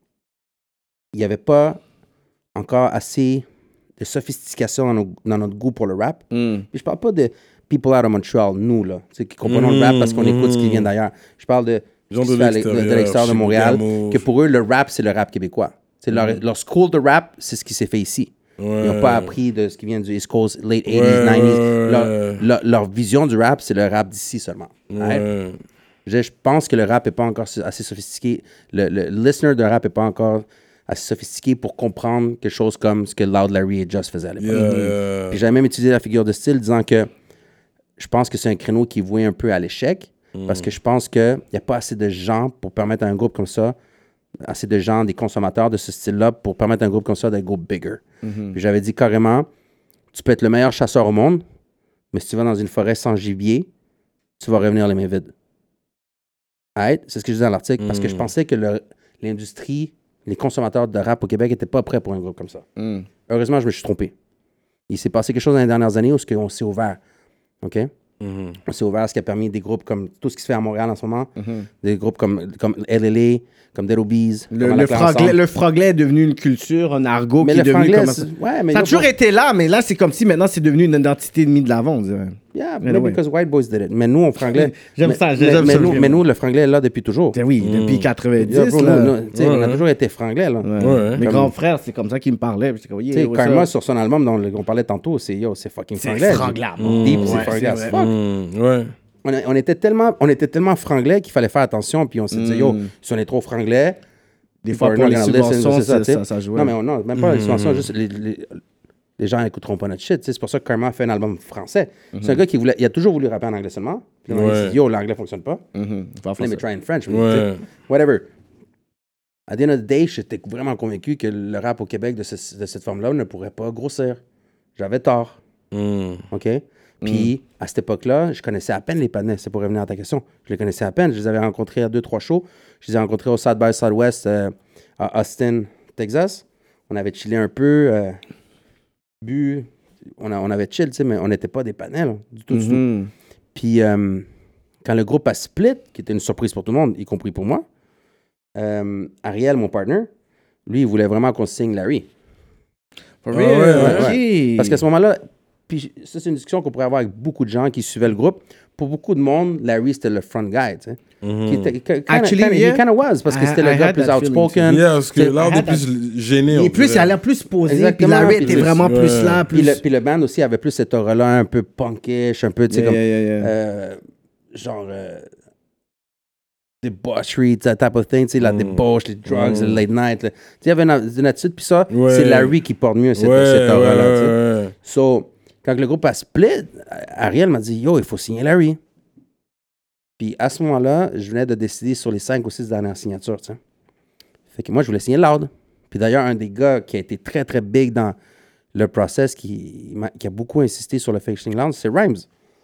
il n'y avait pas encore assez de sophistication dans, nos- dans notre goût pour le rap. Puis je parle pas de people out of Montreal, nous, là, tu sais, qui comprenons le rap parce qu'on écoute ce qui vient d'ailleurs. Je parle de, Gens ce qui de se fait à l'e- l'extérieur, de l'extérieur de Montréal, Chibougamau. que pour eux, le rap, c'est le rap québécois. C'est leur, leur school de rap, c'est ce qui s'est fait ici. Ils n'ont pas appris de ce qui vient du East Coast, late eighties, Ouais, nineties. ouais, Leur, ouais. leur- leur vision du rap, c'est le rap d'ici seulement. Right? Ouais. Je, je pense que le rap n'est pas encore su- assez sophistiqué. Le, le listener de rap n'est pas encore assez sophistiqué pour comprendre quelque chose comme ce que Loud Larry et Just faisaient à l'époque. Yeah, yeah. Puis j'avais même utilisé la figure de style disant que je pense que c'est un créneau qui est voué un peu à l'échec parce que je pense qu'il n'y a pas assez de gens pour permettre à un groupe comme ça, assez de gens, des consommateurs de ce style-là, pour permettre à un groupe comme ça de go bigger. Puis j'avais dit carrément, Tu peux être le meilleur chasseur au monde, mais si tu vas dans une forêt sans gibier, tu vas revenir les mains vides. Right? C'est ce que je disais dans l'article, mm. parce que je pensais que le, l'industrie, les consommateurs de rap au Québec n'étaient pas prêts pour un groupe comme ça. Mm. Heureusement, je me suis trompé. Il s'est passé quelque chose dans les dernières années où on s'est ouvert. OK? Mm-hmm. On s'est ouvert, ce qui a permis des groupes comme tout ce qui se fait à Montréal en ce moment, mm-hmm. des groupes comme, comme L L A, comme Dead Obies. Le, le, franglais, le franglais est devenu une culture, un argot mais qui est devenu comme... Ouais, mais ça a toujours pas... été là, mais là, c'est comme si maintenant, c'est devenu une identité mise de l'avant, on dirait. Yeah, maybe anyway. Because white boys did it. Mais nous, on franglais... j'aime mais, ça, j'aime mais, ça. Mais nous, mais nous, le franglais est là depuis toujours. Ben oui, mm. depuis quatre-vingt-dix, yeah, bro, là. Nous, nous, ouais, on a toujours été franglais, là. Ouais. Ouais. Mes comme... grands frères, c'est comme ça qu'ils me parlaient. Tu sais, Karma, sur son album dont on parlait tantôt, c'est yo, c'est fucking franglais. C'est franglais. Deep, c'est franglais as fuck. Ouais. On, a, on, était tellement, on était tellement franglais qu'il fallait faire attention, puis on s'est dit, yo, si on est trop franglais... Des fois, pour les subventions, ça, ça, ça jouait. Non, mais on, non, même pas mm-hmm. les subventions, juste les, les, les gens n'écouteront pas notre shit. C'est pour ça que Karma a fait un album français. Mm-hmm. C'est un gars qui voulait, il a toujours voulu rapper en anglais seulement. Puis ouais. il a dit, yo, l'anglais fonctionne pas. Mm-hmm. Let me try in French. Ouais. Whatever. À the end of the day, j'étais vraiment convaincu que le rap au Québec de, ce, de cette forme-là ne pourrait pas grossir. J'avais tort. Mm. OK? Puis, mm. à cette époque-là, je connaissais à peine les panais. C'est pour revenir à ta question. Je les connaissais à peine. Je les avais rencontrés à deux, trois shows. Je les ai rencontrés au South by Southwest euh, à Austin, Texas. On avait chillé un peu, euh, bu. On, a, on avait chill, tu sais, mais on n'était pas des panais, là, du tout, mm-hmm. du tout. Puis, euh, quand le groupe a split, qui était une surprise pour tout le monde, y compris pour moi, euh, Ariel, mon partner, lui, il voulait vraiment qu'on signe Larry. For real? Ouais, ouais, ouais. Parce qu'à ce moment-là, puis ça, c'est une discussion qu'on pourrait avoir avec beaucoup de gens qui suivaient le groupe. Pour beaucoup de monde, Larry, c'était le front guy, tu sais. Mm-hmm. Qui était, kinda, Actually, kinda, yeah. he kind of was, parce que I, c'était I le gars plus outspoken. Yeah, parce que l'art est plus gêné. Il, plus, il a l'air plus posé, puis Larry était vraiment ouais. plus là. Plus... Puis, le, puis le band aussi avait plus cette aura-là, un peu punkish, un peu, tu sais, yeah, comme... Yeah, yeah. Euh, genre... Euh, debauchery, that type of thing, tu sais, la mm. débauche, les drugs, mm. le late night. Tu sais, il y avait une, une attitude, puis ça, ouais. c'est Larry qui porte mieux cette, ouais, cette aura-là, ouais, tu sais. Ouais. So, quand le groupe a split, Ariel m'a dit, yo, il faut signer Larry. Puis à ce moment-là, je venais de décider sur les cinq ou six dernières signatures, tu sais. Fait que moi, je voulais signer Loud. Puis d'ailleurs, un des gars qui a été très, très big dans le process, qui, qui a beaucoup insisté sur le Fishing Lounge, c'est Rhymes.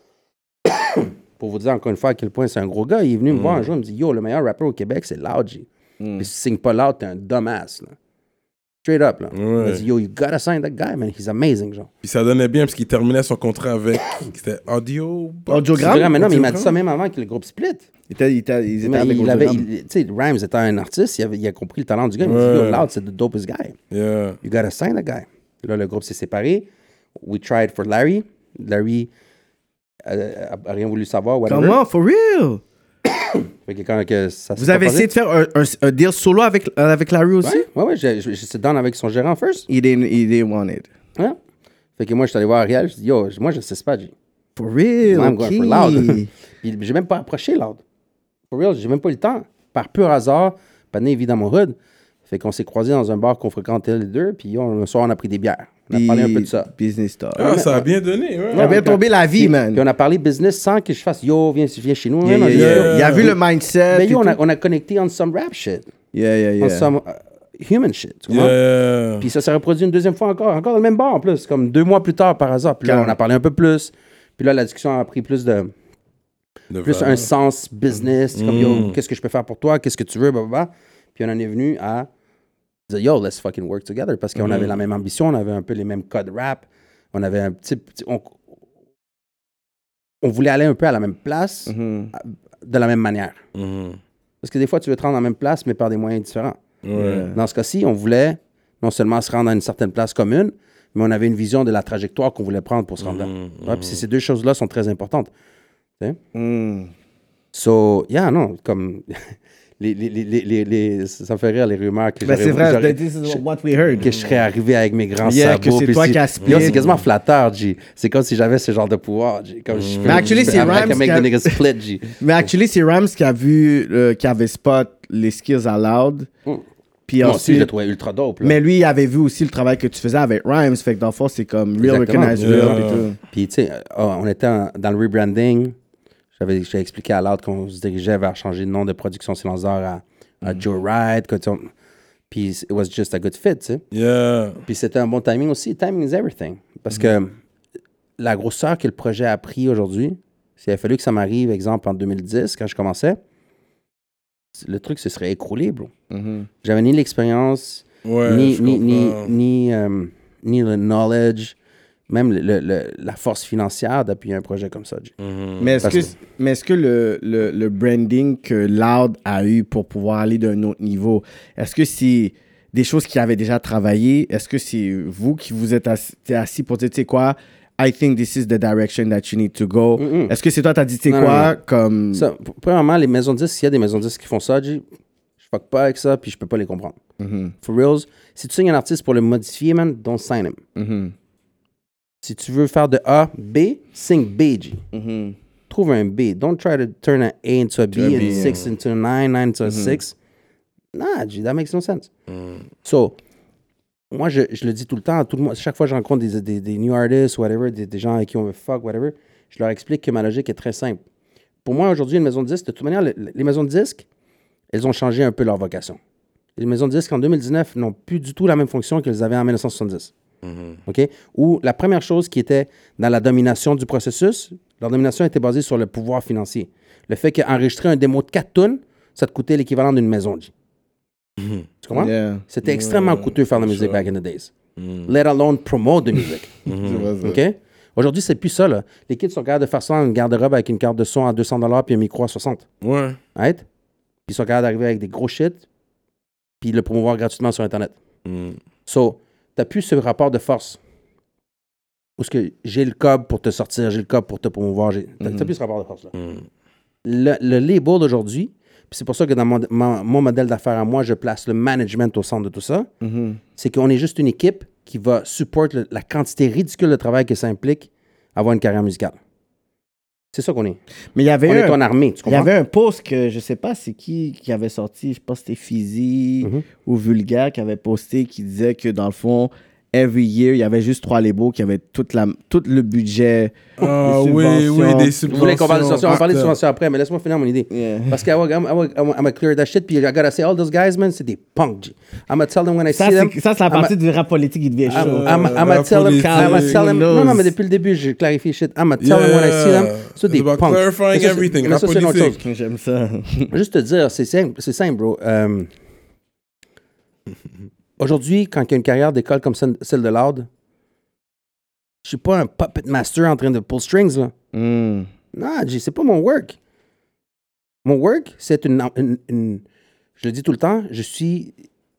Pour vous dire encore une fois à quel point c'est un gros gars, il est venu mm. me voir un jour, il me dit, yo, le meilleur rappeur au Québec, c'est Loud, G. Mm. Puis si tu signes pas Loud, t'es un dumbass, là. Straight up, là. Ouais. Il m'a dit, yo, you gotta sign that guy, man. He's amazing, genre. Puis ça donnait bien parce qu'il terminait son contrat avec. C'était Audio. Audiogramme. Mais non, mais il m'a dit ça même avant que le groupe split. Il était, il était, il était avec il avait, Tu sais, Rhymes étant un artiste, il, avait, il a compris le talent du gars. Il m'a dit, yo, Loud, c'est the dopest guy. Yeah. You gotta sign that guy. Là, le groupe s'est séparé. We tried for Larry. Larry n'a rien voulu savoir. Whatever. Comment? For real? Fait que quand, que ça Vous avez essayé de faire un, un, un deal solo avec, avec Larry aussi? Ouais, ouais, ouais j'étais down avec son gérant first. He didn't, he didn't want it. Ouais. Fait que moi, je suis allé voir Ariel, je dis, yo, moi, je ne sais pas, G. For real? I'm okay. going for Loud. Puis j'ai même pas approché Loud. For real, j'ai même pas eu le temps. Par pur hasard, Pané vit dans mon hood. Fait qu'on s'est croisés dans un bar qu'on fréquentait les deux, puis on, un soir, on a pris des bières. On a parlé un peu de ça. Business talk. Ah, ça a bien donné, ouais. Ça a bien tombé la vie, puis, man. Puis on a parlé business sans que je fasse, yo, viens, viens chez nous. Yeah, yeah, yeah. Il a vu le mindset. Mais yo, on a, on a connecté on some rap shit. Yeah, yeah, yeah. On some uh, human shit, tu vois. Yeah. Puis ça s'est reproduit une deuxième fois encore, encore dans le même bar en plus, comme deux mois plus tard par hasard. Puis là, on a parlé un peu plus. Puis là, la discussion a pris plus de... de plus un sens business, mm. comme yo, qu'est-ce que je peux faire pour toi, qu'est-ce que tu veux, blablabla. Puis on en est venu à dire yo, let's fucking work together parce qu'on mm. avait la même ambition, on avait un peu les mêmes codes rap, on avait un petit. petit on, on voulait aller un peu à la même place, mm-hmm. de la même manière. Mm-hmm. Parce que des fois, tu veux te rendre à la même place, mais par des moyens différents. Ouais. Dans ce cas-ci, on voulait non seulement se rendre à une certaine place commune, mais on avait une vision de la trajectoire qu'on voulait prendre pour se rendre mm-hmm. là. Ouais, puis ces deux choses-là sont très importantes. Tu sais? Mm. So, yeah, non, comme. Les, les, les, les, les, ça me fait rire les rumeurs que, ben c'est vrai, this is what we heard. Que je serais arrivé avec mes grands yeah, sabots. Que c'est toi si, qui as split. C'est quasiment flatteur, G. C'est comme si j'avais ce genre de pouvoir, G. Comme je mais actually, c'est Rams qui a... split, G. Mais actually, c'est Rams qui a vu, euh, qui avait spot les skills à Loud. Mm. Puis Moi ensuite, aussi, je le trouvais ultra dope. Là. Mais lui, il avait vu aussi le travail que tu faisais avec Rhymes. Fait que dans le fond, c'est comme real recognize yeah. real. Et tout. Puis tu sais, oh, on était en, dans le rebranding. J'avais, j'avais expliqué à Loud qu'on se dirigeait vers changer de nom de Production Silence d'Or à, à mm. Joe Ride. Puis it was just a good fit, tu sais. Yeah. Puis c'était un bon timing aussi. Timing is everything. Parce que la grosseur que le projet a pris aujourd'hui, s'il avait fallu que ça m'arrive, exemple, en deux mille dix, quand je commençais, le truc se serait écroulé, bro. Mhm. J'avais ni l'expérience, Ouais, ni, je ni, ni, comprends. ni, euh, ni le knowledge, même le, le- le- la force financière d'appuyer un projet comme ça. G. Mais est-ce Parce que, que- mais est-ce que le, le, le branding que Loud a eu pour pouvoir aller d'un autre niveau, est-ce que c'est des choses qui avaient déjà travaillé? Est-ce que c'est vous qui vous êtes assis, t'es assis pour dire, tu sais quoi, I think this is the direction that you need to go? Mm-mm. Est-ce que c'est toi, t'as dit, tu sais Non, quoi, non, non. comme... Ça, p- premièrement, les maisons de disques, s'il y a des maisons de disques qui font ça, G, je fuck pas avec ça, puis je peux pas les comprendre. Mhm, For reals, si tu signes un artiste pour le modifier, man, don't sign him. mhm, Si tu veux faire de A, B, signe B, G. mhm. Trouve un B. Don't try to turn an A into a B, To a B, and six into a nine, nine into a six. Nah, G, that makes no sense. So, moi, je, je le dis tout le temps à tout le monde. Chaque fois que je rencontre des, des, des new artists, whatever, des, des gens avec qui on veut fuck, whatever, je leur explique que ma logique est très simple. Pour moi, aujourd'hui, une maison de disques, de toute manière, le- les maisons de disques, elles ont changé un peu leur vocation. Les maisons de disques en deux mille dix-neuf n'ont plus du tout la même fonction qu'elles avaient en dix-neuf soixante-dix. OK? Où la première chose qui était dans la domination du processus, leur domination était basée sur le pouvoir financier. Le fait qu'enregistrer un démo de quatre tonnes, ça te coûtait l'équivalent d'une maison. G. Tu comprends? Yeah. C'était extrêmement coûteux faire la musique sure. back in the days. Let alone promote the music. Je vois ça. OK? Aujourd'hui, c'est plus ça, là. Les kids sont capables de faire ça en garde-robe avec une carte de son à deux cents dollars puis un micro à soixante. Ouais. Right? Puis ils sont capables d'arriver avec des gros shit puis le promouvoir gratuitement sur Internet. Mm. So, t'as plus ce rapport de force. Où est-ce que j'ai le cob pour te sortir, j'ai le cob pour te promouvoir. J'ai... T'as, t'as plus ce rapport de force-là. Le, le label d'aujourd'hui, puis c'est pour ça que dans mon, mon, mon modèle d'affaires à moi, je place le management au centre de tout ça, Mhm. c'est qu'on est juste une équipe qui va supporter le- la quantité ridicule de travail que ça implique avoir une carrière musicale. C'est ça qu'on est. Mais il y avait On eu est un- ton armée, tu Il y comprends? avait un post que je sais pas c'est qui qui avait sorti, je pense que c'était Fizzy Mhm. ou Vulgaire qui avait posté qui disait que dans le fond, every year, il y avait juste trois labels qui avaient toute la, tout le budget. Ah des oui, subventions. oui, des Vous subventions. voulez qu'on parle de subventions? On va parler de partout. subventions après, mais laisse-moi finir mon idée. Yeah. Parce que I'm, I'm, I'm, I'm, I'm clear that shit, puis I gotta say, all those guys, man, c'est des punks, G. I'm gonna tell them when I Ça, see them. c'est, ça, c'est la I'm partie du rap politique qui devient I'm, chaud. I'm, I'm la gonna tell them, politique. I'm gonna tell them, Who non, non, knows? mais depuis le début, j'ai clarifié shit. I'm gonna tell them when I see them. C'est des It's about punks. clarifying Mais ça, c'est- everything, mais la ça, c'est une autre politique. chose. J'aime ça. Juste te dire, c'est simple, c'est simple, bro. Euh, Aujourd'hui, quand il y a une carrière d'école comme celle celle de Loud, je suis pas un puppet master en train de pull strings, là. Mm. Non, G, c'est pas mon work. Mon work, c'est une, une- une- je le dis tout le temps, je suis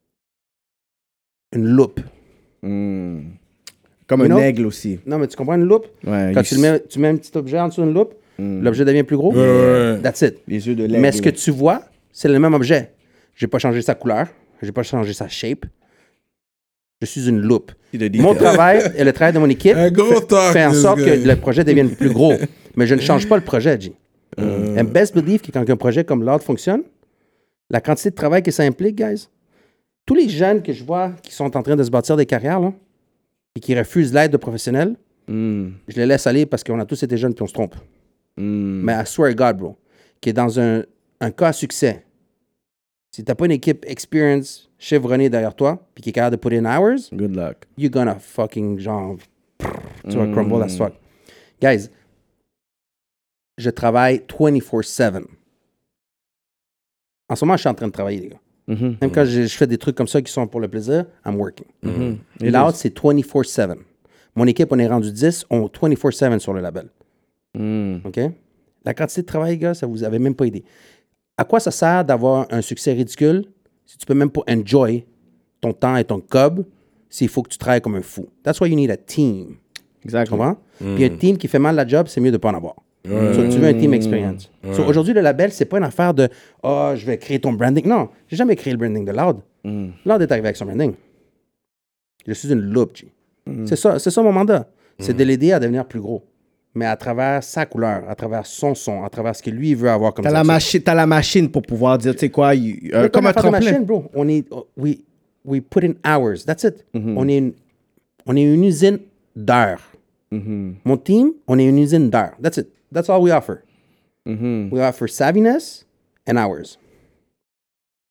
une loupe. Mm. Comme You un know? aigle aussi. Non, mais tu comprends une loupe? Ouais, Quand il- tu, le mets, tu mets un petit objet en dessous d'une loupe, Mm. l'objet devient plus gros. Ouais, ouais. That's it. Les yeux de l'aigle. Mais ce que tu vois, c'est le même objet. J'ai pas changé sa couleur, j'ai pas changé sa shape. Je suis une loupe. Mon travail et le travail de mon équipe Un gros fait, talk, fait en this sorte guy. que le projet devienne plus gros. Mais je ne change pas le projet, G. And best believe que quand un projet comme Loud fonctionne, la quantité de travail que ça implique, guys, tous les jeunes que je vois qui sont en train de se bâtir des carrières, là, et qui refusent l'aide de professionnels, Mm. je les laisse aller parce qu'on a tous été jeunes puis on se trompe. Mm. Mais I swear to God, bro, qui est dans un, un cas à succès, si t'as pas une équipe experience chevronnée derrière toi, puis qui est capable de put in hours, Good luck. you're gonna fucking, genre, tu vas crumble as fuck. Guys, je travaille vingt-quatre sept. En ce moment, je suis en train de travailler, les gars. Mhm. Même quand je, je fais des trucs comme ça qui sont pour le plaisir, I'm working. It Loud, is. c'est vingt-quatre sept. Mon équipe, on est rendu dix, on vingt-quatre sept sur le label. Mm. OK? La quantité de travail, gars, ça vous avait même pas aidé. À quoi ça sert d'avoir un succès ridicule si tu peux même pas enjoy ton temps et ton cob s'il faut que tu travailles comme un fou? That's why you need a team. Tu Exactement. comprends? Puis un team qui fait mal la job, c'est mieux de pas en avoir. So, tu veux un team experience. So, aujourd'hui, le label, c'est pas une affaire de « Ah, je vais créer ton branding ». Non, j'ai jamais créé le branding de Loud. Loud est arrivé avec son branding. Je suis une loupe, G. C'est ça, c'est ça mon mandat. C'est de l'aider à devenir plus gros. Mais à travers sa couleur, à travers son son, à travers ce que lui veut avoir comme T'as la, direction. machi- t'as la machine pour pouvoir dire, tu sais quoi, il- euh, Mais comme pas un faire de tremplin. machine, bro. On est, oh, we, we put in hours. That's it. On est une, on est une usine d'heures. Mon team, on est une usine d'heures. That's it. That's all we offer. We offer savviness and hours.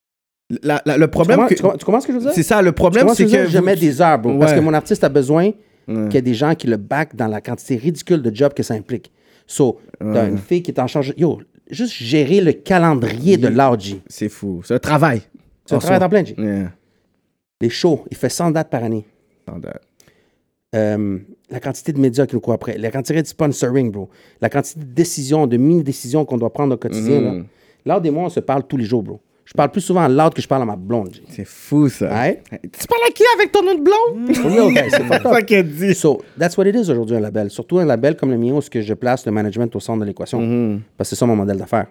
La, la, le Tu problème comprends, que... tu, comprends, tu comprends ce que je veux dire? C'est ça, le Tu problème, comprends ce c'est je veux que... dire? Je mets des heures, bro. Ouais. Parce que mon artiste a besoin Ouais. qu'il y ait des gens qui le back dans la quantité ridicule de jobs que ça implique. So, t'as une fille qui est en charge... Yo, juste gérer le calendrier de l'A G. C'est fou. C'est un travail. C'est un En travail à soi. temps plein, G. Yeah. Les shows, il fait cent dates par année. Standard. Euh, la quantité de médias qui nous courent après, la quantité de sponsoring, bro, la quantité de décisions, de mini-décisions qu'on doit prendre au quotidien. Mhm. Là. Loud et moi, on se parle tous les jours, bro. Je parle plus souvent à Loud que je parle à ma blonde. G. C'est fou, ça. Ouais? Tu parles à qui avec ton autre blonde? For real, guys, c'est fucked C'est ça up. qu'elle dit. So, that's what it is aujourd'hui, un label. Surtout un label comme le mien où ce que je place le management au centre de l'équation. Mhm. Parce que c'est ça mon modèle d'affaires.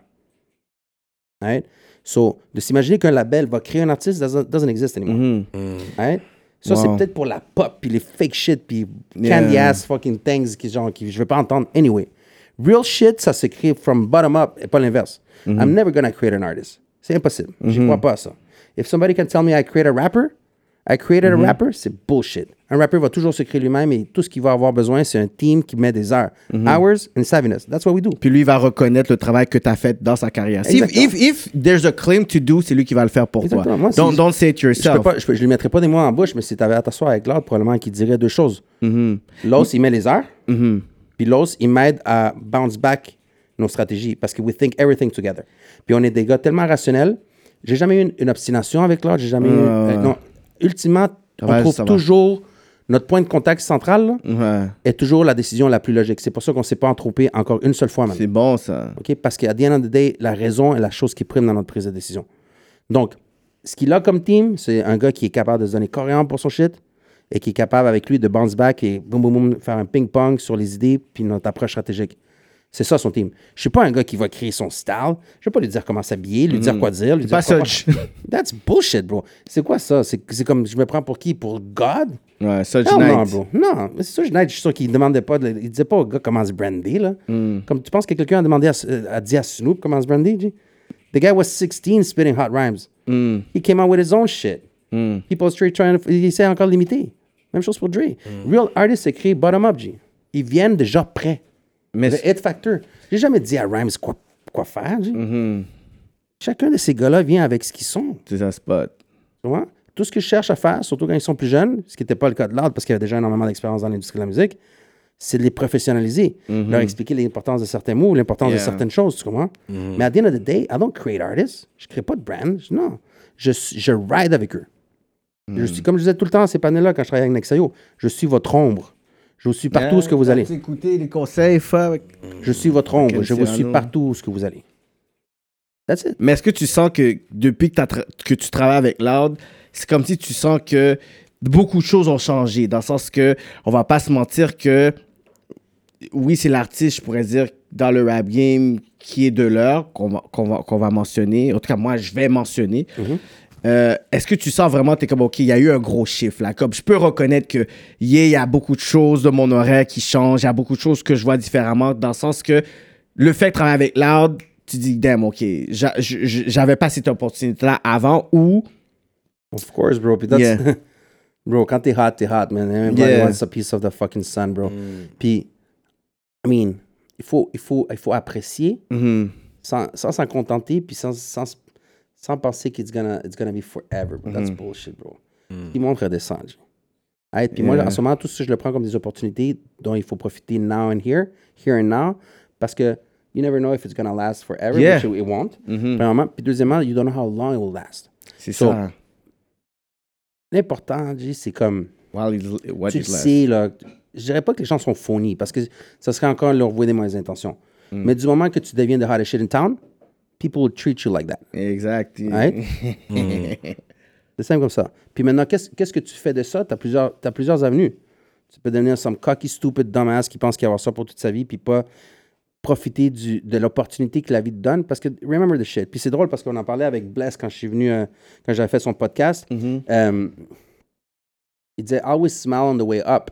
Right? So, de s'imaginer qu'un label va créer un artiste doesn't, doesn't exist anymore. Mhm. Right? Ça, Wow. c'est peut-être pour la pop, puis les fake shit, puis Yeah. candy ass fucking things qui, genre, qui je veux pas entendre. Anyway, real shit, ça se crée from bottom up et pas l'inverse. I'm never gonna create an artist. C'est impossible. J'y crois pas à ça. If somebody can tell me I create a rapper, I created a rapper, c'est bullshit. Un rapper va toujours se créer lui-même et tout ce qu'il va avoir besoin, c'est un team qui met des heures. Hours and savviness. That's what we do. Puis lui, il va reconnaître le travail que tu as fait dans sa carrière. Si- Exactement. If, if there's a claim to do, c'est lui qui va le faire pour Exactement. toi. Moi, si don't, je- don't say it Je yourself. peux pas, je, peux- je lui mettrai pas des mots en bouche, mais si tu avais à t'asseoir avec l'autre, probablement qu'il dirait deux choses. L'autre, il met les heures, puis l'autre, il m'aide à bounce back nos stratégies parce que we think everything together. Puis on est des gars tellement rationnels. J'ai jamais eu une, une obstination avec l'autre. J'ai jamais eu. euh, non. Ultimement, on Ouais, trouve ça va. toujours notre point de contact central là, Ouais. est toujours la décision la plus logique. C'est pour ça qu'on ne s'est pas entroupé encore une seule fois maintenant. C'est bon, ça. OK? Parce qu'à the end of the day, la raison est la chose qui prime dans notre prise de décision. Donc, ce qu'il a comme team, c'est un gars qui est capable de se donner corps et âme pour son shit et qui est capable avec lui de bounce back et boum, boum, boum, faire un ping-pong sur les idées puis notre approche stratégique. C'est ça son team. Je suis pas un gars qui va créer son style. Je vais pas lui dire comment s'habiller, lui dire quoi dire, lui dire Pas quoi Sudge. faire. That's bullshit, bro. C'est quoi ça? C'est c'est comme, je me prends pour qui? Pour God? Ouais, Sudge Non, non, Knight. bro. Non, mais c'est sûr, Knight, je suis sûr qu'il demandait pas, de- il disait pas au gars comment se brander, là. Comme tu penses que quelqu'un a demandé à, euh, a dit à Snoop comment se brander, G? The guy was sixteen spitting hot rhymes. He came out with his own shit. People straight trying to, il essaie encore de l'imiter. Même chose pour Dre. Real artists écrit bottom up, G. Ils viennent déjà prêts. Mais Le hit factor. J'ai jamais dit à Rhymes quoi, quoi faire, G. Chacun de ces gars-là vient avec ce qu'ils sont. c'est un spot. Tu vois? Tout ce que je cherche à faire, surtout quand ils sont plus jeunes, ce qui n'était pas le cas de Loud parce qu'il y avait déjà énormément d'expérience dans l'industrie de la musique, c'est de les professionnaliser, leur expliquer l'importance de certains mots, l'importance Yeah. de certaines choses, tu comprends? Mais à the end of the day, I don't create artists. Je ne crée pas de brand. Je- Non. Je, suis- je ride avec eux. Je suis, comme je disais tout le temps à ces panels-là quand je travaillais avec Nexayo, je suis votre ombre. Je vous suis partout où ce que vous allez. Écoutez les conseils, faire avec... Je suis votre ombre. Quel Je vous suis Cyrano. partout où ce que vous allez. That's it. Mais est-ce que tu sens que depuis que, t'as tra- que tu travailles avec Loud, c'est comme si tu sens que beaucoup de choses ont changé, dans le sens que on va pas se mentir que oui, c'est l'artiste, je pourrais dire, dans le rap game qui est de l'heure, qu'on va, qu'on va, qu'on va mentionner. En tout cas, moi, je vais mentionner. Euh, est-ce que tu sens vraiment, tu es comme, OK, il y a eu un gros chiffre là. Comme je peux reconnaître que yeah, il y a beaucoup de choses de mon oreille qui changent, il y a beaucoup de choses que je vois différemment, dans le sens que le fait de travailler avec Loud, tu dis, damn, OK, j'a- j- j'avais pas cette opportunité-là avant ou. Of course, bro. Puis that's- Yeah. bro, quand t'es hot, t'es hot, man. Everybody Yeah. wants a piece of the fucking sun, bro. Puis, I mean, il faut, il faut, il faut apprécier Mhm. sans, sans s'en contenter, puis sans, sans, sans penser que it's gonna, it's gonna be forever, bro. That's bullshit, bro. Puis montre redescendre. Right? Puis moi, Yeah. en ce moment, tout ça, je le prends comme des opportunités dont il faut profiter now and here, here and now, parce que you never know if it's gonna last forever, Yeah. which it won't. Premièrement. Puis deuxièmement, you don't know how long it will last. C'est So, ça. L'important, G, c'est comme... While it- what tu le it lasts. sais, là, je dirais pas que les gens sont phonies parce que ça serait encore leur vouer des mauvaises intentions. Mais du moment que tu deviens the hottest shit in town, people will treat you like that. Exact. Right? C'est simple comme ça. Puis maintenant, qu'est-ce qu'est-ce que tu fais de ça? Tu as plusieurs, t'as plusieurs avenues. Tu peux devenir some cocky, stupid dumbass qui pense qu'il va avoir ça pour toute sa vie puis pas profiter du, de l'opportunité que la vie te donne parce que remember the shit. Puis c'est drôle parce qu'on en parlait avec Bless quand je suis venu, euh, quand j'avais fait son podcast. Euh, il disait, always smile on the way up.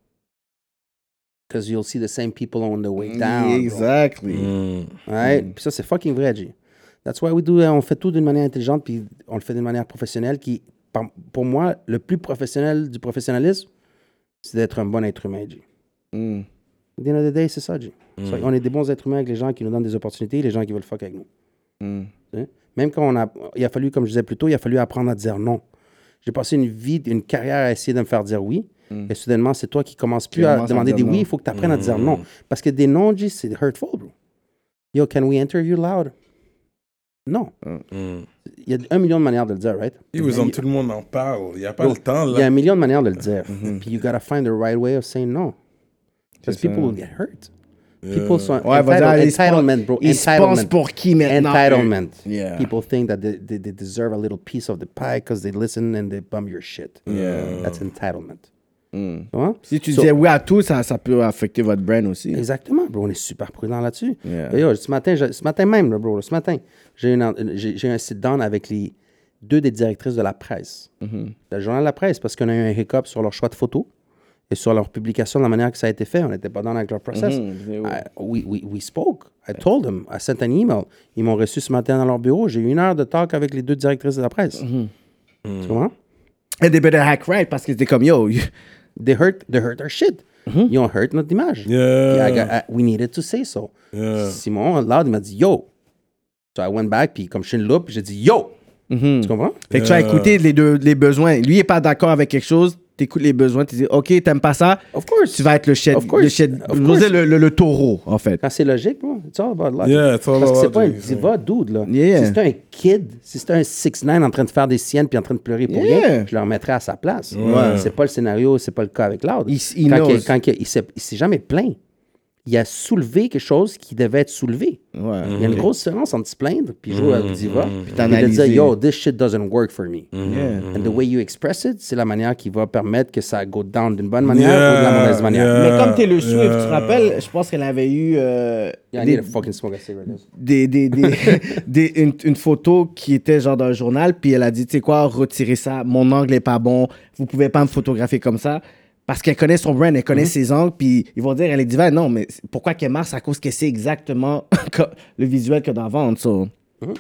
Because you'll see the same people on the way down. bro. Exactly. Right? Puis ça, c'est fucking vrai, G. That's why we do, on fait tout d'une manière intelligente, puis on le fait d'une manière professionnelle qui, par- pour moi, le plus professionnel du professionnalisme, c'est d'être un bon être humain, G. Mm. At the end of the day, c'est ça, G. So, on est des bons êtres humains avec les gens qui nous donnent des opportunités et les gens qui veulent fuck avec nous. Mm. Même quand on a, il a fallu, comme je disais plus tôt, il a fallu apprendre à dire non. J'ai passé une vie, une carrière à essayer de me faire dire oui. Mm. Et soudainement, c'est toi qui commences plus à demander à des non. oui. Il faut que tu apprennes mm. à dire non. Parce que des non, c'est hurtful, bro. Yo, can we interview loud? Non. Mm. Il y a un million de manières de le dire, right? Et vous en tout le monde en parle. Il n'y a pas well, le temps, là. Il y a un million de manières de le dire. Mm-hmm. Puis you gotta find the right way of saying no. Because people will get hurt. Yeah. People sont ouais, entitled, entitlement, bro. Ils se pensent pour qui maintenant? Entitlement. Yeah. People think that they, they, they deserve a little piece of the pie because they listen and they bum your shit. Yeah. That's entitlement. Mm. Hein? Si tu so, disais oui à tout, ça, ça peut affecter votre brain aussi. Exactement, bro. On est super prudent là-dessus. Yeah. Yo, ce matin, je, ce matin même, bro, ce matin, j'ai, une, j'ai, j'ai un sit-down avec les deux des directrices de la presse. Mm-hmm. Le journal de la presse, parce qu'on a eu un hiccup sur leur choix de photos. Et sur leur publication, de la manière que ça a été fait, on n'était pas dans avec leur process. Mm-hmm. I, we, we, we spoke. I told them. I sent an email. Ils m'ont reçu ce matin dans leur bureau. J'ai eu une heure de talk avec les deux directrices de la presse. Mm-hmm. Tu comprends? And they better hack right parce que c'était comme, yo... They hurt, they hurt our shit. Mm-hmm. Ils ont hurt notre image. Yeah. I got, I, we needed to say so. Yeah. Simon, loud, il m'a dit, yo. So I went back, puis comme je suis une loupe, j'ai dit, yo. Mm-hmm. Tu comprends? Fait que yeah. tu as écouté les, deux, les besoins. Lui, il n'est pas d'accord avec quelque chose. T'écoutes les besoins, tu dis, OK, t'aimes pas ça? Of course. Tu vas être le chef. Of course. Le, chef, of course. Le, le, le taureau, en fait. Quand c'est logique, bro, it's all about logic. Yeah, it's all Parce about que c'est pas un logic. diva, dude, là. Yeah. Si c'était un kid, si c'était un six nine en train de faire des siennes puis en train de pleurer pour yeah. rien, je le remettrais à sa place. Ouais. C'est pas le scénario, c'est pas le cas avec Loud. Il, il quand knows. il, quand il, il, s'est, il s'est jamais plaint. Il a soulevé quelque chose qui devait être soulevé. Ouais. Il y a une grosse différence entre se plaindre puis jouer Mm-hmm. à diva puis et de dire, yo, this shit doesn't work for me. Mm-hmm. Yeah. And the way you express it, c'est la manière qui va permettre que ça go down d'une bonne manière Yeah, ou de la mauvaise manière. yeah. Mais comme Taylor Swift, Yeah. tu te rappelles, je pense qu'elle avait eu euh, Yeah, I des, need to fucking smoke a cigarette. des, des, des, des, une, une photo qui était genre dans un journal, puis elle a dit, tu sais quoi, retirez ça, mon angle est pas bon, vous pouvez pas me photographier comme ça. Parce qu'elle connaît son brand, elle connaît mm-hmm. ses angles, puis ils vont dire, elle est diva. Non, mais pourquoi qu'elle marche? À cause que c'est exactement le visuel que dans la vente. So. Mm-hmm.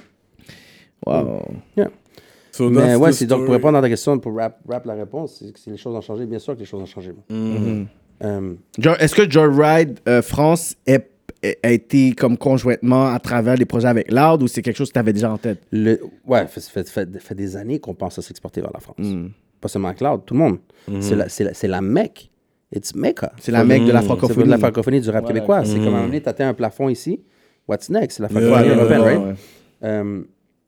Wow. Yeah. So mais ouais, c'est story. donc pour répondre à ta question, pour rap, rap la réponse, c'est que si les choses ont changé, bien sûr que les choses ont changé. Mm-hmm. Um, Est-ce que Joyride euh, France est, est, a été comme conjointement à travers les projets avec Loud ou c'est quelque chose que tu avais déjà en tête? Le, ouais, ça fait, fait, fait, fait des années qu'on pense à s'exporter vers la France. Mm. Pas seulement avec Loud, tout le monde. Mm-hmm. C'est, la, c'est, la, c'est la Mecque. It's Mecca. C'est la Mecque mm. de la francophonie. francophonie. C'est de la francophonie du rap ouais, québécois. Ouais. C'est Mm. comme à un moment donné, t'atteins un plafond ici. What's next? C'est la francophonie Yeah, européenne, yeah, right? ouais. Um,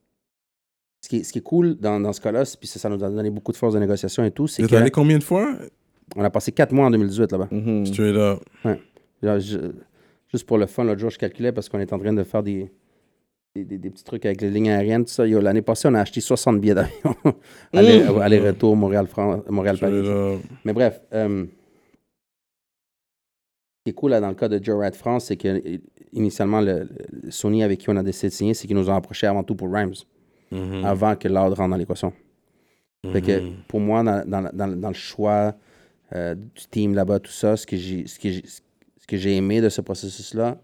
ce, qui est, ce qui est cool dans, dans ce cas-là, puis ça, ça nous a donné beaucoup de force de négociation et tout, c'est Vous que... êtes allé combien de fois? On a passé quatre mois en deux mille dix-huit là-bas. Mm-hmm. Straight up. Ouais. Genre, je, juste pour le fun, l'autre jour, je calculais parce qu'on est en train de faire des... Des, des, des petits trucs avec les lignes aériennes, tout ça. Yo, l'année passée, on a acheté soixante billets d'avion. aller, mmh. aller-retour Montréal-Paris. Montréal, Mais bref, euh, ce qui est cool là, dans le cas de Joyride France, c'est que initialement, le, le Sony avec qui on a décidé de signer, c'est qu'ils nous ont approché avant tout pour Rhymes, mmh. avant que Loud rentre dans l'équation. Mmh. Fait que pour moi, dans, dans, dans, dans le choix euh, du team là-bas, tout ça, ce que j'ai, ce que j'ai, ce que j'ai aimé de ce processus-là,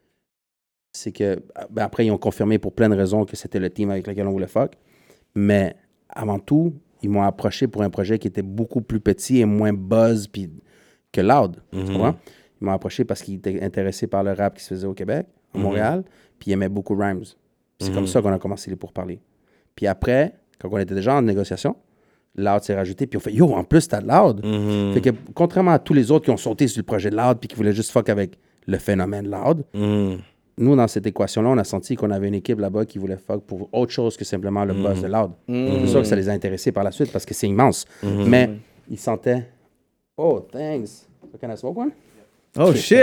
c'est que, ben après, ils ont confirmé pour plein de raisons que c'était le team avec lequel on voulait fuck. Mais avant tout, ils m'ont approché pour un projet qui était beaucoup plus petit et moins buzz puis que Loud. Mm-hmm. Tu comprends? Ils m'ont approché parce qu'ils étaient intéressés par le rap qui se faisait au Québec, à Montréal, mm-hmm. puis ils aimaient beaucoup Rhymes. C'est mm-hmm. comme ça qu'on a commencé les pourparlers. Puis après, quand on était déjà en négociation, Loud s'est rajouté, puis on fait « Yo, en plus, t'as Loud! Mm-hmm. » Fait que, contrairement à tous les autres qui ont sauté sur le projet de Loud puis qui voulaient juste fuck avec le phénomène Loud, mm-hmm. nous, dans cette équation-là, on a senti qu'on avait une équipe là-bas qui voulait fuck pour autre chose que simplement le buzz mm. de Loud. Mm. C'est sûr que ça les a intéressés par la suite parce que c'est immense. Mm. Mais ils sentaient « Oh, thanks. Can I smoke one? » Oh, shit!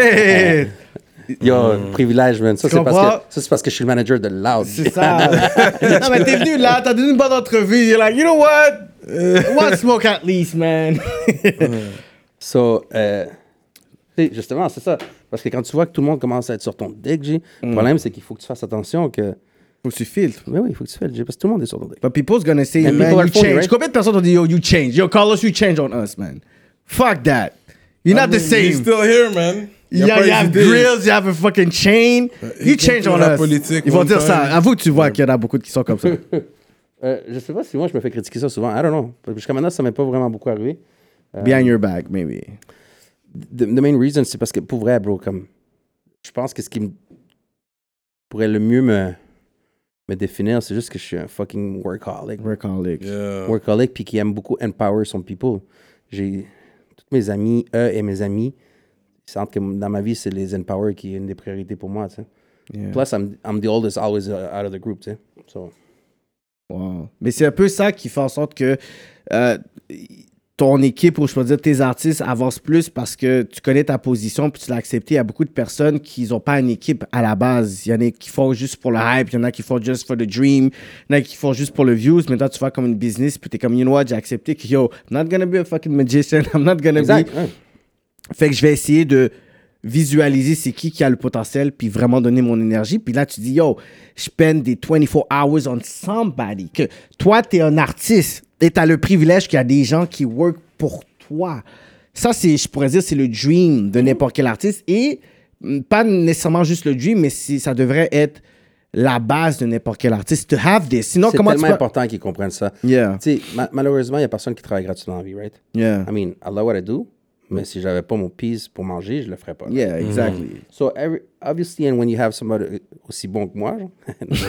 Yo, mm. privilège, man. Ça, c'est parce, que, ça, c'est parce que je suis le manager de Loud. C'est ça. Non, mais t'es venu là, t'as donné une bonne entrevue. You're like, you know what? One smoke at least, man. So, euh, justement, c'est ça. Parce que quand tu vois que tout le monde commence à être sur ton dick, G, mm. le problème, c'est qu'il faut que tu fasses attention que... Faut que tu filtres. Mais oui, il faut que tu filtres, G, parce que tout le monde est sur ton dick. But people's gonna say, And man, you funny, change. right? Combien de personnes ont dit, yo, you change? Yo, Carlos, you change on us, man. Fuck that. You're I not mean, the same. He's still here, man. You, you have grills, you have a fucking chain. Uh, you change on us. Ils vont dire time. Ça. Avoue que tu vois yeah. qu'il y en a beaucoup qui sont comme ça. euh, je sais pas si moi, je me fais critiquer ça souvent. I don't know. Jusqu'à maintenant, ça m'est pas vraiment beaucoup arrivé. Euh, Behind your back, maybe. The, the main reason, c'est parce que, pour vrai, bro, comme... Je pense que ce qui me pourrait le mieux me, me définir, c'est juste que je suis un fucking workaholic. Workaholic. Yeah. Workaholic, puis qui aime beaucoup empower son people. J'ai tous mes amis, eux et mes amis, ils sentent que dans ma vie, c'est les empower qui est une des priorités pour moi, tu sais. Yeah. Plus, I'm, I'm the oldest always uh, out of the group, tu sais. So. Wow. Mais c'est un peu ça qui fait en sorte que euh, ton équipe, ou je peux dire tes artistes, avancent plus parce que tu connais ta position puis tu l'as accepté. Il y a beaucoup de personnes qui n'ont pas une équipe à la base. Il y en a qui font juste pour le hype, il y en a qui font juste for the dream, il y en a qui font juste pour le views. Mais toi, tu fais comme une business puis t'es comme, you know what, j'ai accepté que yo, I'm not gonna be a fucking magician, I'm not gonna Exact. be... Ouais. Fait que je vais essayer de visualiser c'est qui qui a le potentiel puis vraiment donner mon énergie. Puis là, tu dis, yo, je spend des vingt-quatre hours on somebody. Que toi, t'es un artiste et t'as le privilège qu'il y a des gens qui work pour toi. Ça, c'est, je pourrais dire, c'est le dream de n'importe quel artiste. Et pas nécessairement juste le dream, mais c'est, ça devrait être la base de n'importe quel artiste. To have this. Sinon, C'est comment tellement tu peux... important qu'ils comprennent ça. Yeah. Tu sais, ma- malheureusement, il n'y a personne qui travaille gratuitement dans la vie, right? Yeah. I mean, I love what I do, mais si j'avais pas mon peace pour manger, je le ferais pas. Yeah, exactly. So, every, obviously, and when you have somebody aussi bon que moi, genre,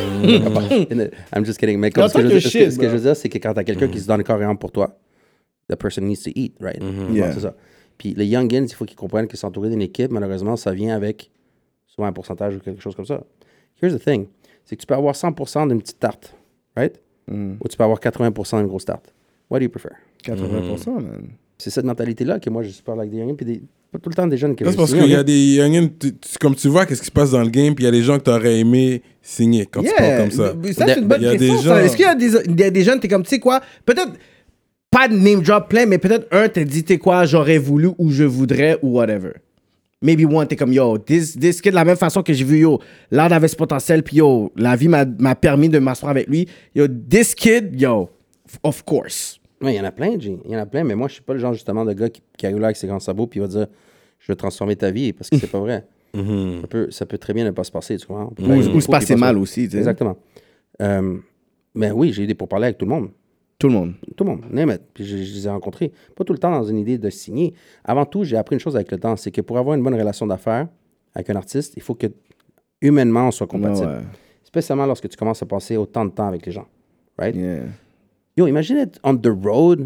I'm just kidding, mais comme No, ce que, je, talk your ce que- shit, ce que je bro. veux dire, c'est que quand t'as quelqu'un qui se donne carrément pour toi, the person needs to eat, right? Bon, Yeah. c'est ça. Puis les youngins, il faut qu'ils comprennent que s'entourer d'une équipe, malheureusement, ça vient avec souvent un pourcentage ou quelque chose comme ça. Here's the thing, c'est que tu peux avoir cent pour cent d'une petite tarte, right? Ou tu peux avoir quatre-vingts pour cent d'une grosse tarte. What do you prefer? quatre-vingts pour cent, man. C'est cette mentalité-là que moi, je suis pas avec des youngins, puis des, pas tout le temps des jeunes qui C'est veulent parce signer, qu'il y a hein. des youngins, tu- tu- comme tu vois, qu'est-ce qui se passe dans le game, puis il y a des gens que tu aurais aimé signer quand tu parles comme ça. Mais ça, c'est une bonne Il y a question. des ça. gens- Est-ce qu'il y a des, il y a des jeunes, t'es comme, tu sais quoi, peut-être pas de name drop plein, mais peut-être un, t'as dit, t'es quoi, j'aurais voulu ou je voudrais ou whatever. Maybe one, t'es comme, yo, this, this kid, de la même façon que j'ai vu, yo, l'art avait ce potentiel, puis yo, la vie m'a, m'a permis de m'asseoir avec lui. Yo, this kid, yo, of course. Oui, il y en a plein, G. Il y en a plein, mais moi, je suis pas le genre, justement, de gars qui, qui arrive là avec ses grands sabots puis il va dire « Je vais transformer ta vie », parce que c'est pas vrai. ça, peut, ça peut très bien ne pas se passer, tu vois. On peut faire Ou, une ou se info, passer puis pas mal se- aussi, tu sais. Exactement. Euh, mais oui, j'ai eu des pourparlers avec tout le monde. Tout le monde. Tout le monde, name it. Puis je, je les ai rencontrés. Pas tout le temps dans une idée de signer. Avant tout, j'ai appris une chose avec le temps, c'est que pour avoir une bonne relation d'affaires avec un artiste, il faut que humainement, on soit compatible. Ouais, ouais. Spécialement lorsque tu commences à passer autant de temps avec les gens. Right? Yeah. Yo, imagine être on the road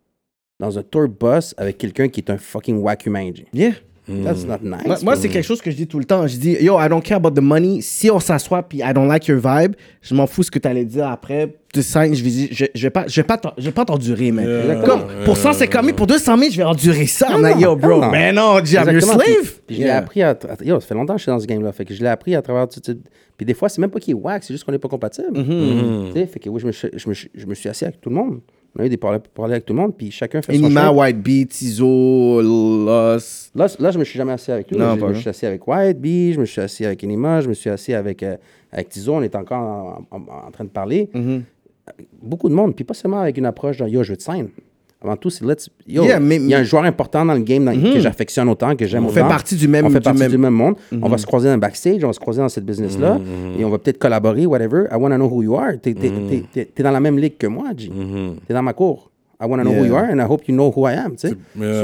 dans un tour bus avec quelqu'un qui est un fucking wack humain. G. Yeah. That's not nice. Moi, moi, c'est quelque chose que je dis tout le temps. Je dis, yo, I don't care about the money. Si on s'assoit puis I don't like your vibe, je m'en fous ce que tu allais dire après. Tu sais, je vais dire, je, je vais pas, je vais pas, t'en- je vais pas t'endurer, man. Yeah. Comme, pour cent cinquante mille, pour deux cent mille, je vais endurer ça. Non, I'm like, non, yo, bro, non. man, non, G, I'm your Exactement. slave. Puis, puis je l'ai Yeah. appris à, à- Yo, ça fait longtemps que je suis dans ce game-là. Fait que je l'ai appris à travers. tu- tu- Puis des fois, c'est même pas qu'il est wack, c'est juste qu'on n'est pas compatible. Mm-hmm. Tu sais, fait que oui, je me, suis- je, me, suis- je me suis assis avec tout le monde. On a eu des parler, parler avec tout le monde, puis chacun fait son Enima, chemin. White Beat, Tizo, Loss. Là, là, je me suis jamais assis avec lui. Non, je, pas je me vrai. suis assis avec White Bee, je me suis assis avec Enima, je me suis assis avec, euh, avec Tizo. On est encore en, en- en train de parler. Mm-hmm. Beaucoup de monde, puis pas seulement avec une approche de yo, je veux te sign. Avant tout, c'est let's. Yo, Yeah, mais- il y a un joueur important dans le game dans- que j'affectionne autant, que j'aime On autant. fait partie du même- On fait du partie même- du même monde. On va se croiser dans le backstage, on va se croiser dans cette business-là, et on va peut-être collaborer, whatever. I want to know who you are. T'es, t'es, t'es, t'es- t'es dans la même ligue que moi, G. T'es dans ma cour. I want to know Yeah. who you are, and I hope you know who I am. Tu sais. Yeah. So,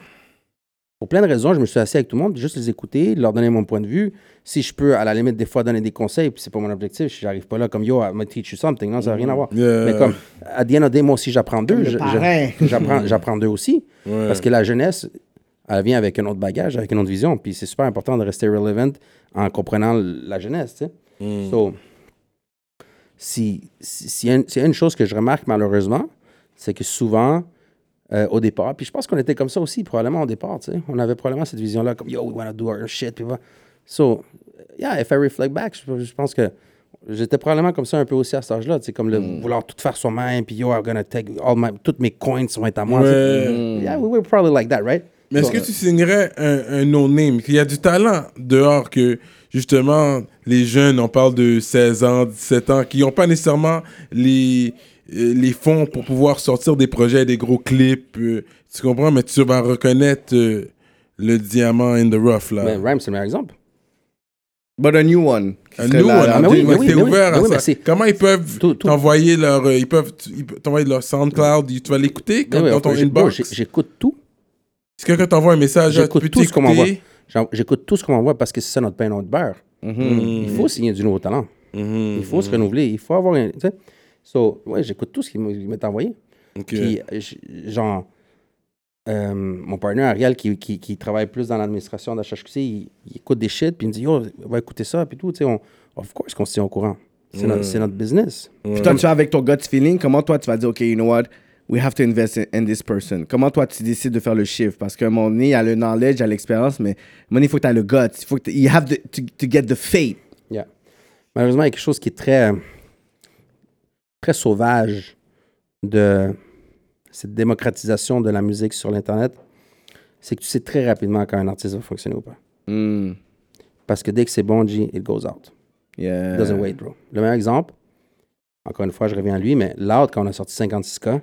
pour plein de raisons, je me suis assis avec tout le monde, juste les écouter, leur donner mon point de vue. Si je peux, à la limite, des fois, donner des conseils, puis c'est pas mon objectif, si j'arrive pas là comme yo, I'm gonna teach you something. Non, ça n'a rien à voir. Yeah. Mais comme, à the end of the day, moi aussi, j'apprends d'eux. le Je- je- parrain. J'apprends, j'apprends d'eux aussi. Ouais. Parce que la jeunesse, elle vient avec un autre bagage, avec une autre vision. Puis c'est super important de rester relevant en comprenant la jeunesse, tu sais. So, si, si, s'il y a une- s'il y a une chose que je remarque malheureusement, c'est que souvent, euh, au départ, puis je pense qu'on était comme ça aussi, probablement au départ, tu sais. On avait probablement cette vision-là, comme yo, we want to do our shit, puis voilà. So, yeah, if I reflect back, je, je pense que j'étais probablement comme ça un peu aussi à cet âge-là, tu sais, comme le vouloir tout faire soi-même, puis yo, I'm gonna take all my, toutes mes coins vont être à moi. tu sais. Ouais. Yeah, we were probably like that, right? Mais est-ce So, que tu signerais un, un no-name? Il y a du talent dehors que, justement, les jeunes, on parle de seize ans, dix-sept ans, qui n'ont pas nécessairement les, euh, les fonds pour pouvoir sortir des projets, des gros clips. euh, tu comprends? Mais tu vas reconnaître euh, le diamant in the rough, là. mais Rhyme, c'est le meilleur exemple. But a new one. qui Un serait new là, one, là. Ah, mais oui, t'es- mais oui, t'es mais oui, ouvert mais à oui, mais ça. c'est- Comment ils peuvent Tout- tout- t'envoyer leur, euh, ils peuvent ils peuvent t'envoyer leur SoundCloud, tu vas l'écouter quand- Oui, oui, dans on ton peut- j'ai- bro, inbox? j'ai- J'écoute tout. Si quelqu'un t'envoie un message, J'écoute peux-tu tout ce qu'on m'envoie. écouter? J'en- J'écoute tout ce qu'on m'envoie parce que c'est ça notre pain, notre beurre. Il faut signer du nouveau talent. Mhm, Il faut se renouveler. Il faut avoir un. Tu sais. So, ouais, j'écoute tout ce qu'il m'est envoyé. Ok. Puis, j- genre, euh, mon partenaire Ariel, qui, qui, qui travaille plus dans l'administration d'H H Q C, il, il écoute des shit, puis il me dit, yo, on va écouter ça, puis tout. Tu sais, on, of course qu'on se tient au courant. C'est Ouais. notre, c'est notre business. Puis toi, tu vas avec ton gut feeling, comment toi, tu vas dire, OK, you know what, we have to invest in, in this person. Comment toi, tu décides de faire le shift? Parce qu'à un moment donné, il y a le knowledge, il y a l'expérience, mais à un moment donné, il faut que tu aies le gut. Il faut que tu you have the, to, to get the faith. Yeah. Malheureusement, il y a quelque chose qui est très, très sauvage de cette démocratisation de la musique sur l'Internet. C'est que tu sais très rapidement quand un artiste va fonctionner ou pas. Mm. Parce que dès que c'est bon, G, it goes out. Yeah. It doesn't wait, bro. Le meilleur exemple, encore une fois, je reviens à lui, mais Loud, quand on a sorti cinquante-six K,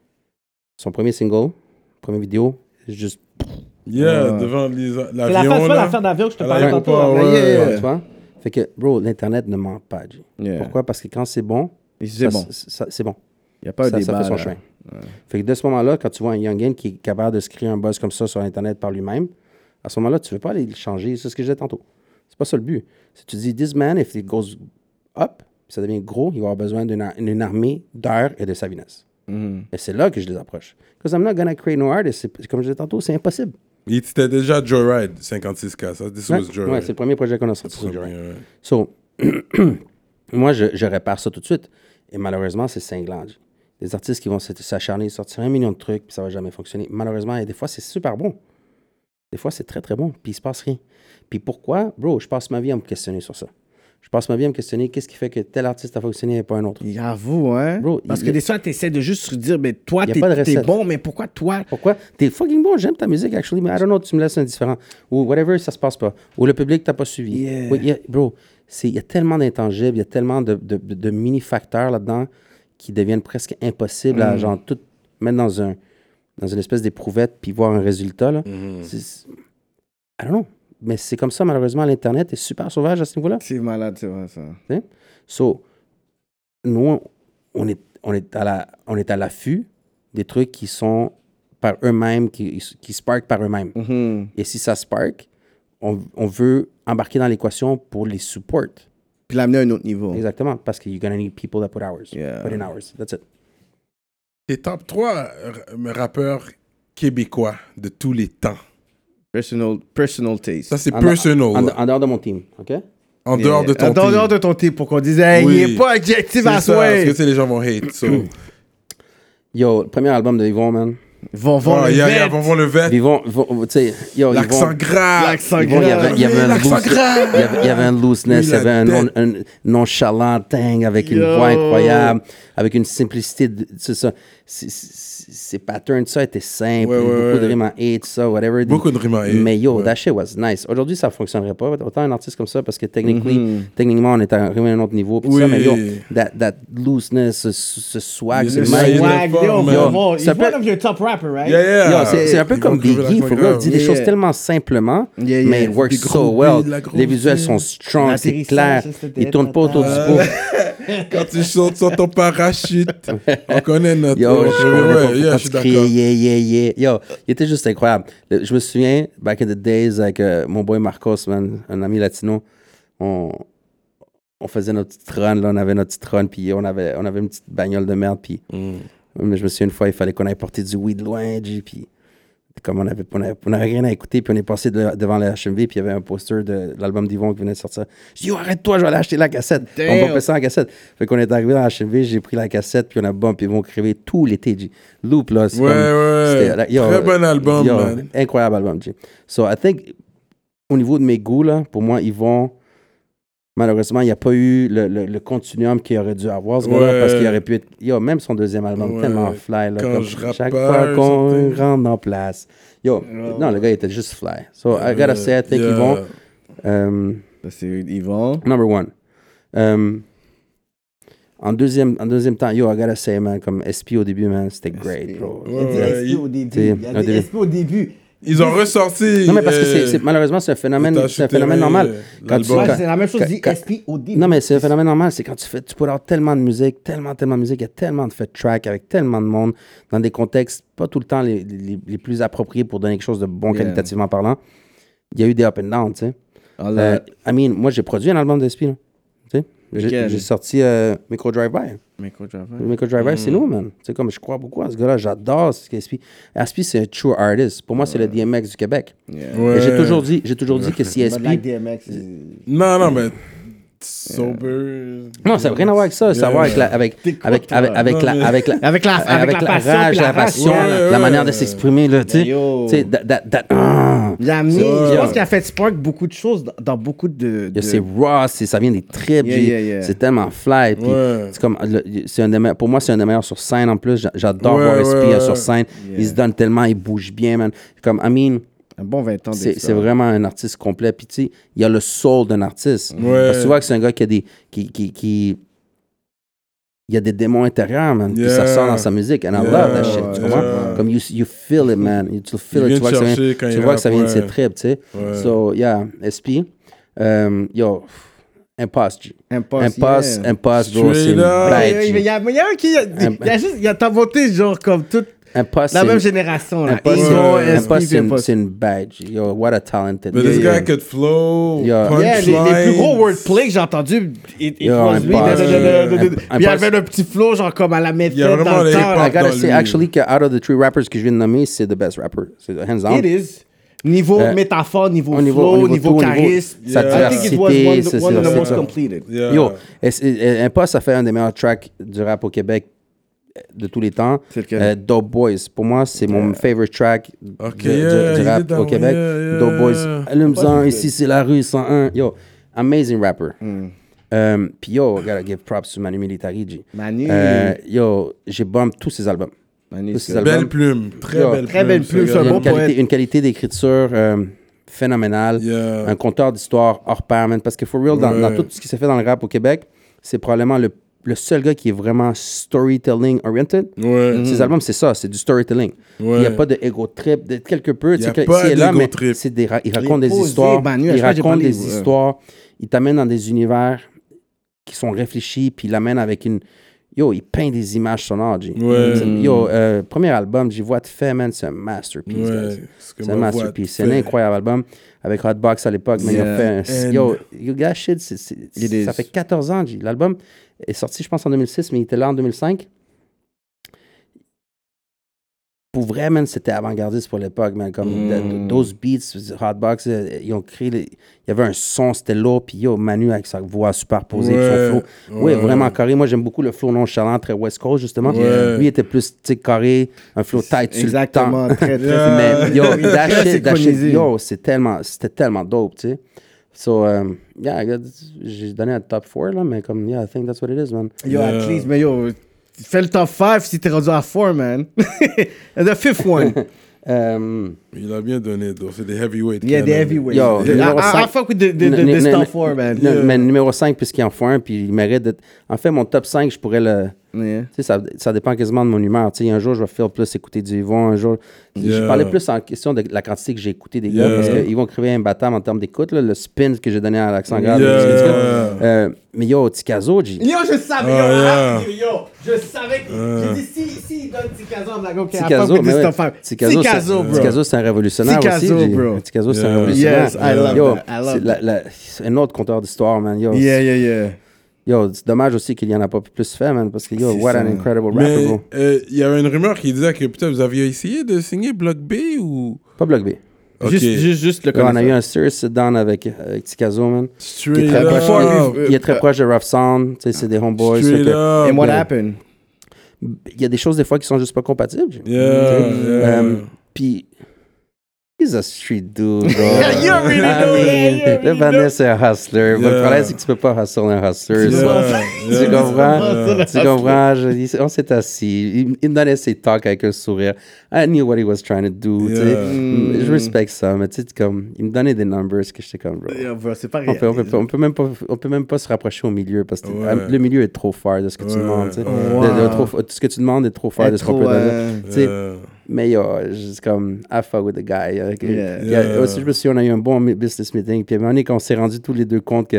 son premier single, première vidéo, c'est juste... Yeah, Ouais. devant les, C'est l'avion, l'affaire, c'est pas là. l'affaire d'avion que je te À parlais tantôt. l'aéroport, là. ouais, Yeah, yeah, Tu vois? Fait que, bro, l'Internet ne ment pas, G. yeah. Pourquoi? Parce que quand c'est bon, C'est ça- bon. ça- c'est bon. Il n'y a pas ça, de ça débat. fait son là. chemin. Fait que de ce moment-là, quand tu vois un youngin qui est capable de se créer un buzz comme ça sur Internet par lui-même, à ce moment-là, tu ne veux pas aller le changer. C'est ce que je disais tantôt. C'est pas ça le but. Si tu dis, this man, if it goes up, ça devient gros, il va avoir besoin d'une, ar- d'une armée d'heures et de savviness. Mhm. Et c'est là que je les approche. Because I'm not gonna create no artist. C'est- Comme je disais tantôt, c'est impossible. Il était déjà Joyride, cinquante-six K. Ça, this Ouais, was Joyride. ouais, c'est le premier projet qu'on a sorti. C'est sur le Joyride. premier, ouais. So, moi, je, je répare ça tout de suite. Et malheureusement, c'est cinglant. Des artistes qui vont s- s'acharner, sortir un million de trucs, puis ça va jamais fonctionner. Malheureusement, et des fois, c'est super bon. Des fois, c'est très, très bon, puis il se passe rien. Puis pourquoi? Bro, je passe ma vie à me questionner sur ça. Je passe ma vie à me questionner qu'est-ce qui fait que tel artiste a fonctionné et pas un autre. J'avoue, hein. Bro, Parce il- que des fois, tu essaies de juste dire, mais toi, Y a t'es, pas de t'es recette. bon, mais pourquoi toi? Pourquoi? T'es fucking bon, j'aime ta musique, actually, mais I don't know, tu me laisses indifférent. Ou whatever, ça se passe pas. Ou le public t'a pas suivi. Yeah. Oui, y a- bro, il y a tellement d'intangibles, il y a tellement de, de, de- de mini-facteurs là-dedans qui deviennent presque impossibles à, genre, tout mettre dans, un, dans une espèce d'éprouvette puis voir un résultat, là. C'est- c'est- I don't know. Mais c'est comme ça, malheureusement, l'Internet est super sauvage à ce niveau-là. C'est malade, c'est vrai, ça. T'sais? So, nous, on est, on est à la, on est à l'affût des trucs qui sont par eux-mêmes, qui, qui spark par eux-mêmes. Mhm. Et si ça spark, on, on veut embarquer dans l'équation pour les support. Puis l'amener à un autre niveau. Exactement, parce que you're gonna need people that put hours. Yeah. Put in hours. That's it. Tes top trois euh, rappeurs québécois de tous les temps. Personal, personal taste. Ça, c'est En- personal. En, là. en dehors de mon team, OK? En dehors de ton En dehors team. de ton team, pour qu'on dise, hey, Oui. il est pas objectif C'est à ça, soi. parce que tu sais, les gens vont hate. So. Yo, le premier album de Yvon, man. Vont voir Oh, le il y a, il y a vet. Vont voir le vet. Yvon, Yvon, tu sais, yo, L'accent Yvon- grave. L'accent Yvon, il y avait, il y avait un L'accent loose- grave. il y avait, il y avait un looseness, Oui, il y avait un, la non, un nonchalant thing avec une Yo. voix incroyable, avec une simplicité, de- c'est ça. C'est- c'est- Ses patterns, ça, étaient simples, Ouais, ouais, beaucoup ouais. de rimes en eight, ça, whatever. Beaucoup de rimes en eight, Mais yo, ouais. that shit was nice. Aujourd'hui, ça fonctionnerait pas. Autant un artiste comme ça, parce que technically, Mm-hmm. techniquement, on est arrivé à un autre niveau. Puis Oui. ça, mais yo, that, that looseness, ce, ce swag, Le ce swag, mindset. Swag, fort, yo, man. Vont voir. Ça Il peut- voit comme un top rapper, right? Yeah, yeah. Yo, c'est, c'est un peu Ils comme vont trouver Biggie, l'accent for real. grave. Il dit des Yeah. choses tellement simplement, Yeah, yeah. mais it works Des so gros well. beats, la grosse Les visuels beat. sont strong, c'est L'atterrissage, clair. ça, c'était Ils tournent pas autour du Euh, pot. Quand tu sautes sur ton parachute, on connaît notre. Yo, on je connaît- connais pas ouais, yeah, pourquoi je suis tu criais, d'accord. yeah, yeah, yeah. Yo, il était juste incroyable. Le- Je me souviens, back in the days, avec euh, mon boy Marcos, man, un ami latino, on, on faisait notre petite run, là, on avait notre petite run, puis on avait, on avait une petite bagnole de merde, puis mais je me souviens une fois, il fallait qu'on aille porter du weed loin, G, puis comme on avait, on avait, on avait rien à écouter, puis on est passé de- devant le H M V, puis il y avait un poster de l'album d'Yvon qui venait de sortir. J'ai dit, yo, arrête-toi, je vais aller acheter la cassette. Damn. On bumpait ça en cassette. Fait qu'on est arrivé dans le H M V, j'ai pris la cassette, puis on a bump, puis ils vont crever tout l'été, G. Loop, là, c'est Ouais, comme... ouais. c'était- yo, Très bon album, yo, man. Incroyable album, G. So, I think, au niveau de mes goûts, là, pour moi, Yvon, malheureusement, il n'y a pas eu le, le, le continuum qu'il aurait dû avoir, ce gars-là, Ouais. parce qu'il aurait pu être... Yo, même son deuxième album, Ouais. tellement fly, là. Quand comme je rappe chaque pas, fois qu'on something. rentre en place. Yo, non, le gars, il était juste fly. So, I gotta say, I think Yeah. Yvon, um, Ça, c'est Yvon. number one. Um, en, deuxième, en deuxième temps, yo, I gotta say, man, comme S P au début, man, c'était great, bro. Il y a des Ouais, S P il- au début. t'sais, Il y a au des début. S P au début. Ils ont ressorti. Non, mais parce que c'est, euh, c'est- malheureusement, c'est un phénomène, T'as c'est un shooté, phénomène normal. euh, Quand tu, l'album. Ouais, quand- c'est la même chose, quand- dit quand- S P au début. Non, mais c'est un phénomène normal. C'est quand tu fais, tu peux avoir tellement de musique, tellement, tellement de musique, il y a tellement de fait track avec tellement de monde, dans des contextes pas tout le temps les, les, les plus appropriés pour donner quelque chose de bon Yeah. qualitativement parlant. Il y a eu des up and down, tu sais. Ah, là, Euh, I mean, moi, j'ai produit un album de S P, là. Tu sais, J'ai Lequel? j'ai sorti euh, Micro Drive-By. Micro Drive. Le Micro Drive-By, c'est nous, man. C'est comme, je crois beaucoup à ce gars-là. J'adore ce qu'Aspi. Aspi, c'est un true artist. Pour moi, c'est le D M X du Québec. Yeah. Ouais. Et j'ai toujours dit, j'ai toujours dit que si But Aspi... like D M X. Non, non, mais. Sober. Non, ça n'a rien à voir avec ça. Ça a à voir avec la, avec, T'es quoi, avec, toi? avec, avec, Non, la, mais- avec la, Avec la- avec la passion, rage, puis la la race. passion, Ouais, la, ouais. la manière de s'exprimer, là, tu sais. Mais yo. Tu sais, that, that, that, ah. Il a amené, Ça, je pense ouais. qu'il a fait spark beaucoup de choses dans, dans beaucoup de. de... C'est raw, c'est- ça vient des tripes, Yeah, j'ai- yeah, yeah. c'est tellement fly. Puis Ouais. c'est comme, le- c'est un des meilleurs- pour moi, c'est un des meilleurs sur scène en plus. J'a- J'adore Ouais, voir S P ouais, euh, ouais. sur scène. Yeah. Il se donne tellement, il bouge bien, man. Comme, I mean, Un bon vingt ans de c'est ça. c'est vraiment un artiste complet. Puis tu sais, il y a le soul d'un artiste. Ouais. Parce que tu vois que c'est un gars qui a des. Qui, qui, qui- il y a des démons intérieurs, man. Puis ça Yeah. sort dans sa musique. And I Yeah. love that shit. Tu Yeah. comprends? Comme you, you feel it, man. You tu feel Il it. vient Tu vois te que ça vient, chercher quand tu il vois que ça rappe, vient de ses ouais. tripes, tu sais. Ouais. So, yeah, S P. Um, yo, Impasse, G. Impasse, Impasse, yeah. Impasse, bro, c'est une Straight up. bête, Il y a- il y G. a, il y a un qui. Il y a, il y a juste. Il y a ta beauté, genre, comme toute. Impasse, La c'est même une- génération, là. Impasse, Ego, c'est- S P, Impasse, c'est une- Impasse. c'est une bête, G. Yo, what a talented. But guy. this Yeah. guy could flow, Yeah. punchline. Yeah, les, les plus gros wordplay que j'ai entendu, it, it Yo, was un lui. pass, de- de- de- de- de- de- un- Puis un il y pass. avait le petit flow, genre comme à la méthode Il y a vraiment dans le les temps. hip-hop. I gotta dans say, lui. actually, que out of the three rappers que je viens de nommer, c'est the best rapper. C'est hands down. It is. Niveau Euh, métaphore, niveau au niveau- flow, au niveau, niveau tout, au niveau charisme. sa I think it was diversité, one, c'est- one of the c'est- most c'est- completed. Yeah. Yo, est- est- Impasse, ça fait un des meilleurs tracks du rap au Québec de tous les temps. C'est lequel? Euh, Dope Boys. Pour moi, c'est mon favorite track Ok, du, du- yeah, du il rap est dans- au Québec. yeah, yeah, Dope Boys. yeah. Allume-en, ici c'est la rue cent un. Yo, amazing rapper. Hmm. Euh, Puis yo, gotta give props to Manu Militari, G. Manu. Euh, yo, j'ai bump tous ses albums. Manu, tous c'est- ses albums. Belle plume, très Yo, belle très belle ce plume, gars. c'est un Il y a bon une qualité, poète. une qualité d'écriture euh, phénoménale. Yeah. Un conteur d'histoire hors pair, man. Parce que for real, dans, Ouais. dans tout ce qui s'est fait dans le rap au Québec, c'est probablement le, le seul gars qui est vraiment storytelling oriented. Ouais. Ses albums, c'est ça, c'est du storytelling. Il Ouais. n'y a pas de ego trip, de quelque peu. Il y a tu sais, pas ici et là, d'ego mais trip. c'est des ra- il Il est raconte des posé, histoires. Manu, à il chaque fois, j'ai raconte parlé, des ouais. histoires. Il t'amène dans des univers qui sont réfléchis, puis il l'amène avec une. Yo, il peint des images sonores, G. Ouais. C'est- Yo, euh, premier album, J'y vois de fait, man, c'est un masterpiece, Ouais, guys. ce que C'est un ma voix masterpiece. te C'est un fait. incroyable album. Avec Hotbox à l'époque, mais il a Yeah. fait un. And- Yo, you got shit, c'est- c'est- It is. ça fait quatorze ans, G. L'album est sorti, je pense, en deux mille six, mais il était là en deux mille cinq. Pour vrai, man, c'était avant-gardiste pour l'époque, man. Comme Mm. the- those beats, Hotbox, euh, ils ont créé. les- Il y avait un son, c'était lourd, puis yo, Manu avec sa voix superposée, Ouais, son flow. Oui, ouais. vraiment carré. Moi, j'aime beaucoup le flow nonchalant, très West Coast, justement. Ouais. Lui, il était plus, tu sais, carré, un flow tight sur le Exactement. temps. Très, très. Yeah. Mais yo, Très that shit, that shit, synchronisé. yo, c'est tellement, c'était tellement dope, tu sais. So, um, yeah, I got- j'ai donné un top four, là, mais comme, yeah, I think that's what it is, man. Yo, Yeah. at least, mais yo, fais le top cinq si t'es rendu à four, man. The fifth one. Um, Il a bien donné, donc c'est des heavyweights. Yeah, the Canada. heavyweight. Yo, I, numéro I, I cinq. fuck with the, the, the, n- this n- top n- four, man. n- Yeah. Mais numéro cinq, puisqu'il en faut un, puis il mérite d'être. En fait, mon top cinq, je pourrais le. Yeah. Tu sais, ça, ça dépend quasiment de mon humeur. Tu sais, un jour, je vais faire plus écouter du Yvon. Un jour, je Yeah. parlais plus en question de la quantité que j'ai écouté des Yeah. gars, parce qu'ils vont crever imbattable en termes d'écoute, là, le spin que j'ai donné à l'accent grave. Yeah. tu sais, tu sais. Euh, mais yo, Tikazo, G. Yo, je savais, Ah, yo, yeah. yo, yo, je savais que. J'ai dit, si, si il donne Tikazo, I'm like, okay, I fuck Tikazo, with mais this ouais, top five. Tikazo, Tikazo, c'est- bro. Tikazo, c'est un révolutionnaire Tikazo, aussi. G. bro. Tikazo, c'est un Yeah. révolutionnaire. Yes, I love Yo, that, I love c'est la- la- c'est un autre compteur d'histoire, man. Yo, Yeah, yeah, yeah. yo, c'est dommage aussi qu'il y en a pas plus fait, man, parce que yo, C'est what ça. an incredible rapper, Mais bro. euh, il y avait une rumeur qui disait que peut-être vous aviez essayé de signer Block B ou. Pas Block B. Ok. Juste, juste, juste le Là, on a eu connaisseur. un serious sit-down avec, avec Tikazo, man. Il est Straight très, up. proche, Before we- il est très proche de Rough Sound, tu sais, c'est des homeboys. fait Straight que- up. And what Yeah. happened? Il y a des choses des fois qui sont juste pas compatibles. G. Yeah, Euh, yeah. Puis, he's a street dude, bro. Yeah, you already I know, mean, yeah, you already le Vanessa, c'est un hustler. Yeah. Le problème, c'est que tu peux pas hustler un hustler. Yeah, ça. yeah. Tu comprends? Yeah. Tu comprends? Je dis, on s'est assis. Il, il me donnait ses talks avec un sourire. I knew what he was trying to do. tu sais. Yeah. Mm, Je respecte ça, mais tu sais, comme, il me donnait des numbers que j'étais comme, bro. Yeah, bro, c'est pas On peut, on, peut, on, peut même pas, on peut même pas se rapprocher au milieu parce que Ouais. le milieu est trop fort de ce que tu Ouais. demandes. tu sais. Ouais. De- de trop- ce que tu demandes est trop fort de ce qu'on peut Trop, donner. euh, Tu sais, Yeah. mais yo, juste comme, I fuck with the guy. Like, Yeah. il y a- Yeah. Aussi, je me suis dit, on a eu un bon mi- business meeting. Puis à un moment donné, quand on s'est rendu tous les deux compte que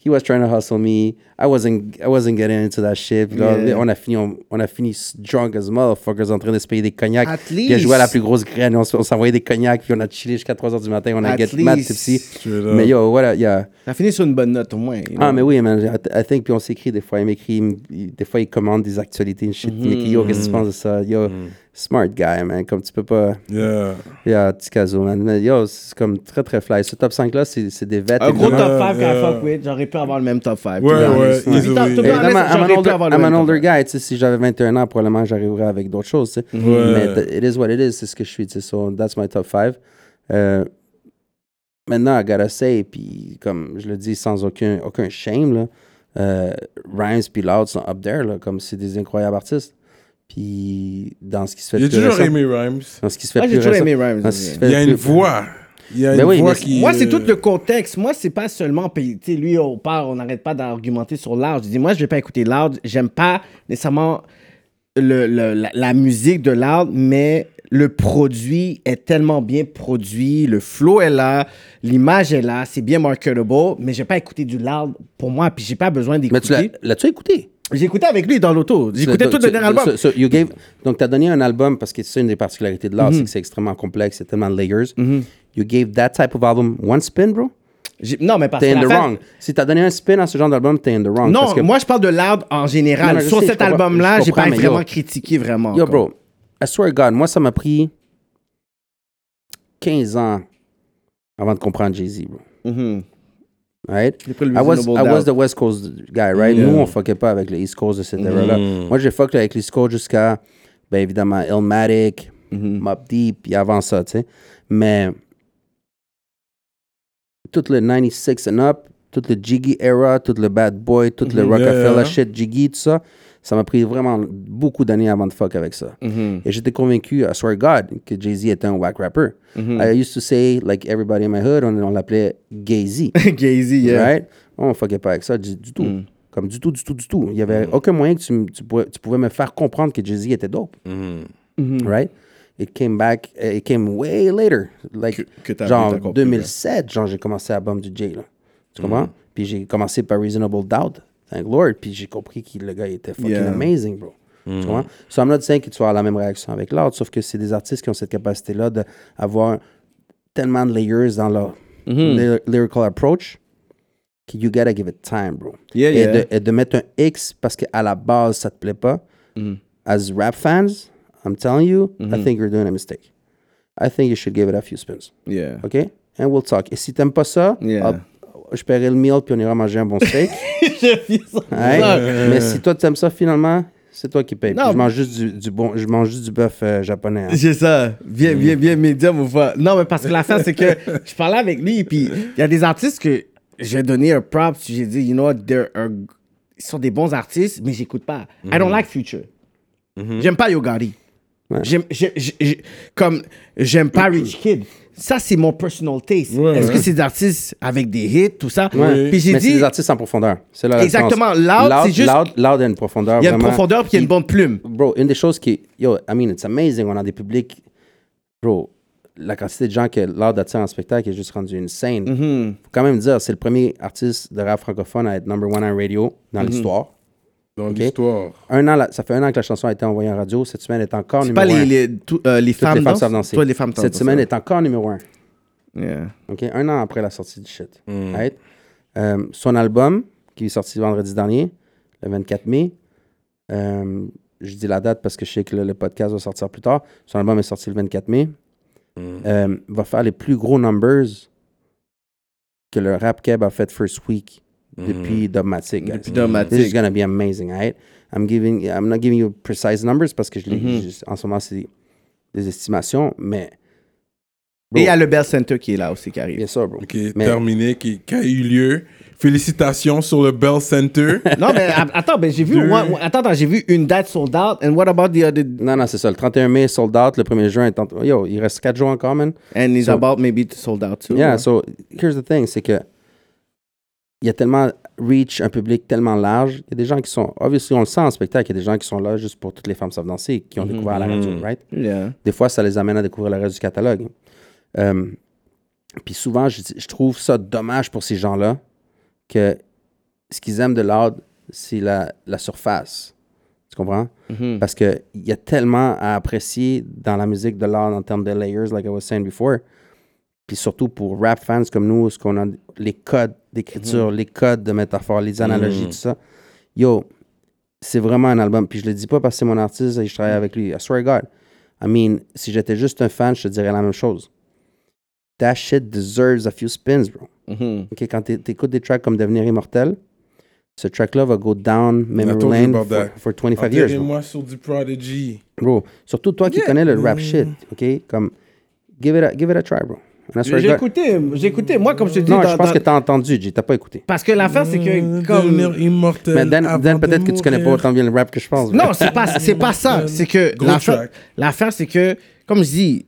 he was trying to hustle me. I wasn't, I wasn't getting into that shit. Puis là, Yeah. on a fini, on, on a fini drunk as motherfuckers en train de se payer des cognacs. At Puis on jouait à la least. plus grosse graine. On, s- on s'envoyait des cognacs, puis on a chillé jusqu'à trois heures du matin. On a At get mad least. tipsy. Straight up. Mais yo, voilà, yeah. Ça finit sur une bonne note au moins. you Ah, know. mais oui, man. I, th- I think, puis on s'écrit des fois. Il m'écrit, il m- il- des fois, il commande des actualités, une shit. Il m'écrit, yo, qu'est-ce que tu penses de ça? Yo, smart guy, man. Comme tu peux pas. Yeah. Yeah, petit caso, man. Mais yo, c'est comme très, très fly. Ce top cinq-là, c'est c'est des vets. Un gros évidemment. top cinq qu'à yeah. fuck with, j'aurais pu avoir le même top cinq. Ouais, ouais, easily. Évidemment, I'm an J'aurais pu older, avoir le I'm même an top older cinq. guy. Tu sais, si j'avais vingt et un ans, probablement j'arriverais avec d'autres choses. Tu sais. Ouais. Mais th- it is what it is. C'est ce que je suis. Tu sais. So that's my top five. Euh, maintenant, I gotta say, puis comme je le dis sans aucun, aucun shame, là, euh, Rhymes puis Loud sont up there, là, comme c'est des incroyables artistes. Puis dans ce qui se fait J'ai plus toujours récent- aimé Rhymes. dans ce qui se fait Moi, j'ai plus toujours récent- aimé Rhymes. dans ce qui se Il fait y a une plus- voix. Il y a Ben une oui, voix mais qui. Moi, c'est euh, tout le contexte. Moi, c'est pas seulement. Tu sais, lui, on part, on n'arrête pas d'argumenter sur Loud. Je dis, moi, je vais pas écouter Loud. J'aime pas nécessairement le, le- la, la musique de Loud, mais le produit est tellement bien produit. Le flow est là, l'image est là, c'est bien marketable, mais j'ai pas écouté du Loud pour moi, puis j'ai pas besoin Mais tu l'as- d'écouter. l'as-tu écouté? J'ai écouté avec lui dans l'auto. J'ai écouté So- tout le so- dernier album. so- so you gave- donc, tu as donné un album parce que c'est une des particularités de l'art, Mm-hmm. c'est que c'est extrêmement complexe, c'est tellement de layers. You gave that type of album one spin, bro? J'ai- Non, mais parce T'es que in la the fin- wrong. Si t'as donné un spin à ce genre d'album, t'es in the wrong. Non, parce que, moi, je parle de Loud en général. Non, non, je Sur sais, cet je comprends- album-là, je j'ai pas comprends, mais vraiment yo. critiqué vraiment. Yo, comme. bro, I swear to God, moi, ça m'a pris quinze ans avant de comprendre Jay-Z, bro. Mhm. Right? J'ai pris le I was, Reasonable I was Doubt. the West Coast guy, right? Yeah. Nous, on fuckait pas avec le East Coast de cette era-là. Moi, j'ai fucké avec l'East Coast jusqu'à, ben évidemment, Illmatic, Mobb Deep, puis avant ça, tu sais. Mais tout le ninety-six and up, tout le Jiggy era, tout le Bad Boy, tout le Rockefeller Yeah. shit, Jiggy, tout ça, ça m'a pris vraiment beaucoup d'années avant de fuck avec ça. Et j'étais convaincu, I swear God, que Jay-Z était un whack rapper. I used to say, like everybody in my hood, on, on l'appelait Gay-Z. Gay-Z, yeah. Right? On fuckait pas avec ça du, du tout. Comme du tout, du tout, du tout. Il y avait aucun moyen que tu, m- tu, pouvais, tu pouvais me faire comprendre que Jay-Z était dope. Right? It came back, uh, it came way later. Like, Que- que t'as- genre t'as compris, deux mille sept, genre j'ai commencé à bum du Jay, là. Tu comprends? Puis j'ai commencé par Reasonable Doubt, thank Lord. Puis j'ai compris que le gars il était fucking Yeah. amazing, bro. Tu comprends? So I'm not saying que tu vas avoir la même réaction avec l'autre, sauf que c'est des artistes qui ont cette capacité-là d'avoir tellement de layers dans leur ly- lyrical approach que you gotta give it time, bro. Yeah, et, yeah. De, et de mettre un X parce qu'à la base, ça te plaît pas. As rap fans, I'm telling you, I think you're doing a mistake. I think you should give it a few spins. Yeah. OK? And we'll talk. Et si t'aimes pas ça, Yeah. hop, je paierai le meal puis on ira manger un bon steak. J'ai vu ça. Right? Mais si toi t'aimes ça, finalement, c'est toi qui payes. Puis Non. je mange juste du, du bon, je mange juste du bœuf euh, japonais. hein. C'est ça. Bien, bien, bien médium ou pas. Non, mais parce que la fin, c'est que je parlais avec lui, puis il y a des artistes que j'ai donné un prop, j'ai dit, you know what, they're a- ils sont des bons artistes, mais j'écoute pas. I don't like Future. J'aime pas Yo Gotti. Ouais. J'aime, j'ai- j'ai- j'ai- comme, j'aime pas Rich Kid. Ça, c'est mon personal taste. Ouais, Est-ce ouais. que c'est des artistes avec des hits, tout ça? Ouais. Puis j'ai Mais c'est dit, des artistes en profondeur. C'est là la Exactement. différence. Loud, c'est juste- Loud, Loud a une profondeur. il y a une vraiment. profondeur, puis il y a une bonne plume. Bro, une des choses qui. Yo, I mean, it's amazing. On a des publics. Bro, la quantité de gens que Loud attire en spectacle est juste rendu insane. Mm-hmm. Faut quand même dire, c'est le premier artiste de rap francophone à être number one en radio dans Mm-hmm. l'histoire. Dans Ok. l'histoire. Un an, la- ça fait un an que la chanson a été envoyée en radio. Cette semaine est encore C'est numéro pas un. les, les, tout- euh, les Toutes femmes les femmes dansent? savent danser. Toi, les femmes Cette dansent, semaine ça. est encore numéro un. Yeah. OK? Un an après la sortie du shit. Right? Euh, son album, qui est sorti vendredi dernier, le vingt-quatre mai, euh, je dis la date parce que je sais que le, le podcast va sortir plus tard. Son album est sorti le vingt-quatre mai. Euh, va faire les plus gros numbers que le Rap Keb a fait first week depuis Dogmatic. guys. Depuis Dogmatic. This is gonna be amazing, right? I'm giving, I'm not giving you precise numbers parce que je l'ai, Mm-hmm. juste- en ce moment c'est des estimations, mais Et il y a le Bell Center qui est là aussi, qui arrive. bien sûr, bro. Qui est Mais- terminé, qui, qui a eu lieu. Félicitations sur le Bell Center. Non, mais a- attends, ben, j'ai vu, Deux. one- attends, attends, j'ai vu une date sold out. And what about the other? Non, non, c'est ça. Le trente et un mai, sold out. Le premier juin, est en- yo, il reste quatre jours encore, man. And it's So- about maybe to sold out too. Yeah, Ouais. so here's the thing, c'est que il y a tellement reach, un public tellement large. Il y a des gens qui sont, obviously, on le sent en spectacle, il y a des gens qui sont là juste pour toutes les femmes savent danser, qui ont découvert à la radio, right? Yeah. Des fois, ça les amène à découvrir le reste du catalogue. Euh, Puis souvent, je, je trouve ça dommage pour ces gens-là que ce qu'ils aiment de l'art, c'est la, la surface. Tu comprends? Mm-hmm. Parce qu'il y a tellement à apprécier dans la musique de l'art en termes de layers, like I was saying before. Puis surtout pour rap fans comme nous, ce qu'on a, les codes d'écriture, mm-hmm. les codes de métaphore, les analogies, mm-hmm. tout ça. Yo, c'est vraiment un album. Puis je le dis pas parce que c'est mon artiste et je travaille avec lui. I swear to God. I mean, si j'étais juste un fan, je te dirais la même chose. That shit deserves a few spins, bro. Mm-hmm. Okay, quand t'écoutes des tracks comme Devenir immortel, ce track-là va go down memory lane for, for twenty-five years. Moi sur du Prodigy. Bro, surtout toi qui yeah. connais le rap shit, OK? Comme, give it a, give it a try, bro. J'ai écouté, j'ai écouté. Moi, comme je te dis... Non, dans, je pense dans... que t'as entendu, G. T'as pas écouté. Parce que l'affaire, c'est que... Comme... Devenir immortel. Mais Dan, Dan peut-être que tu connais pas autant bien le rap que je pense. Non, c'est pas, c'est pas ça. C'est que... L'affaire, l'affaire, c'est que, comme je dis...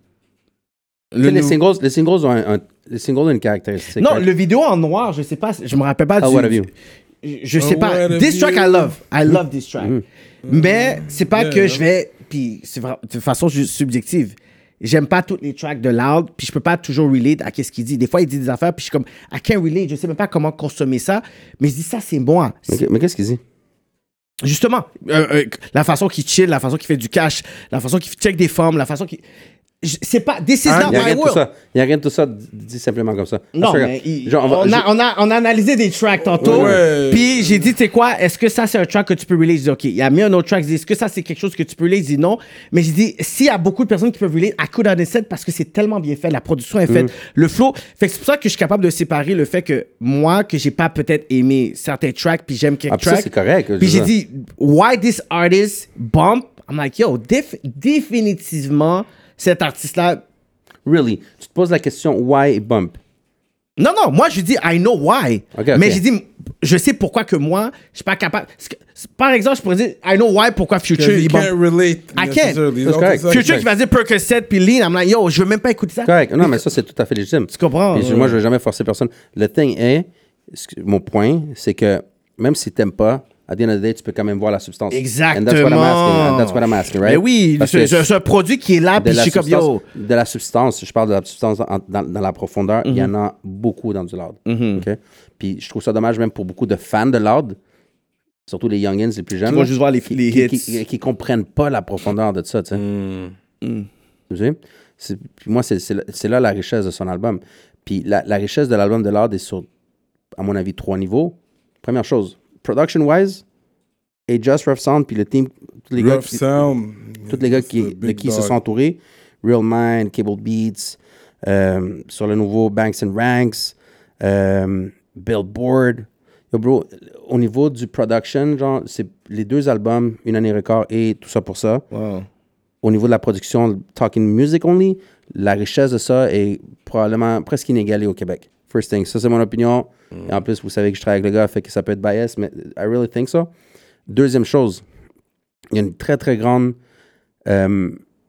Le les, nou... singles, les singles ont un, un, les singles ont une caractéristique. Non, right? le vidéo en noir, je sais pas, je me rappelle pas oh, du... What have you? Je, je sais oh, pas. This track, I love. I love this track. Mm-hmm. Mais c'est pas yeah, que je vais... Puis c'est de façon subjective. J'aime pas toutes les tracks de Loud, puis je peux pas toujours relate à ce qu'il dit. Des fois, il dit des affaires, puis je suis comme, I can't relate, je sais même pas comment consommer ça, mais je dis ça, c'est moi. Mais, mais qu'est-ce qu'il dit? Justement, euh, euh, la façon qu'il chill, la façon qu'il fait du cash, la façon qu'il check des formes, la façon qu'il... C'est pas... This is ah, not my world. Il n'y a rien de tout ça dit simplement comme ça. Non, Parce mais que, il, genre, on, va, on, je... a, on, a, on a analysé des tracks tantôt, ouais. Puis j'ai dit, tu sais quoi, est-ce que ça, c'est un track que tu peux relate? J'ai dit, OK, il a mis un autre track, j'ai dit, est-ce que ça, c'est quelque chose que tu peux relate? J'ai dit non. Mais j'ai dit, s'il y a beaucoup de personnes qui peuvent relate, I could understand parce que c'est tellement bien fait, la production est faite, mm. le flow. Fait que c'est pour ça que je suis capable de séparer le fait que moi, que j'ai pas peut-être aimé certains tracks, puis j'aime quelques ah, tracks. Ça, c'est correct. Puis j'ai dit, why this artist bump? I'm like, yo, déf- définitivement, cet artiste-là... Really? Tu te poses la question, why bump? Non, non, moi, je dis, I know why. Okay, okay. Mais je dis, je sais pourquoi que moi, je suis pas capable... Par exemple, je pourrais dire, I know why, pourquoi Future... You can't relate. I can't. Future correct. Qui va dire Percocet puis Lean, I'm like, yo, je veux même pas écouter ça. Correct. Non, mais ça, c'est tout à fait légitime. Tu comprends? Puis, ouais. Moi, je vais jamais forcer personne. Le thing est, mon point, c'est que même si t'aimes pas, at the end of the day, tu peux quand même voir la substance. Exactement. And that's what I'm asking, and that's what I'm asking, right? Mais oui, c'est, c'est un produit qui est là, puis je suis comme, yo... De la substance, je parle de la substance en, dans, dans la profondeur, il mm-hmm. y en a beaucoup dans du loud. Mm-hmm. Okay? Puis je trouve ça dommage même pour beaucoup de fans de loud, surtout les youngins, les plus jeunes. Qui vont juste voir les, qui, les qui, hits. Qui, qui, qui comprennent pas la profondeur de ça, tu sais. Mm. Mm. Tu sais? C'est, puis moi, c'est, c'est, c'est là la richesse de son album. Puis la, la richesse de l'album de loud est sur, à mon avis, trois niveaux. Première chose, production-wise, et Just Rough Sound, puis le team, tous les Rough gars, qui, Sound, tous les gars qui, de qui se sont entourés, Real Mind, Cable Beats, euh, sur le nouveau Banks and Ranks, euh, Billboard. Yo, bro, au niveau du production, genre, c'est les deux albums, Une année record et Tout ça pour ça. Wow. Au niveau de la production, Talking Music Only, la richesse de ça est probablement presque inégalée au Québec. First thing, ça c'est mon opinion. Mm. Et en plus, vous savez que je travaille avec le gars, fait que ça peut être biased, mais I really think so. Deuxième chose, il y a une très, très grande... Euh,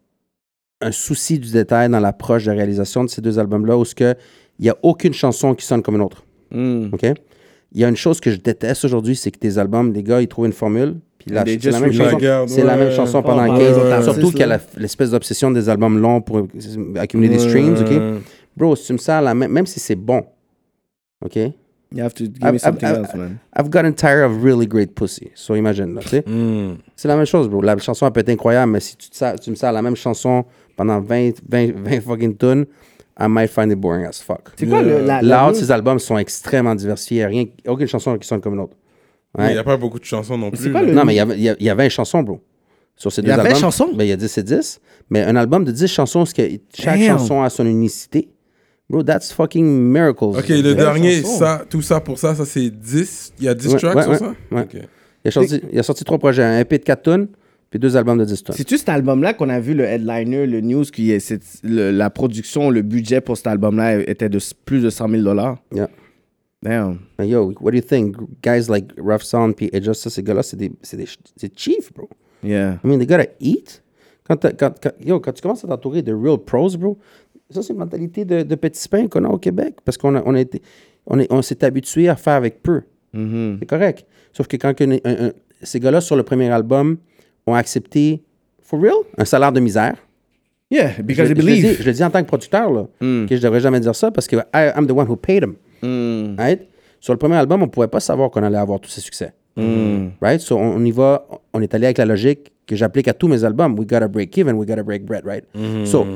un souci du détail dans l'approche de réalisation de ces deux albums-là où il n'y a aucune chanson qui sonne comme une autre. Mm. OK? Il y a une chose que je déteste aujourd'hui, c'est que tes albums, les gars, ils trouvent une formule, puis là, c'est la même chanson, garde, c'est ouais. la même chanson pendant oh, quinze ouais, ans. Surtout ouais. qu'il y a la, l'espèce d'obsession des albums longs pour accumuler ouais. des streams, OK? Bro, si tu me sers la même... Même si c'est bon, OK? You have to give I've, me something I've, else, man. I've gotten tired of really great pussy. So imagine, là, tu sais. Mm. C'est la même chose, bro. La chanson, elle peut être incroyable, mais si tu, te sers, tu me sers la même chanson pendant vingt, vingt, vingt fucking tonnes, I might find it boring as fuck. C'est quoi le... La, Loud, la ses albums sont extrêmement diversifiés. Il n'y a rien, aucune chanson qui sonne comme une autre. Ouais. Il n'y a pas beaucoup de chansons non plus. C'est quoi le... Non, mais il y, avait, il, y a, il y a vingt chansons, bro. Sur ces il deux y a vingt albums. chansons? Ben, il y a dix et dix. Mais un album de dix chansons, parce que chaque Damn. chanson a son unicité. Bro, that's fucking miracles. Ok, le dernier, chansons. ça, tout ça pour ça, ça c'est dix. Il y a dix Ouais, tracks ouais, sur ouais, ça? ouais. Okay. Il, a sorti, il a sorti trois projets. Un E P de quatre tonnes, puis deux albums de dix tonnes. C'est-tu cet album-là qu'on a vu, le headliner, le news, qui est, c'est, le, la production, le budget pour cet album-là était de plus de cent mille dollars? Yeah. Damn. Mais yo, what do you think? Guys like Rough Sound puis Adjust, ces gars-là, c'est des, c'est des c'est chief, bro. Yeah. I mean, they gotta eat. Quand, quand, quand, yo, quand tu commences à t'entourer de real pros, bro, ça, c'est une mentalité de, de petits pains qu'on a au Québec. Parce qu'on a, on a été, on, est, on s'est habitué à faire avec peu. Mm-hmm. C'est correct. Sauf que quand un, un, un, ces gars-là, sur le premier album, ont accepté, for real, un salaire de misère. Yeah, because je, they je, le dis, believe. je le dis en tant que producteur, là, Mm. que je devrais jamais dire ça parce que I, I'm the one who paid them. Mm. Right? Sur le premier album, on ne pouvait pas savoir qu'on allait avoir tous ces succès. Mm. Right? So, on, on y va, on est allé avec la logique que j'applique à tous mes albums. We gotta break even, we gotta break bread, right? Mm-hmm. So,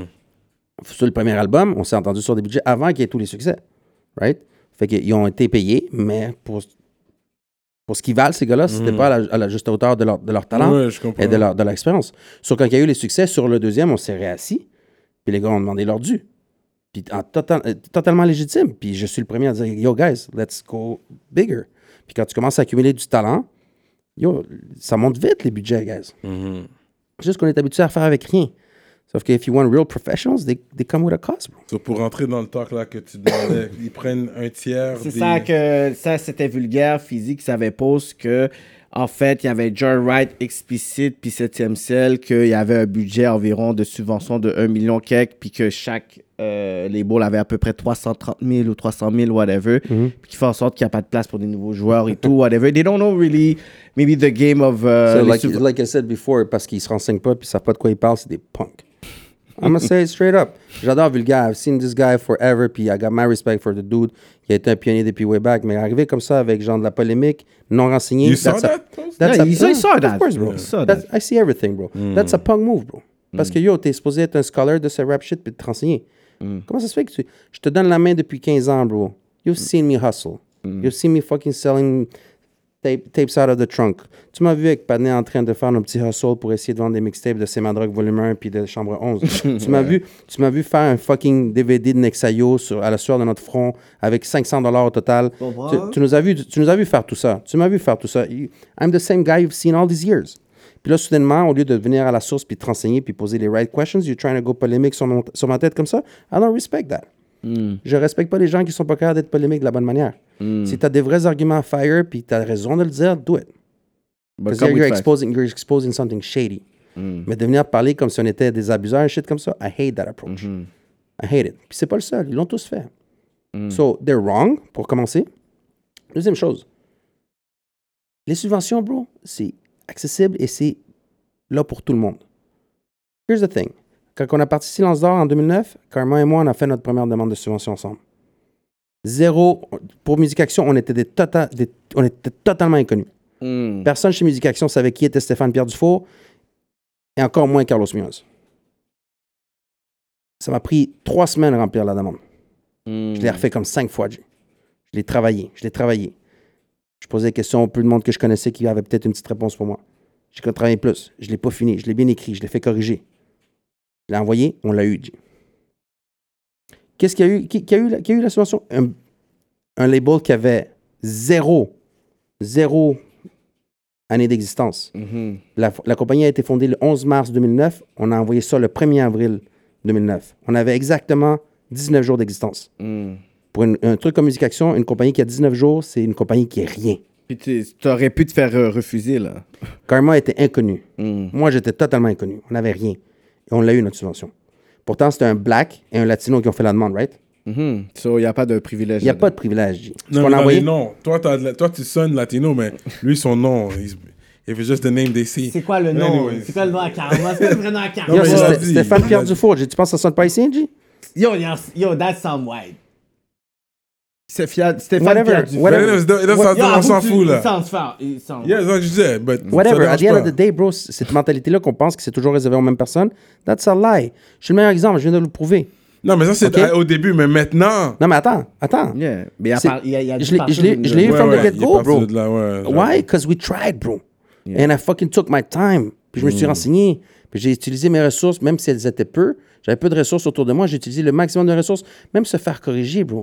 sur le premier album, on s'est entendu sur des budgets avant qu'il y ait tous les succès. Right? Fait qu'ils ont été payés, mais pour, pour ce qu'ils valent, ces gars-là, c'était Mm. pas à la, à la juste hauteur de leur, de leur talent Ouais, je comprends. et de leur, de leur expérience. So, quand il y a eu les succès, sur le deuxième, on s'est réassis, puis les gars ont demandé leur dû. Puis en total, euh, totalement légitime. Puis je suis le premier à dire, yo guys, let's go bigger. Puis quand tu commences à accumuler du talent, yo, ça monte vite les budgets, guys. Mhm. Juste qu'on est habitué à faire avec rien. Sauf que if you want real professionals, they, they come with a cost, bro. So, pour rentrer dans le talk là que tu demandais, ils prennent un tiers. C'est des- ça que ça c'était vulgaire physique ça avait pose que en fait il y avait Joyride explicite puis septième ciel qu'il y avait un budget environ de subvention de un million quelque puis que chaque euh, label avait à peu près trois cent trente mille ou trois cent mille whatever puis qui fait en sorte qu'il n'y a pas de place pour des nouveaux joueurs et tout whatever they don't know really maybe the game of uh, So, les like, sub- like I said before, parce qu'ils se renseignent pas puis ils savent pas de quoi ils parlent, c'est des punks. I'm gonna say it straight up. J'adore Vulgaire. I've seen this guy forever, puis I got my respect for the dude. Il a été un pionnier depuis way back, mais arriver comme ça avec genre de la polémique, non renseigné. You saw that's a- that post? that's Yeah, a- he saw- he saw that. Of course, bro. He saw That's- that. I see everything, bro. That's a punk move, bro. Parce que yo, t'es supposé être un scholar de ce rap shit puis de te renseigner. Comment ça se fait que tu. Je te donne la main depuis quinze ans, bro. You've seen me hustle. You've seen me fucking selling tape, tapes out of the trunk. Tu m'as vu avec Padney en train de faire nos petits hustles pour essayer de vendre des mixtapes de C'est ma drogue volume un puis de Chambre onze. tu m'as vu, tu m'as vu faire un fucking D V D de Nexayo sur, à la sueur de notre front avec cinq cents dollars au total. Tu, tu nous as vu, tu nous as vu faire tout ça. Tu m'as vu faire tout ça. You- I'm the same guy you've seen all these years. Puis là, soudainement, au lieu de venir à la source puis te renseigner puis poser les right questions, you're trying to go polémique sur, mon- sur ma tête comme ça. I don't respect that. Je respecte pas les gens qui sont pas capables d'être polémiques de la bonne manière. Si tu as des vrais arguments à fire puis tu as raison de le dire, do it. But Because come you're, with you're facts. exposing, you're exposing something shady. Mais de venir parler comme si on était des abuseurs et shit comme ça, I hate that approach. I hate it. Puis c'est pas le seul, ils l'ont tous fait. So, they're wrong, pour commencer. Deuxième chose, les subventions, bro, c'est accessible et c'est là pour tout le monde. Here's the thing. Quand on a parti Silence d'Or en deux mille neuf, Karma et moi, on a fait notre première demande de subvention ensemble. Zéro. Pour Musique Action, on était, des tota- des- on était totalement inconnus. Mm. Personne chez Musique Action savait qui était Stéphane Pierre Dufault et encore moins Carlos Munoz. Ça m'a pris trois semaines à remplir la demande. Mm. Je l'ai refait comme cinq fois, G. Je l'ai travaillé, je l'ai travaillé. Je posais des questions au peu de monde que je connaissais qui avait peut-être une petite réponse pour moi. J'ai travaillé plus. Je l'ai pas fini. Je l'ai bien écrit. Je l'ai fait corriger. Je l'ai envoyé. On l'a eu, G. Qu'est-ce qu'il y a eu? Qui, qui a, eu la, qui a eu la subvention? Un, un label qui avait zéro, zéro année d'existence. Mhm. La, la compagnie a été fondée le onze mars deux mille neuf. On a envoyé ça le premier avril deux mille neuf. On avait exactement dix-neuf jours d'existence. Mm. Pour une- un truc comme Musique Action, une compagnie qui a dix-neuf jours, c'est une compagnie qui est rien. Puis tu aurais pu te faire euh, refuser là. Karma était inconnu. Mm. Moi, j'étais totalement inconnu. On n'avait rien. Et on l'a eu, notre subvention. Pourtant, c'était un black et un latino qui ont fait la demande, right? Mhm. So, il n'y a pas de privilège. Il n'y a là-dedans. pas de privilège. G. Ce Non, qu'on mais a dans envoyé, les noms. Toi, t'as de la- toi, tu sonnes latino, mais lui, son nom, he's- if it's just the name they see. C'est quoi le Mais nom? anyways. C'est quoi le nom à Karma? C'est quoi le vrai nom à Yo, Karma? Non, mais c'est il l'a Sté- dit. Stéphane Il Pierre l'a dit. Dufour. G. Tu penses que ça sonne pas ici, G? Yo, yo, yo, that's some white. C'est fier- Stéphane Whatever, Pierre Dufour. whatever. Mais là, là, ça- Yo, on avoue s'en que fout, il là. s'en fait, il s'en- Yeah, c'est ça que je disais. But Whatever. ça At the dérange end of pas. the day, bro, c- cette mentalité-là qu'on pense que c'est toujours réservé aux mêmes personnes, that's a lie. Je suis le meilleur exemple. Je viens de le prouver. Non, mais ça, c'est Ok. à- au début, mais maintenant. Non, mais attends. Attends. Yeah. Mais il a C'est- par- il a- il a je dit l'ai- partir je l'ai- d'une- je l'ai eu Ouais, from the ouais, il est get-go, parti bro. de là, ouais, genre. Why? Because we tried, bro. And I fucking took my time. Puis je me suis Mm. renseigné. Puis j'ai utilisé mes ressources, même si elles étaient peu. J'avais peu de ressources autour de moi. J'ai utilisé le maximum de ressources. Même se faire corriger, bro.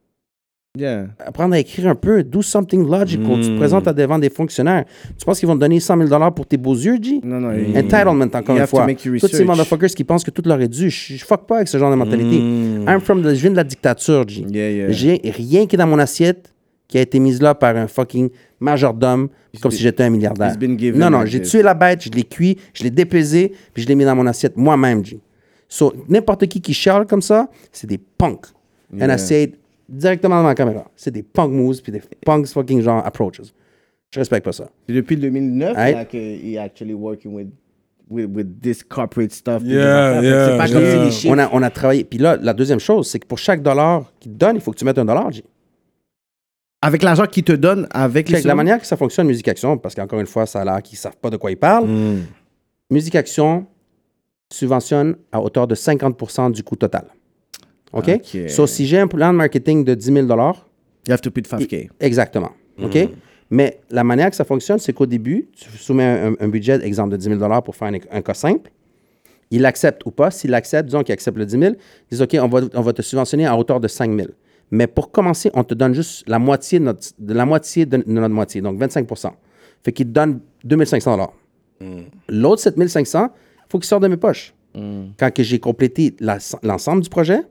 Yeah. Apprendre à écrire un peu. Do something logical. Mm. Tu te présentes à devant des fonctionnaires. Tu penses qu'ils vont te donner cent mille dollars pour tes beaux yeux, G? Non, non. il- Entitlement, encore You une have to fois. make your Tous ces research. motherfuckers qui pensent que tout leur est dû. Je je fuck pas avec ce genre de mentalité. Mm. I'm from the, je viens de la dictature, G. Yeah, yeah. J'ai rien qui est dans mon assiette qui a été mise là par un fucking majordome comme been- si j'étais un milliardaire. it's been given Non, non, like j'ai this. tué la bête, je l'ai cuit, je l'ai dépaisé, puis je l'ai mis dans mon assiette moi-même, G. So, n'importe qui qui chiale comme ça, c'est des punks. And Yeah. I say it directement dans ma caméra. C'est des punk moves, puis des punks fucking genre approaches. Je respecte pas ça. Puis depuis deux mille neuf, Right. là, qu'il est actually working with, with, with this corporate stuff. puis Yeah, des affaires. Fait que yeah, c'est pas yeah. comme si les chiffres. On a, on a travaillé. Puis là, la deuxième chose, c'est que pour chaque dollar qu'ils te donnent, il faut que tu mettes un dollar, G. Avec l'argent qu'ils te donnent, avec les Check, la manière que ça fonctionne, Musique Action, parce qu'encore une fois, ça a l'air qu'ils ne savent pas de quoi ils parlent. Mm. Musique Action subventionne à hauteur de cinquante pour cent du coût total. OK? OK. So, si j'ai un plan de marketing de dix mille dollars, You have to pay five K. exactement. OK? Mais la manière que ça fonctionne, c'est qu'au début, tu soumets un, un budget, exemple, de dix mille dollars pour faire un, un cas simple. Il accepte ou pas. S'il accepte, disons qu'il accepte le dix mille, ils disent OK, on va, on va te subventionner à hauteur de cinq mille. Mais pour commencer, on te donne juste la moitié de notre, de la moitié de notre moitié, donc vingt-cinq pour cent. Fait qu'ils te donnent deux mille cinq cents dollars. Mm. L'autre sept mille cinq cents, il faut qu'il sorte de mes poches. Mm. Quand que j'ai complété la, l'ensemble du projet,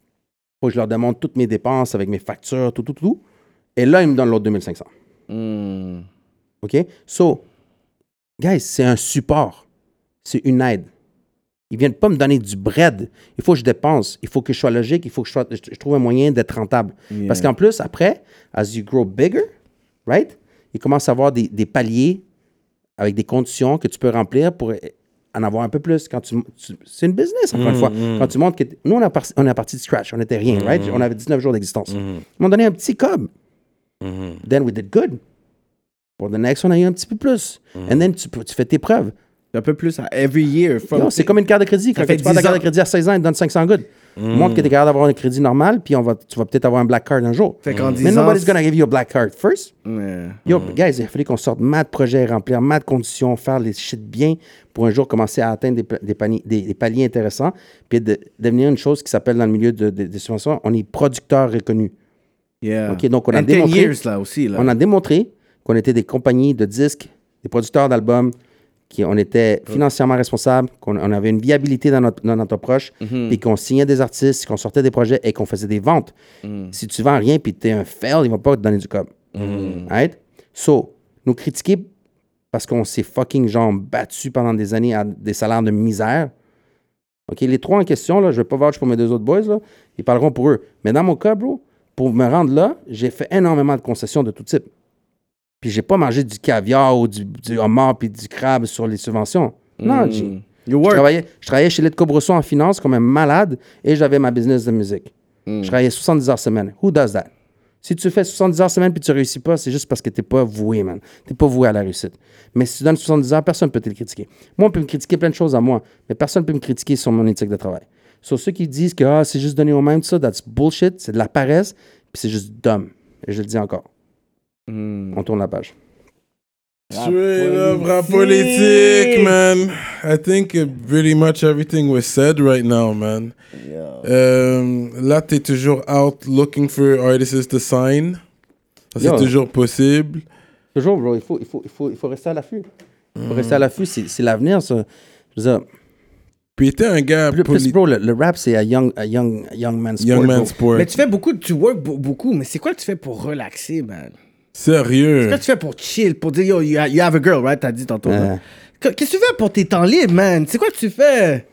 il faut que je leur demande toutes mes dépenses avec mes factures, tout, tout, tout. Et là, ils me donnent l'autre deux mille cinq cents. Mm. OK? So, guys, c'est un support. C'est une aide. Ils ne viennent pas me donner du bread. Il faut que je dépense. Il faut que je sois logique. Il faut que je, sois, je, je trouve un moyen d'être rentable. Yeah. Parce qu'en plus, après, as you grow bigger, right? Il commence à avoir des, des paliers avec des conditions que tu peux remplir pour en avoir un peu plus. Quand tu, tu, c'est une business, encore mm, une fois. Mm. Quand tu montres que... Nous, on est parti, on est parti de scratch. On n'était rien, mm, right? On avait dix-neuf jours d'existence. Mm. Ils m'ont donné un petit cob. Mm. Then we did good. Pour the next, on a eu un petit peu plus. Mm. And then, tu, tu fais tes preuves. Un peu plus à every year. Yo, c'est comme une carte de crédit. Quand tu prends ta carte de crédit à seize ans, ils te donnent cinq cents good. Mm. Montre que tu es capable d'avoir un crédit normal, puis on va, tu vas peut-être avoir un black card un jour. Fait qu'en Mais nobody's gonna give you a black card first. Yeah. Yo, mm. guys, il a fallu qu'on sorte mat de projets, remplir mat de conditions, faire les shit bien pour un jour commencer à atteindre des, des, paniers, des, des paliers intéressants, puis de, devenir une chose qui s'appelle dans le milieu de, de, des subventions, on est producteur reconnu. Yeah. Okay, donc on a And démontré, ten years, là, aussi, là. on a démontré qu'on était des compagnies de disques, des producteurs d'albums, qu'on était financièrement responsables, qu'on on avait une viabilité dans notre, dans notre approche, mm-hmm. puis qu'on signait des artistes, qu'on sortait des projets et qu'on faisait des ventes. Mm. Si tu vends rien puis tu es un fail, ils ne vont pas te donner du cob. Mm. Right? So, nous critiquer parce qu'on s'est fucking genre battu pendant des années à des salaires de misère. OK? Les trois en question, là, je ne vais pas vouch pour mes deux autres boys, là, ils parleront pour eux. Mais dans mon cas, bro, pour me rendre là, j'ai fait énormément de concessions de tout type. Puis j'ai pas mangé du caviar ou du, du homard puis du crabe sur les subventions. Non, mm. je, travaillais, je travaillais chez Letco Brosso en finance comme un malade et j'avais ma business de musique. Mm. Je travaillais soixante-dix heures semaine. Who does that? Si tu fais soixante-dix heures semaine puis tu réussis pas, c'est juste parce que t'es pas voué, man. T'es pas voué à la réussite. Mais si tu donnes soixante-dix heures, personne peut te le critiquer. Moi, on peut me critiquer plein de choses à moi, mais personne peut me critiquer sur mon éthique de travail. Sur ceux qui disent que ah, c'est juste donné au même, ça, that's bullshit, c'est de la paresse, puis c'est juste dumb. Et je le dis encore. Mm. On tourne la page. Straight up rap politique, man. I think pretty much everything was said right now, man. Yeah. Um, là, t'es toujours out looking for artists to sign. Ça, c'est Yo. toujours possible. Toujours, bro. Il faut, il faut, il faut, il faut rester à l'affût. Il faut mm. rester à l'affût. C'est, c'est l'avenir, ça. Je veux dire, puis t'es un gars... Plus, poli- plus, bro, le, le rap, c'est un young, a young, a young man sport. Young man bro. sport. Mais tu fais beaucoup, tu work beaucoup, mais c'est quoi que tu fais pour relaxer, man? Sérieux? Qu'est-ce que tu fais pour chill, pour dire, yo, you have, you have a girl, right? T'as dit tantôt. Euh. Qu'est-ce que tu fais pour tes temps libres, man? C'est quoi que tu fais?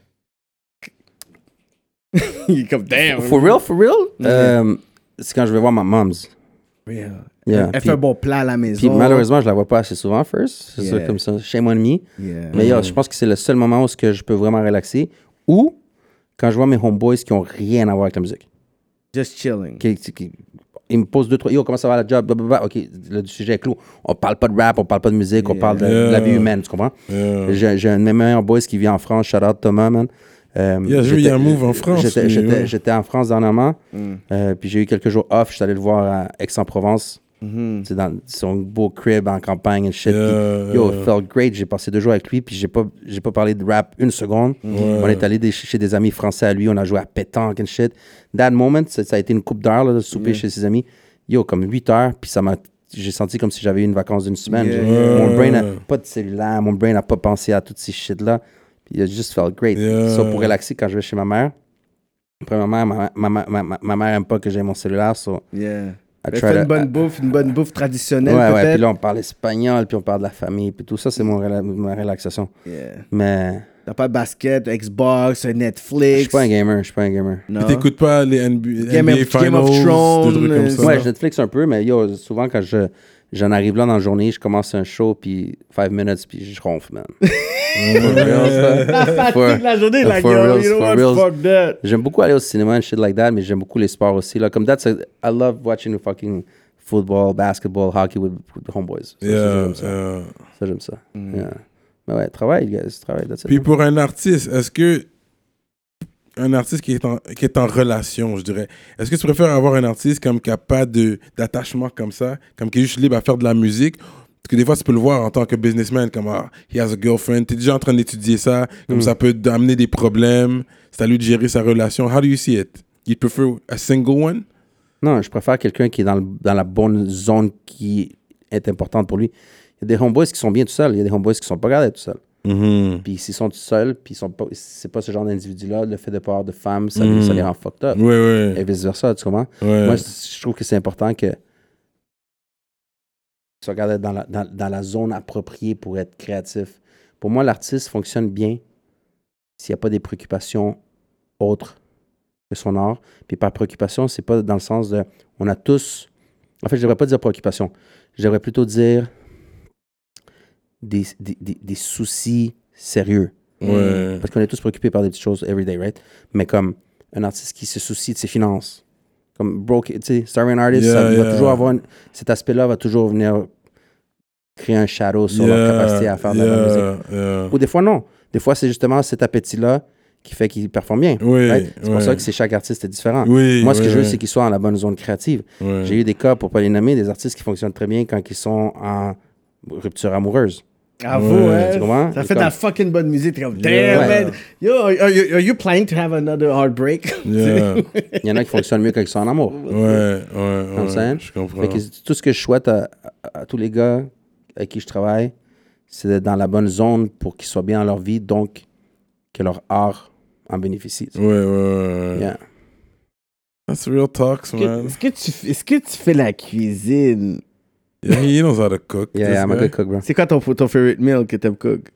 Il est comme, damn. For real, for real? Mm-hmm. Euh, c'est quand je vais voir ma mom's. Real. Yeah, Elle puis, fait un bon plat à la maison. Puis malheureusement, je la vois pas assez souvent, first. C'est Yeah. ça, comme ça. Shame on me. Yeah. Mais yo, je pense que c'est le seul moment où ce que je peux vraiment relaxer. Ou quand je vois mes homeboys qui ont rien à voir avec la musique. Just chilling. Qui, qui, qui, ils me posent deux, trois. Yo, comment ça va la job? Blablabla. OK, le sujet est clos. On parle pas de rap, on parle pas de musique, Yeah. on parle de, Yeah. de la vie humaine, tu comprends? Yeah. J'ai, j'ai un de mes meilleurs boys qui vit en France. Shout out Thomas, man. Euh, Yeah, j'ai vu, il y a un move en France, J'étais, lui, j'étais, ouais. j'étais en France dernièrement. Mm. Euh, puis j'ai eu quelques jours off. Je suis allé le voir à Aix-en-Provence. Mm-hmm. C'est dans son beau crib en campagne et shit. Yeah, Puis, yo, yeah. it felt great. J'ai passé deux jours avec lui, puis j'ai pas, j'ai pas parlé de rap une seconde. Ouais. On est allé des- chez des amis français à lui, on a joué à pétanque and shit. That moment, ça, ça a été une coupe d'heure là, de souper Yeah. chez ses amis. Yo, comme huit heures, puis ça m'a, j'ai senti comme si j'avais eu une vacance d'une semaine. Yeah. J'ai- Yeah. Mon brain a pas de cellulaire, mon brain a pas pensé à toutes ces shit là. Puis it just felt great. Yeah. Ça, pour relaxer, quand je vais chez ma mère, premièrement, ma, ma, ma, ma, ma, ma mère aime pas que j'ai mon cellulaire, so Yeah. I Elle try fait to- une bonne bouffe, une bonne bouffe traditionnelle, Ouais, ouais, peut-être. puis là, on parle espagnol, puis on parle de la famille, puis tout ça, c'est mon rela- ma relaxation. Yeah. Mais T'as pas de basket, Xbox, je Netflix. suis pas un gamer, je suis pas un gamer. Non. Puis t'écoutes pas les N B A, Game of- N B A Finals, Game of Thrones, des trucs comme ça? Ouais, je Netflix un peu, mais yo, souvent quand je j'en arrive là dans la journée, je commence un show, puis five minutes, puis je ronfle, man. For real, ça. La fatigue For- de la journée, la for gueule. reals, You know for what? reals. Fuck that. J'aime beaucoup aller au cinéma and shit like that, mais j'aime beaucoup les sports aussi. Là. Comme that's a, I love watching the fucking football, basketball, hockey with, with the homeboys. Ça, Yeah, ça, j'aime ça. yeah. Ça, j'aime ça. Yeah. Mais ouais, travail, guys, travail. That's it. Puis pour un artiste, est-ce que un artiste qui est en, qui est en relation, je dirais, est-ce que tu préfères avoir un artiste comme qui n'a pas de, d'attachement comme ça, comme qui est juste libre à faire de la musique? Parce que des fois, tu peux le voir en tant que businessman, comme ah, he has a girlfriend, t'es déjà en train d'étudier ça, comme Mm. ça peut amener des problèmes, c'est à lui de gérer sa relation. How do you see it? You prefer a single one? Non, je préfère quelqu'un qui est dans, le- dans la bonne zone qui est importante pour lui. Il y a des homeboys qui sont bien tout seuls, il y a des homeboys qui sont pas capables d'être tout seuls. Mm-hmm. Puis s'ils sont tout seuls, puis ils sont pas, c'est pas ce genre d'individu-là, le fait de pas avoir de femmes, ça, les- ça les rend fucked up. Ouais, ouais. Et vice-versa, tu comprends? ouais. Moi, je trouve que c'est important que tu regardes dans la, dans, dans la zone appropriée pour être créatif. Pour moi, l'artiste fonctionne bien s'il n'y a pas des préoccupations autres que son art. Puis par préoccupation, c'est pas dans le sens de... On a tous... En fait, je ne devrais pas dire préoccupation. Je devrais plutôt dire des, des, des, des soucis sérieux. Ouais. Parce qu'on est tous préoccupés par des petites choses everyday, right? Mais comme un artiste qui se soucie de ses finances, comme broke, tu sais, starving artist, Yeah, ça yeah. va toujours avoir une- cet aspect-là va toujours venir créer un shadow sur leur capacité à faire de la bonne musique. yeah. Ou des fois non. Des fois c'est justement cet appétit-là qui fait qu'il performe bien. Oui, right? C'est pour ouais. ça que c'est chaque artiste est différent. Oui, Moi, ce que oui, je veux, oui. c'est qu'ils soient dans la bonne zone créative. Ouais. J'ai eu des cas, pour pas les nommer, des artistes qui fonctionnent très bien quand ils sont en rupture amoureuse. Avoue, Ouais, hein. tu comprends? Ça C'est fait de la comme- fucking bonne musique. T'es comme, damn, Yeah. man. Yo, are you, are you planning to have another heartbreak? Yeah. Il y en a qui fonctionnent mieux quand ils sont en amour. Ouais, ouais, I'm ouais. saying? Je comprends. Fait que tout ce que je souhaite à, à- à tous les gars avec qui je travaille, c'est d'être dans la bonne zone pour qu'ils soient bien dans leur vie, donc que leur art en bénéficie. tu sais. Ouais, ouais, ouais. Yeah. That's real talks, Est-ce que- man. Est-ce que, tu, f- est-ce que tu fais la cuisine? Yeah, he knows how to cook. Yeah, this yeah, I'm a guy. good cook, bro. C'est quoi ton, ton favorite meal que t'aimes cook?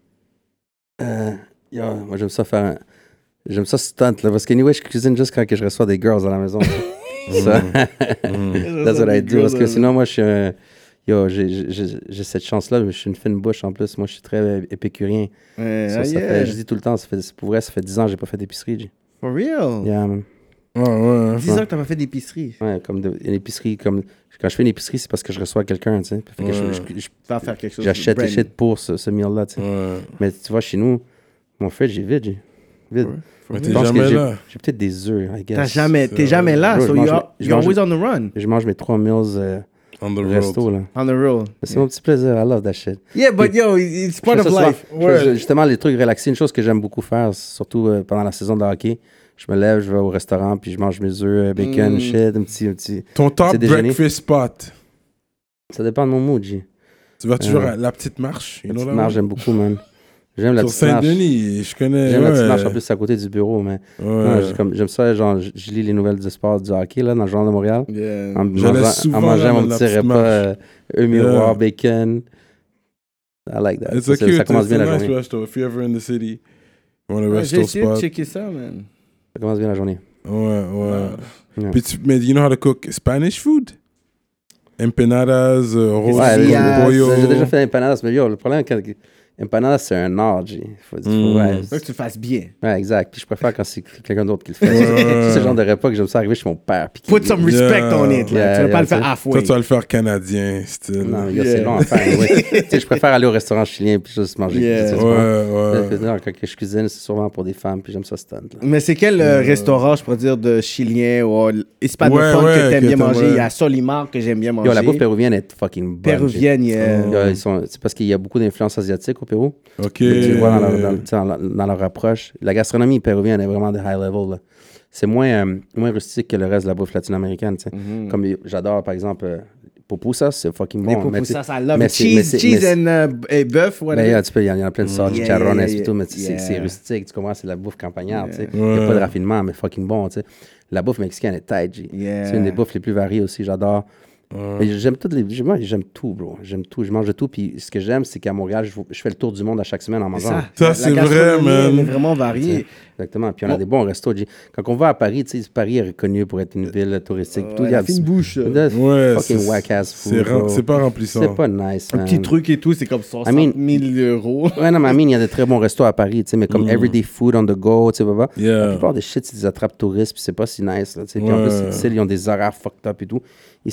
Euh, yo, moi, j'aime ça faire un... J'aime ça stunt, là, parce que anyway, je cuisine juste quand que je reçois des girls à la maison. Ça, that's what I do. Parce que sinon, moi, je suis un... Yo, j'ai- j'ai j'ai cette chance-là, mais je suis une fine bouche en plus. Moi, je suis très épicurien. Ouais, Ça, ah, ça yeah. fait, je dis tout le temps, ça fait, pour vrai, ça fait dix ans que j'ai pas fait d'épicerie. G. For real? Yeah, man. Ouais, ouais. dix ans que t'as pas fait d'épicerie. Ouais, comme de, une épicerie, comme... Quand je fais une épicerie, c'est parce que je reçois quelqu'un, tu sais. Fait que je- Ouais. je- je- Tu vas faire quelque chose. J'achète les brand shit pour ce, ce meal-là, tu sais. Ouais. Mais tu vois, chez nous, mon fridge, j'ai vide, j'ai vide. Mais Je t'es pense que jamais j'ai- là. J'ai peut-être des œufs, I guess. T'as jamais, C'est- t'es jamais là, Bro, so je mange you're, mes- je you're mange- always on the run. Je mange mes trois meals euh, On the au road. resto, là. On the road. Mais c'est mon petit plaisir, I love that shit. Yeah, but yo, it's part Je of fais ça life. souvent. Je fais justement, les trucs relaxés, une chose que j'aime beaucoup faire, surtout euh, pendant la saison de hockey. Je me lève, je vais au restaurant, puis je mange mes œufs, euh, bacon, Mm. shit, un petit, un petit... Ton top C'est déjeuner. breakfast spot. Ça dépend de mon mood, G. Tu vas toujours Euh, à la petite marche. You La know petite that marche, one? j'aime beaucoup, man. J'aime la Sur petite marche. Saint-Denis, je connais. J'aime la petite ouais. marche, en plus, c'est à côté du bureau, mais Ouais. non, j'ai comme- j'aime ça, genre, je, je lis les nouvelles du sport du hockey, là, dans le Journal de Montréal. Yeah. En, J'allais mangeant- souvent en mangeant là, mon dans la petit petite repas, marche. euh, œufs miroir, Yeah. bacon. I like that. It's Ça, a c'est- cute. ça commence It's a bien la nice journée. resto. If you're ever in the city, you want a Ouais, resto J'ai essayé de spot. checker ça, man. Ça commence bien la journée. Ouais, ouais. Yeah. Puis tu, mais you know how to cook Spanish food? Empanadas, euh, arroz Ouais, con Quesadillas. pollo. j'ai déjà fait empanadas, mais yo, le problème, quand empanadas, c'est un art, G. Faut, faut- Mm. ouais, Faut que tu le fasses bien. ouais, exact. Puis je préfère quand c'est quelqu'un d'autre qui le fait. Ouais. C'est c'est le genre de repas que j'aime ça arriver chez mon père. Puis Put qu'il- some respect Yeah. on it, là. Yeah, tu vas yeah, pas le faire tu sais. halfway. Toi, tu vas le faire canadien, style. Non, mais yo, Yeah. c'est long à faire. Ouais. Tu sais, je préfère aller au restaurant chilien puis juste manger. Yeah. tu sais, tu Ouais, vois. ouais. Non, Quand je cuisine, c'est souvent pour des femmes, puis j'aime ça stunt. Là. Mais c'est quel euh, restaurant, je pourrais dire, de chilien ou hispanophone Ouais, ouais, que t'aimes que bien t'aimes, manger? ouais. Il y a Solimar que j'aime bien manger. Yo, la bouffe péruvienne est fucking bonne. Péruvienne, yeah. Yo, ils sont- C'est parce qu'il y a beaucoup d'influences asiatiques au Pérou. Ok. Tu le vois dans leur, dans, tu sais, dans leur- dans leur approche. La gastronomie péruvienne est vraiment de high level. là. C'est moins, euh, moins rustique que le reste de la bouffe latino-américaine. tu sais. Mhm. Comme j'adore, par exemple, euh, pupusas, c'est fucking Les bon. mais tu sais- pupusas, I love mais it. c'est- mais Cheese, c'est- cheese mais and uh, et bœuf, Ben, whatever. yeah, tu peux, il y en il y en a plein de sortes, Yeah, chicharrones yeah, et yeah, tout, mais c'est- yeah. c'est rustique, tu comprends, c'est de la bouffe campagnarde, tu sais. Il Ouais. n'y a pas de raffinement, mais fucking bon, tu sais. La bouffe mexicaine est tight, G. Yeah. C'est une des bouffes les plus variées aussi, j'adore. Mais j'aime toutes les, j'aime, j'aime tout, bro. J'aime tout, je mange de tout, puis ce que j'aime, c'est qu'à Montréal, je, je fais le tour du monde à chaque semaine en C'est mangeant. ça. Ça, La c'est gastronomie, vrai, man. elle est vraiment variée. Exactement, puis on a Bon. des bons restos, G. Quand on va à Paris, tu sais, Paris est reconnu pour être une ville touristique. tout, Ouais, il y a la fine bouche. de Ouais, fucking c'est- whack-ass food, C'est ren- bro. c'est pas remplissant. C'est pas nice, Un man. petit truc et tout, c'est comme soixante I mean- mille euros. Ouais, non, mais I mean, il y a de très bons restos à Paris, tu sais, mais comme Mm. everyday food on the go, tu sais, papa. Yeah. La plupart des shit, c'est des attrapes touristes, puis c'est pas si nice, là, tu sais. Puis en Ouais. plus, c'est difficile, ils ont des horaires fucked up et tout. Ici, genre,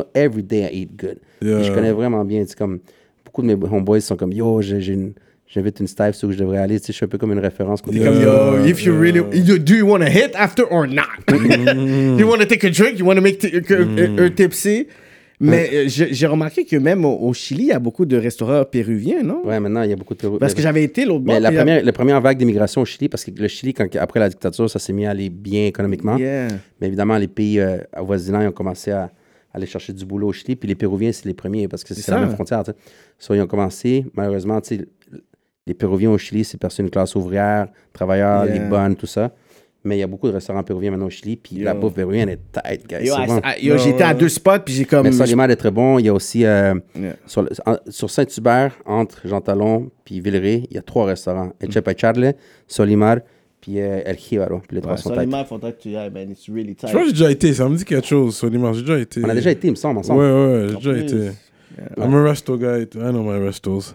every day I eat good. Yeah. Puis je connais vraiment bien, tu sais, comme, beaucoup de mes homeboys sont comme, yo, j'ai, j'ai une, j'invite une staff où je devrais aller, tu sais, je suis un peu comme une référence. T'es comme, yo, if you really, you- do you want to hit after or not? You want to take a drink? You want to make t- un un tipsy? Mais euh, j'ai j'ai remarqué que même au, au Chili, il y a beaucoup de restaurants péruviens, non? Ouais, maintenant, il y a beaucoup de... Parce que j'avais été l'autre Mais bord, la puis il y a- première, la première vague d'immigration au Chili, parce que le Chili, quand, après la dictature, ça s'est mis à aller bien économiquement. Yeah. Mais évidemment, les pays euh, avoisinants ils ont commencé à aller chercher du boulot au Chili. Puis les Péruviens, c'est les premiers parce que c'est, C'est la ça. même frontière. Tu sais. So, ils ont commencé, malheureusement, tu sais, les Péruviens au Chili, c'est personne une classe ouvrière, travailleurs, Yeah. les bonnes, tout ça. Mais il y a beaucoup de restaurants péruviens maintenant au Chili. Puis Yo. la bouffe péruvienne est tight, guys. Yo, c'est I- bon. I- yo, j'étais à deux spots, puis j'ai comme... Mais Solimar est très bon. Il y a aussi euh, Yeah. sur, le- en- sur Saint-Hubert, entre Jean Talon puis Villeray, il y a trois restaurants. El Chepacharle, Solimar, puis euh, El Jíbaro. Puis les trois Ouais, sont sur les tight. maps, faudrait que tu y ailles, man. It's really tight. Je crois que j'ai déjà été, ça me dit quelque chose, Solimar. J'ai déjà été. On a déjà été, il me semble, Ouais, ensemble. ouais, j'ai déjà plus. été. Yeah. I'm a resto guy. I know my restos.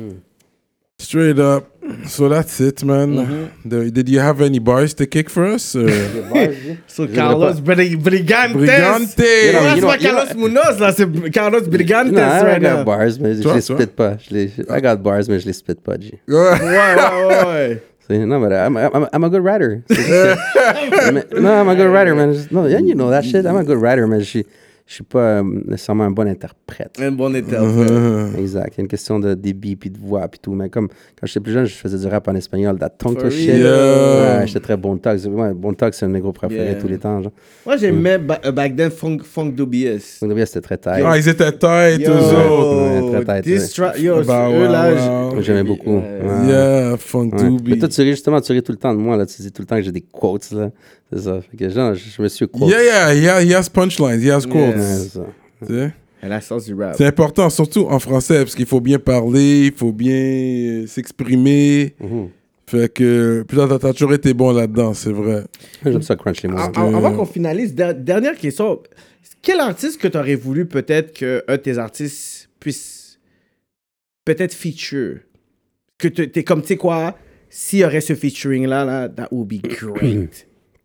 Straight up. So that's it, man. The- did you have any bars to kick for us? or- So Carlos Bri- Brigantes. Brigante! You know, Non, you c'est know- pas you know- Carlos Munoz, là, c'est Carlos Brigantes Non, I right got now. bars, mais je Toi, les toi? split pas. Je les, I got bars, mais je les split pas, G. Ouais. Ouais, ouais, ouais. C'est- Non, mais I'm, I'm, I'm a good writer. C'est juste que- mais- non, I'm a good writer, man. No, yeah, you know that shit. I'm a good writer, mais je suis, je suis pas euh, nécessairement un bon interprète. Un bon été. Exact. Il y a une question de débit puis de voix puis tout. Mais comme quand j'étais plus jeune, je faisais du rap en espagnol, that tongue For shit. real? Yeah. Ouais, j'étais très Bon Talk. Ouais, Bon Talk, c'est un de mes gros préférés Yeah. tous les temps. Genre. Moi, j'aimais ba- euh, back then Funk, Funk Dubious. Donc, bien, c'était très taille. Ah, ils étaient tight, Yo, eux autres. Ouais, très tight, this ouais. tra- yo, Bah, eux, wow, là, wow. j'ai- J'aimais beaucoup. Ouais. Ouais. Yeah, funk Ouais. doobie. Mais toi, tu ris justement, tu ris tout le temps de moi. Là. Tu dis tout le temps que j'ai des quotes. Là. C'est ça. Fait que, genre, je, je me suis quote. Yeah, yeah, he has, he has punchlines, he has quotes. Ouais, c'est ça. Tu sais? Elle a le sens du rap. C'est important, surtout en français, parce qu'il faut bien parler, il faut bien euh, s'exprimer. Mhm. Fait que, putain, t'as t'as toujours été bon là-dedans, c'est vrai. J'aime ça crunch les mots. A- a- Avant qu'on finalise, der- dernière question. Quel artiste que tu aurais voulu peut-être qu'un de tes artistes puisse peut-être feature? Que tu es comme, tu sais quoi, s'il y aurait ce featuring-là, là, that would be great.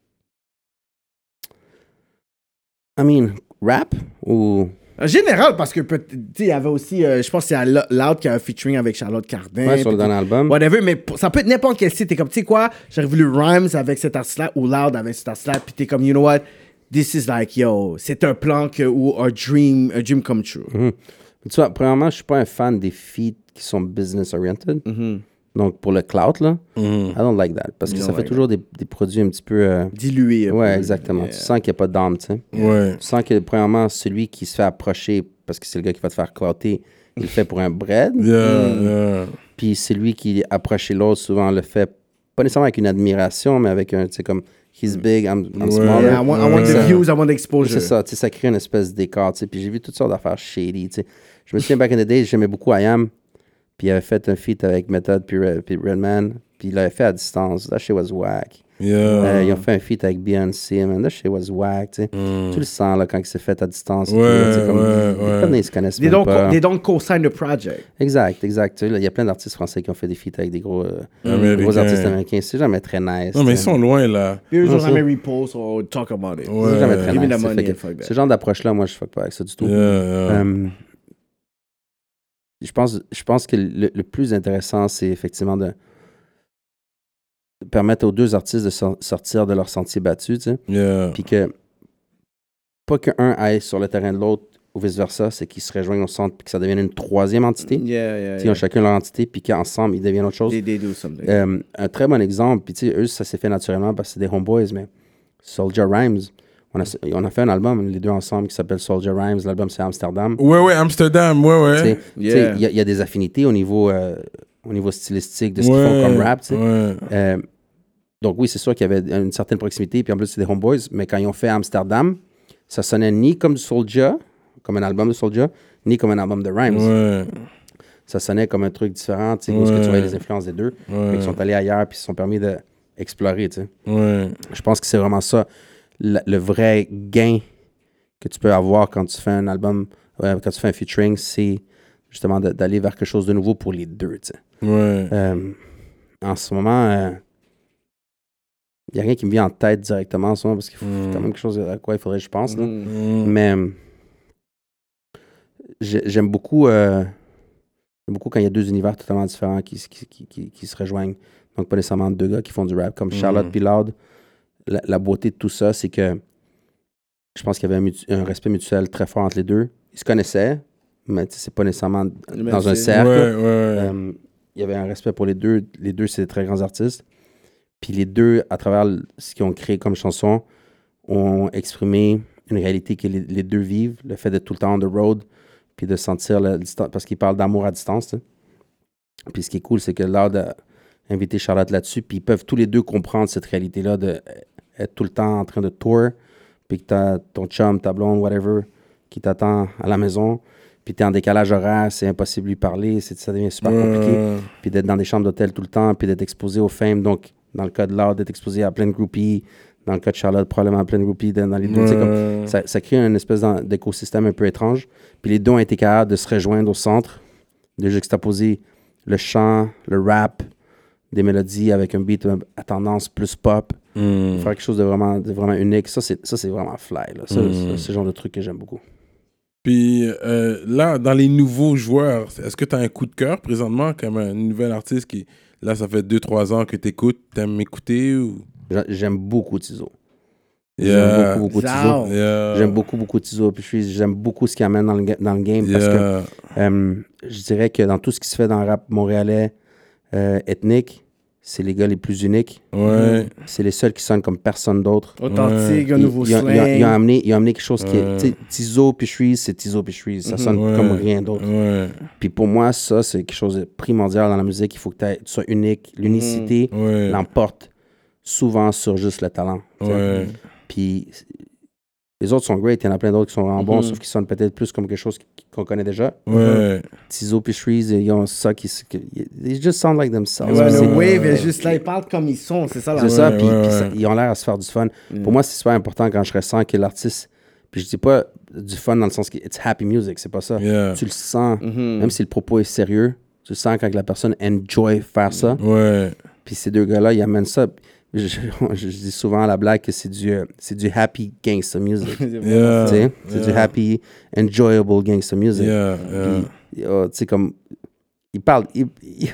I mean, rap ou. En général, parce que peut- tu sais, il y avait aussi, euh, je pense que c'est à Lo- Loud qui a un featuring avec Charlotte Cardin. Ouais, sur le puis- dernier album. Whatever, mais pour- ça peut être n'importe quel style. T'es comme, tu sais quoi, j'aurais voulu Rhymes avec cet artiste-là ou Loud avec cet artiste-là, puis t'es comme, you know what, this is like, yo, c'est un plan que, ou un dream, un dream come true. Mhm. Tu vois, premièrement, je suis pas un fan des feats qui sont business-oriented. Mhm. Donc, pour le clout, là, I don't like that. Parce que You ça don't fait like toujours des, des produits un petit peu. euh, Dilué. un Ouais, peu. exactement. Yeah. Tu sens qu'il n'y a pas d'âme, tu sais. Ouais. Tu sens que, premièrement, celui qui se fait approcher, parce que c'est le gars qui va te faire clouter, il le fait pour un bread. Yeah, yeah. Puis celui qui approche l'autre, souvent le fait, pas nécessairement avec une admiration, mais avec un, tu sais, comme, he's big, I'm, I'm Ouais. smaller. Yeah, I want, I want Fait que the ça- views, I want the exposure. C'est ça, tu sais, ça crée une espèce d'écart, tu sais. Puis j'ai vu toutes sortes d'affaires shady, tu sais. Je me souviens, back in the days, j'aimais beaucoup I Am. Puis il avait fait un feat avec Method puis, Red- puis Redman. Puis il l'avait fait à distance. That shit was whack. Yeah. Euh, ils ont fait un feat avec Beyoncé, man. That shit was whack, tu sais. Tu le sens, là, quand il s'est fait à distance. et Ouais, tout, là, tu sais, comme, ouais, les ouais. connaissent, ils se connaissent They même don't, pas. co- they don't co-sign the project. Exact, exact. Tu sais, là, il y a plein d'artistes français qui ont fait des feats avec des gros, euh, Américains. gros artistes américains. C'est jamais très nice. Non, mais ils tu sais. sont loin, là. People Non, don't ça- jamais repost or talk about it. Ouais. C'est jamais très Give me nice. the ça money fait and que fuck that. ce genre d'approche-là, moi, je fuck pas avec ça du tout. Yeah, yeah. Euh, je, pense, je pense que le, le plus intéressant, c'est effectivement de de permettre aux deux artistes de sor- sortir de leur sentier battu, tu sais. Yeah. Puis que, pas qu'un aille sur le terrain de l'autre ou vice-versa, c'est qu'ils se rejoignent au centre puis que ça devienne une troisième entité. Yeah, yeah, Tu sais, Ils ont yeah. chacun leur entité puis qu'ensemble, ils deviennent autre chose. They, they do something. Euh, un très bon exemple, puis tu sais, eux, ça s'est fait naturellement parce que c'est des homeboys, mais Soulja Rhymes, on a, on a fait un album, les deux ensemble, qui s'appelle Soulja Rhymes. L'album, c'est Amsterdam. Ouais, ouais, Amsterdam, ouais, Tu ouais. sais, tu sais, Yeah. Il y, a- il y a des affinités au niveau, euh, au niveau stylistique de ce qu'ils Ouais, font comme rap. Tu sais. ouais. Euh, donc oui, c'est sûr qu'il y avait une certaine proximité, puis en plus, c'est des homeboys, mais quand ils ont fait Amsterdam, ça sonnait ni comme du Soulja, comme un album de Soulja, ni comme un album de Rhymes. Ouais. Ça sonnait comme un truc différent, tu sais, où est-ce que tu Ouais. voyais les influences des deux. Ouais. Fait qu'ils sont allés ailleurs, puis ils se sont permis d'explorer, tu sais. Ouais. Je pense que c'est vraiment ça, le, le vrai gain que tu peux avoir quand tu fais un album, euh, quand tu fais un featuring, c'est justement de- d'aller vers quelque chose de nouveau pour les deux, tu sais. Ouais. Euh, en ce moment, il n'y a rien qui me vient en tête directement en ce moment parce qu'il faut Mm. quand même quelque chose à quoi il faudrait que je pense. Là. Mm. Mm. Mais euh, j'ai- j'aime beaucoup, euh, j'aime beaucoup quand il y a deux univers totalement différents qui, s- qui, qui, qui, qui se rejoignent. Donc, pas nécessairement deux gars qui font du rap, comme Charlotte puis Loud. La, la beauté de tout ça, c'est que je pense qu'il y avait un, mutu- un respect mutuel très fort entre les deux. Ils se connaissaient, mais tu sais, c'est pas nécessairement Mais dans un c'est- cercle. Ouais, ouais, ouais. Euh, il y avait un respect pour les deux. Les deux, c'est des très grands artistes. Puis les deux, à travers l- ce qu'ils ont créé comme chanson, ont exprimé une réalité que les, les deux vivent. Le fait d'être tout le temps on the road, puis de sentir la distance, parce qu'ils parlent d'amour à distance. Tu sais. Puis ce qui est cool, c'est que Loud a invité Charlotte là-dessus, puis ils peuvent tous les deux comprendre cette réalité-là d'être tout le temps en train de tour, puis que t'as ton chum, ta blonde, whatever, qui t'attend à la maison, puis t'es en décalage horaire, c'est impossible de lui parler, c'est, ça devient super compliqué. Ouais. Puis d'être dans des chambres d'hôtel tout le temps, puis d'être exposé aux fame. Donc, dans le cas de Loud, d'être exposé à plein de groupies. Dans le cas de Charlotte, probablement à plein de groupies. Dans dans les deux, tu sais, comme, ça, ça crée une espèce d'en- d'écosystème un peu étrange. Puis les deux ont été capables de se rejoindre au centre, de juxtaposer le chant, le rap, des mélodies avec un beat à tendance plus pop. Mm. Faire quelque chose de vraiment, de vraiment unique. Ça, c'est, ça, c'est vraiment fly. Là. Ça, Mm. ça, c'est le genre de truc que j'aime beaucoup. Puis euh, là, dans les nouveaux joueurs, est-ce que tu as un coup de cœur présentement, comme un nouvel artiste qui, là, ça fait deux trois ans que tu écoutes, t'aimes m'écouter ou... J'a- J'aime beaucoup Tizo. Yeah. J'aime beaucoup, beaucoup Zao. Tizo. Yeah. J'aime beaucoup, beaucoup Tizo. Puis je suis- j'aime beaucoup ce qu'il amène dans le, ga- dans le game parce que Yeah. euh, je dirais que dans tout ce qui se fait dans le rap montréalais euh, ethnique, c'est les gars les plus uniques. Ouais. C'est les seuls qui sonnent comme personne d'autre. Authentique, un Ils- nouveau ils ont- slang. ils ont- ils ont amené, ils ont amené quelque chose qui Ouais. est... Tu sais, Tizo puis Shreeze, c'est Tizo puis Shreeze. Ça sonne Ouais. comme rien d'autre. Ouais. Puis pour moi, ça, c'est quelque chose de primordial dans la musique. Il faut que t'aies- tu sois unique. L'unicité Ouais. l'emporte souvent sur juste le talent. tu sais. Ouais. Puis les autres sont great. Il y en a plein d'autres qui sont vraiment bons, Mhm. sauf qu'ils sonnent peut-être plus comme quelque chose qu'on connaît déjà. Ouais. Tizo puis Shreeze, ils ont ça qui... qui- They just sound like themselves. Ouais, Puis le c'est- wave est juste là, ils parlent comme ils sont, c'est ça la C'est ça, Ouais, puis, ouais, puis ouais. ça- ils ont l'air à se faire du fun. Pour moi, c'est super important quand je ressens que l'artiste... Puis je dis pas du fun dans le sens que it's happy music, c'est pas ça. Yeah. Tu le sens, Mhm. même si le propos est sérieux, tu le sens quand la personne enjoy faire ça. Ouais. Puis ces deux gars-là, ils amènent ça. Je, je- je dis souvent à la blague que c'est du, euh, c'est du happy gangster music. tu Yeah. sais? C'est du Yeah. happy, enjoyable gangster music. Yeah. Yeah. Puis, oh, tu sais, comme... Ils parlent... Ils, ils,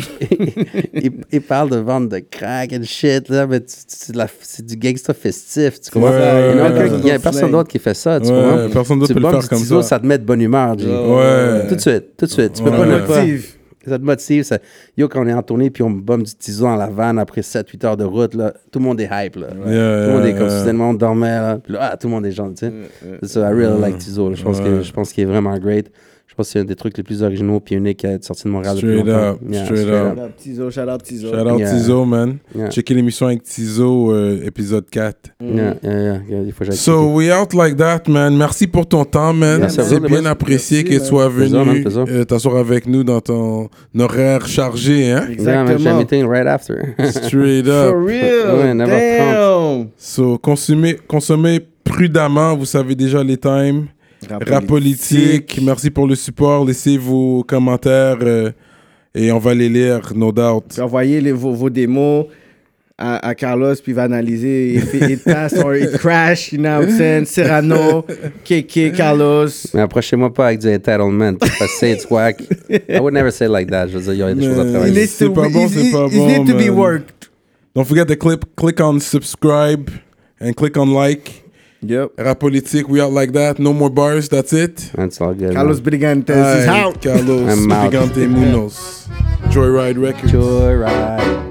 ils- ils parlent de vendre de crack and shit, là, mais tu- tu- c'est, de la- c'est du gangster festif, tu comprends? Ouais, Il y a ouais, aucun- ouais. il y a personne d'autre qui fait ça, tu Ouais, comprends? personne d'autre Tu peut le bombes faire du comme Tizo, ça. ça te met de bonne humeur, G. Ouais. Tout de suite, tout de suite. Tu peux Ouais. pas Ça ne pas... motive. Ça te motive. Ça... Yo, quand on est en tournée puis on bombe du Tizo dans la van après sept huit heures de route, là, tout le monde est hype. Là. Yeah, Tout le monde yeah, est comme yeah. soudainement on dormait. Là. Puis là, ah, tout le monde est gentil. tu sais. C'est ça, I really like Tizo. là. Je pense, Ouais. que, je pense qu'il est vraiment great. Je pense que c'est un des trucs les plus originaux puis uniques à être sorti de Montréal depuis Straight longtemps. up, straight Shout up. out Tizo, shout out Tizo. Shout out Yeah. Tizo, man. Yeah. Checker l'émission avec Tizo, euh, épisode quatre. Yeah, yeah, yeah, yeah, il faut que j'aille So, we out like that, man. Merci pour ton temps, man. Merci à vous, C'est les bien boys. apprécié Merci, que tu sois Plaisir, man, venu plaisir. euh, t'asseoir avec nous dans ton horaire chargé, hein? checker. Yeah, man, j'ai un Exactement. meeting right after. Straight For up. real. Ouais, neuf heures Damn. So, consommez, consommez prudemment. Vous savez déjà les times. Rap politique. Merci pour le support. Laissez vos commentaires euh, et on va les lire, no doubt. Puis envoyez les, vos, vos démos à, à Carlos, puis il va analyser. If it, it pass or it crash, you know what I'm saying? Cyrano, K K, Carlos. Mais approchez-moi pas avec du entitlement. Parce que c'est it's whack. I would never say it like that. Je veux dire, il y a des choses à Mais- It travailler. needs C'est to pas be- bon, it- c'est it- pas it bon, need to be man. worked. Don't forget to click, click on subscribe and click on like. Yep. Rap politique, we out like that. No more bars, that's it. That's all good. Carlos man. Brigantes is Aye, out. Carlos I'm out. Gigante Munoz. Joyride Records. Joyride.